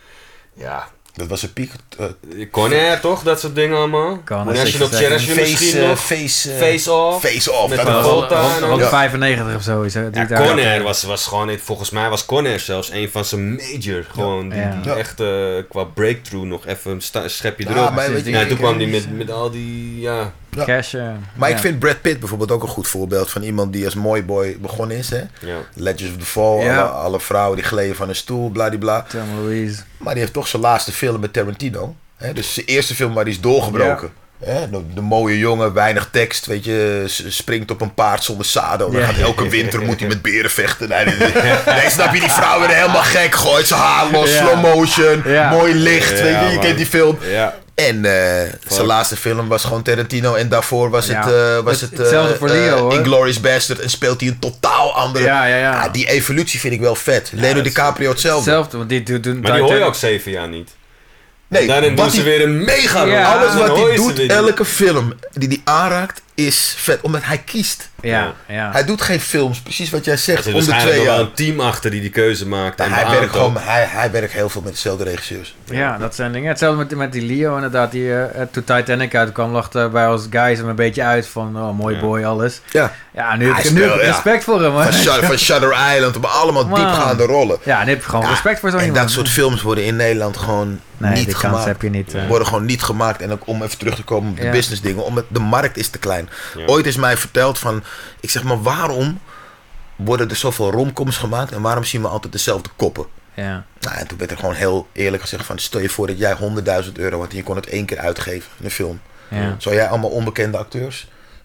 dat was een piek. Conair toch? Dat soort dingen allemaal. National Treasure misschien nog. Face Off. Face Off. Met Travolta. 95 of zo. Conair was gewoon... Volgens mij was Conair zelfs een van zijn major. Gewoon die echt qua breakthrough nog even een schepje erop. Toen kwam hij met al die... Ja. Cash, maar ik vind Brad Pitt bijvoorbeeld ook een goed voorbeeld van iemand die als mooi boy begonnen is. Hè? Ja. Legends of the Fall, alle vrouwen die gleden van een stoel, bladibla. Thelma Louise. Maar die heeft toch zijn laatste film met Tarantino. Hè? Dus zijn eerste film waar hij is doorgebroken. Ja. De mooie jongen, weinig tekst, weet je, springt op een paard zonder zadel. Dan gaat elke winter moet hij met beren vechten. Nee, snap je, die vrouw weer helemaal gek, gooit zijn haar los, slow motion, mooi licht, weet je kent die film. Ja. En zijn laatste film was gewoon Tarantino. En daarvoor was het hetzelfde voor Leo, hoor. Inglourious Bastard. En speelt hij een totaal andere... die evolutie vind ik wel vet. Leonardo DiCaprio hetzelfde. Want die doet maar die hoor je ook 7 jaar niet. Nee, daarin doen ze weer een mega rol. Alles wat hij doet, elke film die hij aanraakt, is vet. Omdat hij kiest. Ja. Hij doet geen films, precies wat jij zegt. Er is waarschijnlijk wel een team achter die keuze maakt. En hij werkt heel veel met dezelfde regisseurs. Ja, dat zijn dingen. Hetzelfde met die Leo inderdaad. Die toen Titanic uitkwam, lag er bij ons guys hem een beetje uit van mooi boy, alles. Ja, nu heb ik respect voor hem. Van Shutter Island, op allemaal diepgaande rollen. Ja, nu heb je gewoon respect voor zo'n iemand. En dat soort films worden in Nederland gewoon niet gemaakt. Heb je niet. Worden gewoon niet gemaakt. En ook om even terug te komen op de business dingen. Omdat de markt is te klein. Ooit is mij verteld van... Ik zeg maar, waarom worden er zoveel romcoms gemaakt en waarom zien we altijd dezelfde koppen? Ja. Nou, en toen werd er gewoon heel eerlijk gezegd van, stel je voor dat jij €100.000 had en je kon het 1 keer uitgeven in een film. Ja. Zou jij allemaal onbekende acteurs?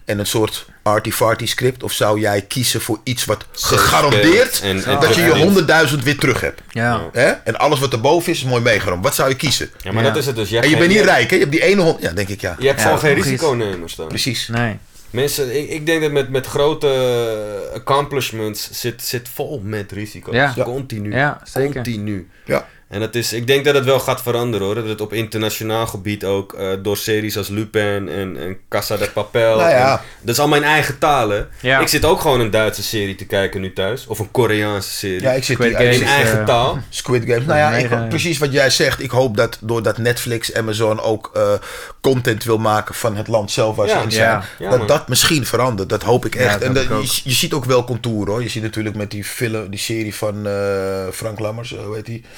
en een soort arty-farty script? Of zou jij kiezen voor iets wat gegarandeerd dat je je 100.000 weer terug hebt? Ja. Hè? En alles wat erboven is mooi meegenomen. Wat zou je kiezen? Ja, maar dat is het dus. En je bent niet rijk, hè? Je hebt die ene hond. Ja, denk ik, ja. Je hebt gewoon geen risiconemers dan. Precies. Nee. Mensen, ik denk dat met grote accomplishments zit vol met risico's. Ja. Continu. Ja, zeker. Continu. Ja. En dat is, ik denk dat het wel gaat veranderen hoor. Dat het op internationaal gebied ook door series als Lupin en Casa de Papel. Nou ja. Dat is al mijn eigen talen. Ja. Ik zit ook gewoon een Duitse serie te kijken nu thuis. Of een Koreaanse serie. Ja, ik zit Squid hier Game. in eigen taal. Squid Games. Nou ja, precies wat jij zegt. Ik hoop dat doordat Netflix, Amazon ook content wil maken van het land zelf waar ze in zijn. Ja. Dat misschien verandert. Dat hoop ik echt. Ja, en dat ook. je ziet ook wel contouren hoor. Je ziet natuurlijk met die film, die serie van Frank Lammers, hoe heet die?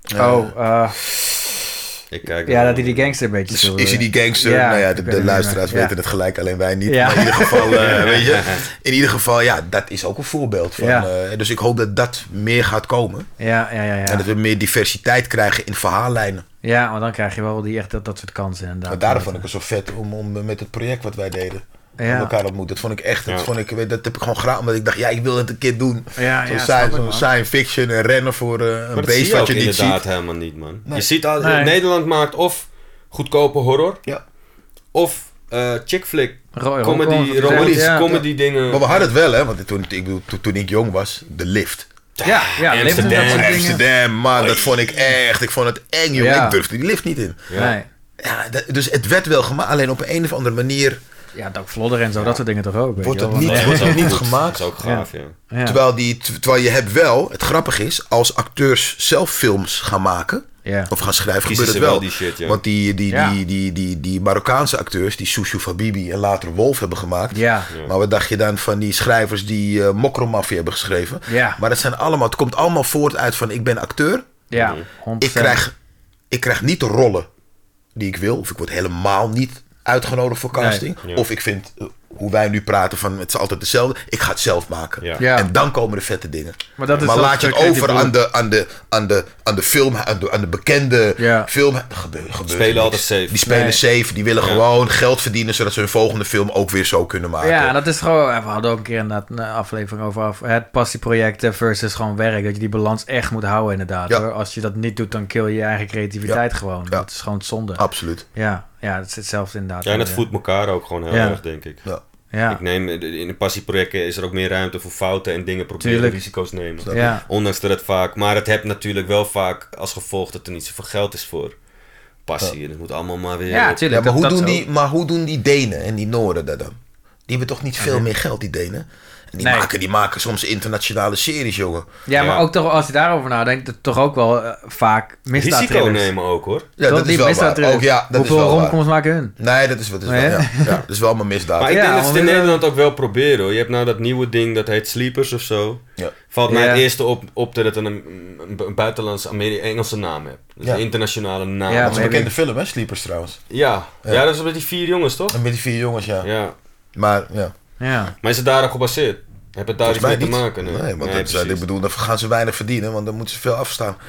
Ik kijk ja, dat hij die gangster een beetje zo... Is hij die gangster? Ja, nou ja, ik de weet luisteraars niet meer. weten het gelijk, alleen wij niet. Ja. Maar in ieder geval, weet je, in ieder geval, ja, dat is ook een voorbeeld van. Ja. Dus ik hoop dat dat meer gaat komen. Ja. En dat we meer diversiteit krijgen in verhaallijnen. Ja, maar dan krijg je wel die echt dat soort kansen inderdaad. Maar daarom vond ik het zo vet om met het project wat wij deden. Ja. Elkaar ontmoeten. Dat vond ik echt, dat heb ik gewoon graag, omdat ik dacht, ja, ik wil het een keer doen. Zo'n science fiction en rennen voor een beest wat je niet ziet. inderdaad helemaal niet, man. Nee. Je ziet al, Nederland maakt of goedkope horror, of chick flick, comedy dingen. Maar we hadden het wel, hè, want toen ik jong was, de lift. Ja, Amsterdam, man, dat vond ik echt, ik vond het eng, jongen. Ja. Ik durfde die lift niet in. Ja. Nee. Ja, dus het werd wel gemaakt, alleen op een of andere manier... Ja, Doug Vlodder en zo, dat soort dingen toch ook. Wordt het niet gemaakt. Dat is ook gaaf, ja. Terwijl je hebt wel, het grappige is, als acteurs zelf films gaan maken, of gaan schrijven, gebeurt het wel. Die shit, ja. Want die Marokkaanse acteurs, die Sousou Fabibi en later Wolf hebben gemaakt. Ja. Maar wat dacht je dan van die schrijvers die Mokromafia hebben geschreven? Ja. Maar dat zijn allemaal, het komt allemaal voort uit van ik ben acteur. Ja, 100%. Ik krijg niet de rollen die ik wil, of ik word helemaal niet uitgenodigd voor casting. Nee. Ja. Of ik vind, hoe wij nu praten, van het is altijd hetzelfde. Ik ga het zelf maken. Ja. Ja. En dan komen de vette dingen. Maar laat je het over aan de film, aan de bekende film. Spelen altijd safe. Die spelen safe. Die willen gewoon geld verdienen, zodat ze hun volgende film ook weer zo kunnen maken. Ja, dat is gewoon... We hadden ook een keer inderdaad een aflevering over het passieproject versus gewoon werk. Dat je die balans echt moet houden inderdaad. Ja. Hoor. Als je dat niet doet, dan kill je je eigen creativiteit gewoon. Ja. Dat is gewoon zonde. Absoluut. Ja, dat is hetzelfde inderdaad. Ja, en dat voedt elkaar ook gewoon heel erg, denk ik. Ja. Ik neem, in een passieprojecten is er ook meer ruimte voor fouten en dingen proberen, risico's nemen. Ja. Ondanks dat het vaak... Maar het heeft natuurlijk wel vaak als gevolg dat er niet zoveel geld is voor passie. En het moet allemaal maar weer... Ja, tuurlijk. Maar hoe doen die Denen en die Noorden dat dan? Die hebben toch niet veel meer geld, die Denen? En die maken soms internationale series, jongen. Ja, maar ook toch, als je daarover nadenkt, toch ook wel vaak misdaadthrillers. Risico nemen ook, hoor. Ja, dat is wel waar. Ook, hoeveel romcoms maken hun? Nee, dat is wel dat is wel mijn misdaad. Maar ik denk dat ze het in Nederland ook wel proberen, hoor. Je hebt nou dat nieuwe ding, dat heet Sleepers of zo. Ja. Valt mij het eerste op dat het een buitenlandse Engelse naam heeft. Dus een internationale naam. Ja, dat is een bekende film, hè? Sleepers trouwens. Ja, dat is met die 4 jongens, toch? En met die 4 jongens, ja. Maar, Maar is het daarop gebaseerd? Heb het daar iets mee te maken? Nee, want ik bedoel, dan gaan ze weinig verdienen, want dan moeten ze veel afstaan.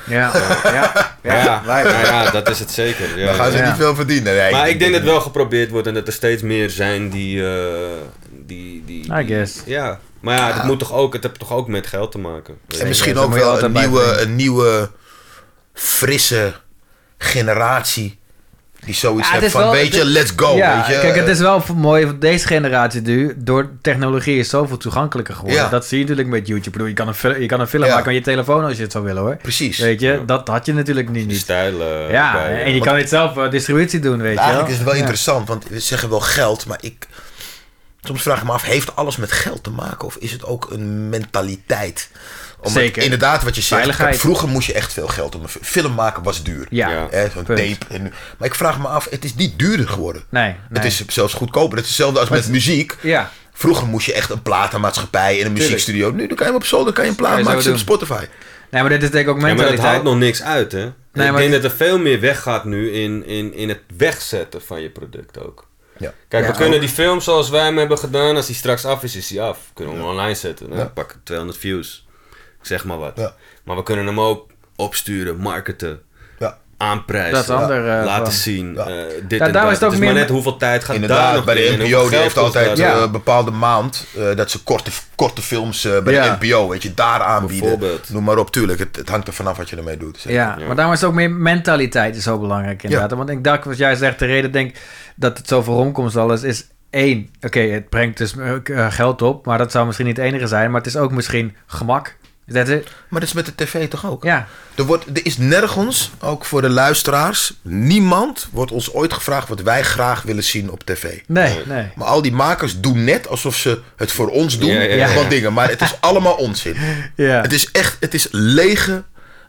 Ja, dat is het zeker. Ja, dan gaan ze niet veel verdienen. Nee, maar ik denk dat het wel geprobeerd wordt en dat er steeds meer zijn die I guess. Ja, maar het moet toch ook, het heeft toch ook met geld te maken. En misschien ook wel een nieuwe, frisse generatie. Die zoiets heeft van, weet je, let's go. Ja, weet je? Kijk, het is wel mooi, deze generatie nu, door technologie is zoveel toegankelijker geworden. Ja. Dat zie je natuurlijk met YouTube. Ik bedoel, je kan een film maken met je telefoon als je het zou willen, hoor. Precies. Weet je, dat had je natuurlijk niet. Stijlen. En je kan het zelf distributie doen, weet je. Eigenlijk is het wel interessant, want we zeggen wel geld, maar soms vraag ik me af, heeft alles met geld te maken? Of is het ook een mentaliteit? Zeker. Inderdaad, wat je zegt. Vroeger moest je echt veel geld om een film maken, was duur. Zo'n tape. Maar ik vraag me af, het is niet duurder geworden. Nee. Het is zelfs goedkoper. Het is hetzelfde als met muziek. Ja. Vroeger moest je echt een platenmaatschappij en een muziekstudio. Nu dan kan je hem op zolder, kan je een plaat maken op Spotify. Nee, maar dit is denk ik ook mentaliteit. Maar dat haalt nog niks uit, hè? Ik denk dat er veel meer weggaat nu in het wegzetten van je product ook. Ja. Kijk, we kunnen die film zoals wij hem hebben gedaan, als die straks af is, is die af. Kunnen we hem online zetten. Nou, pak 200 views. Zeg maar wat. Ja. Maar we kunnen hem ook opsturen, marketen. Ja. aanprijzen. Dat is ander, laten zien. Dit Ja, en daar dat. is het ook is meer maar net hoeveel tijd gaat daar Inderdaad, nog bij de in en NPO, hoeveel die geld heeft kost altijd dat? een bepaalde maand dat ze korte films bij de NPO, weet je, daar aanbieden. Bijvoorbeeld. Noem maar op, tuurlijk. Het hangt er vanaf wat je ermee doet. Zeker. Ja, maar daarom is het ook meer mentaliteit is zo belangrijk inderdaad. Want ik dacht, wat jij zegt, de reden denk dat het zoveel romcoms alles is 1. Oké, het brengt dus geld op, maar dat zou misschien niet het enige zijn. Maar het is ook misschien gemak. Is dat het? Maar dat is met de tv toch ook? Ja. Er is nergens, ook voor de luisteraars, niemand wordt ons ooit gevraagd wat wij graag willen zien op tv. Nee. Maar al die makers doen net alsof ze het voor ons doen. Ja. Wat dingen, maar het is allemaal onzin. Ja. Het is lege.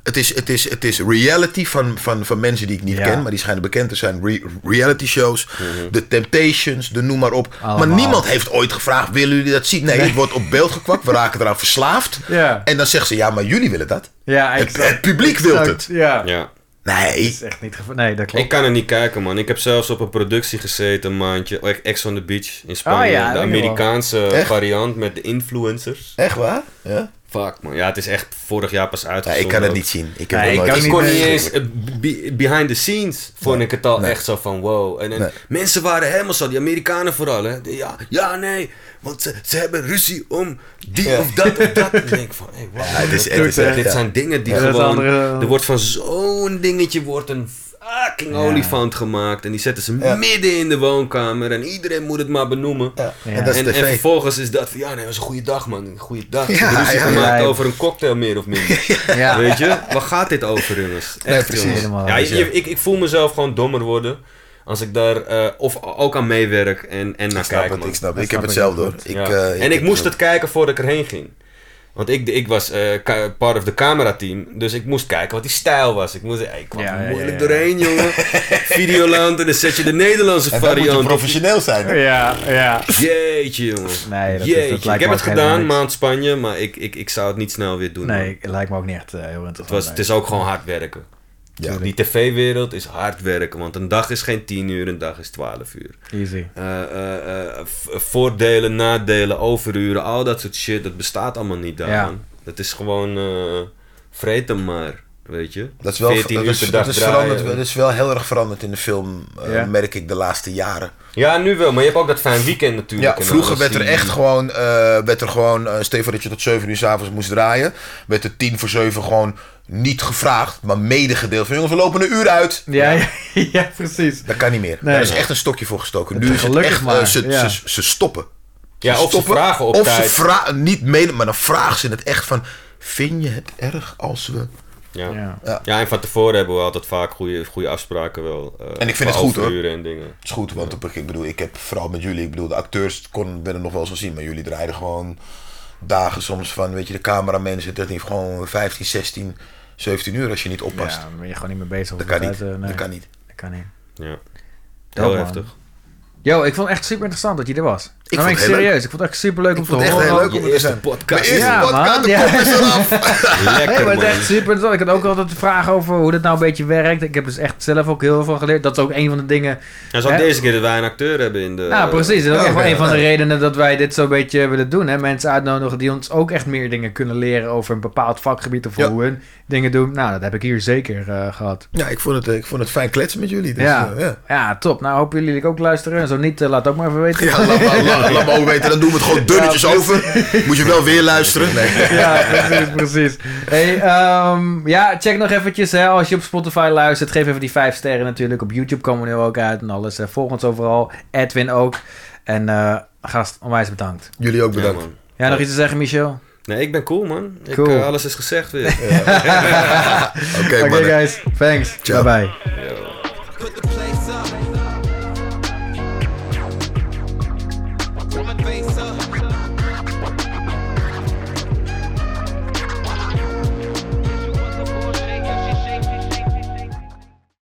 Het is reality van mensen die ik niet ken, maar die schijnen bekend te zijn. Reality shows, de Temptations, de noem maar op. Allemaal. Maar niemand heeft ooit gevraagd, willen jullie dat zien? Nee, het wordt op beeld gekwakt, we raken eraan verslaafd. Ja. En dan zeggen ze, ja, maar jullie willen dat. Ja, Het publiek wil het. Ja. Ja. Dat Nee. is echt niet nee, dat klopt. Ik kan er niet kijken, man. Ik heb zelfs op een productie gezeten, een maandje. Ex on the Beach in Spanje. Oh ja, de weet ik wel. Amerikaanse Echt? variant met de influencers. Echt waar? Ja? Fuck, man. Ja, het is echt vorig jaar pas Ja, uitgezonden. ik kan het ook. niet zien. Ik heb Nee, nog ik nooit kan Ik niet kon gezien. niet eens behind the scenes vond ik het al Nee. echt zo van wow. En Nee. mensen waren helemaal zo, die Amerikanen vooral, hè. Nee, want ze hebben ruzie om die of dat. Dan denk ik van, hey, wow. het is echt, dit ja. zijn dingen die Ja, dat is gewoon... andere- Er wordt van zo'n dingetje wordt een fucking olifant gemaakt. En die zetten ze midden in de woonkamer. En iedereen moet het maar benoemen. Ja. Ja. En dat is En tv. vervolgens is dat van, ja, nee, dat was een goede dag, man. Een goede dag. Ze Ja, hebben ruzie ja, gemaakt ja. over een cocktail, meer of minder. Ja. Weet je? Waar gaat dit over, jongens? Nee, Echt, precies. jongens. Helemaal Ja, anders, ik voel mezelf gewoon dommer worden. Als ik daar of ook aan meewerk en naar Ik snap kijk, het, man. ik snap het. Dat Ik heb snap ik hetzelfde heel hoor. goed. Ja. En ik moest het kijken voordat ik erheen ging. Want ik was part of the camerateam. Dus ik moest kijken wat die stijl was. Ik kwam moeilijk doorheen, jongen. Videoland en dan zet je de Nederlandse En dan moet je variant. professioneel zijn. Hè? Ja. Jeetje, jongen. Nee, dat Jeetje. lijkt Ik heb me het ook helemaal gedaan, niks. maand Spanje. Maar ik zou het niet snel weer doen. man. Nee, het lijkt me ook niet echt heel interessant. Het is ook gewoon hard werken. Ja. Die tv-wereld is hard werken. Want een dag is geen 10 uur, een dag is 12 uur. Easy. Voordelen, nadelen, overuren, al dat soort shit, dat bestaat allemaal niet daar, Ja. man. Dat is gewoon vreet hem maar, weet je. Dat is wel 14 uur per dag dat is draaien. veranderd. Dat is wel heel erg veranderd in de film, Ja. merk ik de laatste jaren. Ja, nu wel, maar je hebt ook dat fijn weekend natuurlijk. Ja, en vroeger alles. werd er echt gewoon, stel voor dat je tot 7 uur 's avonds moest draaien, werd er 10 voor 7 gewoon niet gevraagd, maar medegedeeld van jongens, we lopen een uur uit. Ja, precies. Dat kan niet meer. Nee. Daar is echt een stokje voor gestoken. Nu is het Gelukkig echt, maar, ze stoppen. Ja, of ze stoppen, vragen op of tijd. ze vragen, niet mede, maar dan vragen ze het echt van, vind je het erg als we... Ja. Ja. Ja, en van tevoren hebben we altijd vaak goede afspraken wel. En ik vind qua het goed, hoor. overuren en dingen. Het is goed, want ik bedoel, ik heb vooral met jullie, de acteurs werden nog wel eens gezien, maar jullie draaiden gewoon dagen soms van, weet je, de cameraman zit er niet gewoon 15, 16, 17 uur als je niet oppast. Ja, dan ben je gewoon niet mee bezig. Dat kan niet. Dat kan niet. Dat kan niet. Ja. Dope, Heel man. heftig. Yo, ik vond het echt super interessant dat je er was. Ik Dan ben ik vond het heel serieus. Ik vond het echt super leuk om Ik te vond het echt horen. heel leuk om Je er te eerste zijn. podcast. Mijn eerste Ja, podcast, man. de Ja. kop is eraf. Lekker, Nee, maar het man. is echt super interessant. Ik had ook altijd de vraag over hoe dat nou een beetje werkt. Ik heb dus echt zelf ook heel veel van geleerd. Dat is ook een van de dingen. Dat is ook Hè? deze keer dat wij een acteur hebben in de... Ja, precies. Dat is ook ja, echt wel ja, een van de ja. redenen dat wij dit zo'n beetje willen doen. Hè? Mensen uitnodigen die ons ook echt meer dingen kunnen leren over een bepaald vakgebied of Ja. hoe hun dingen doen. Nou, dat heb ik hier zeker gehad. Ja, ik vond het fijn kletsen met jullie. Dus, Ja. ja. Ja, top. Nou, hopen jullie ook luisteren. En zo niet, laat ook maar even weten. Ja, laat me ook weten, dan doen we het gewoon dunnetjes over. Moet je wel weer luisteren. Nee. Ja, precies. Hey, ja, check nog eventjes. Hè, als je op Spotify luistert, geef even die 5 sterren natuurlijk. Op YouTube komen we nu ook uit en alles. Volg ons overal. Edwin ook. En gast, onwijs bedankt. Jullie ook Ja, bedankt. man. Jij nog iets te zeggen, Michel? Nee, ik ben cool, man. Cool. Alles is gezegd weer. Oké, Oké, mannen. guys. Thanks. Ciao. Bye-bye.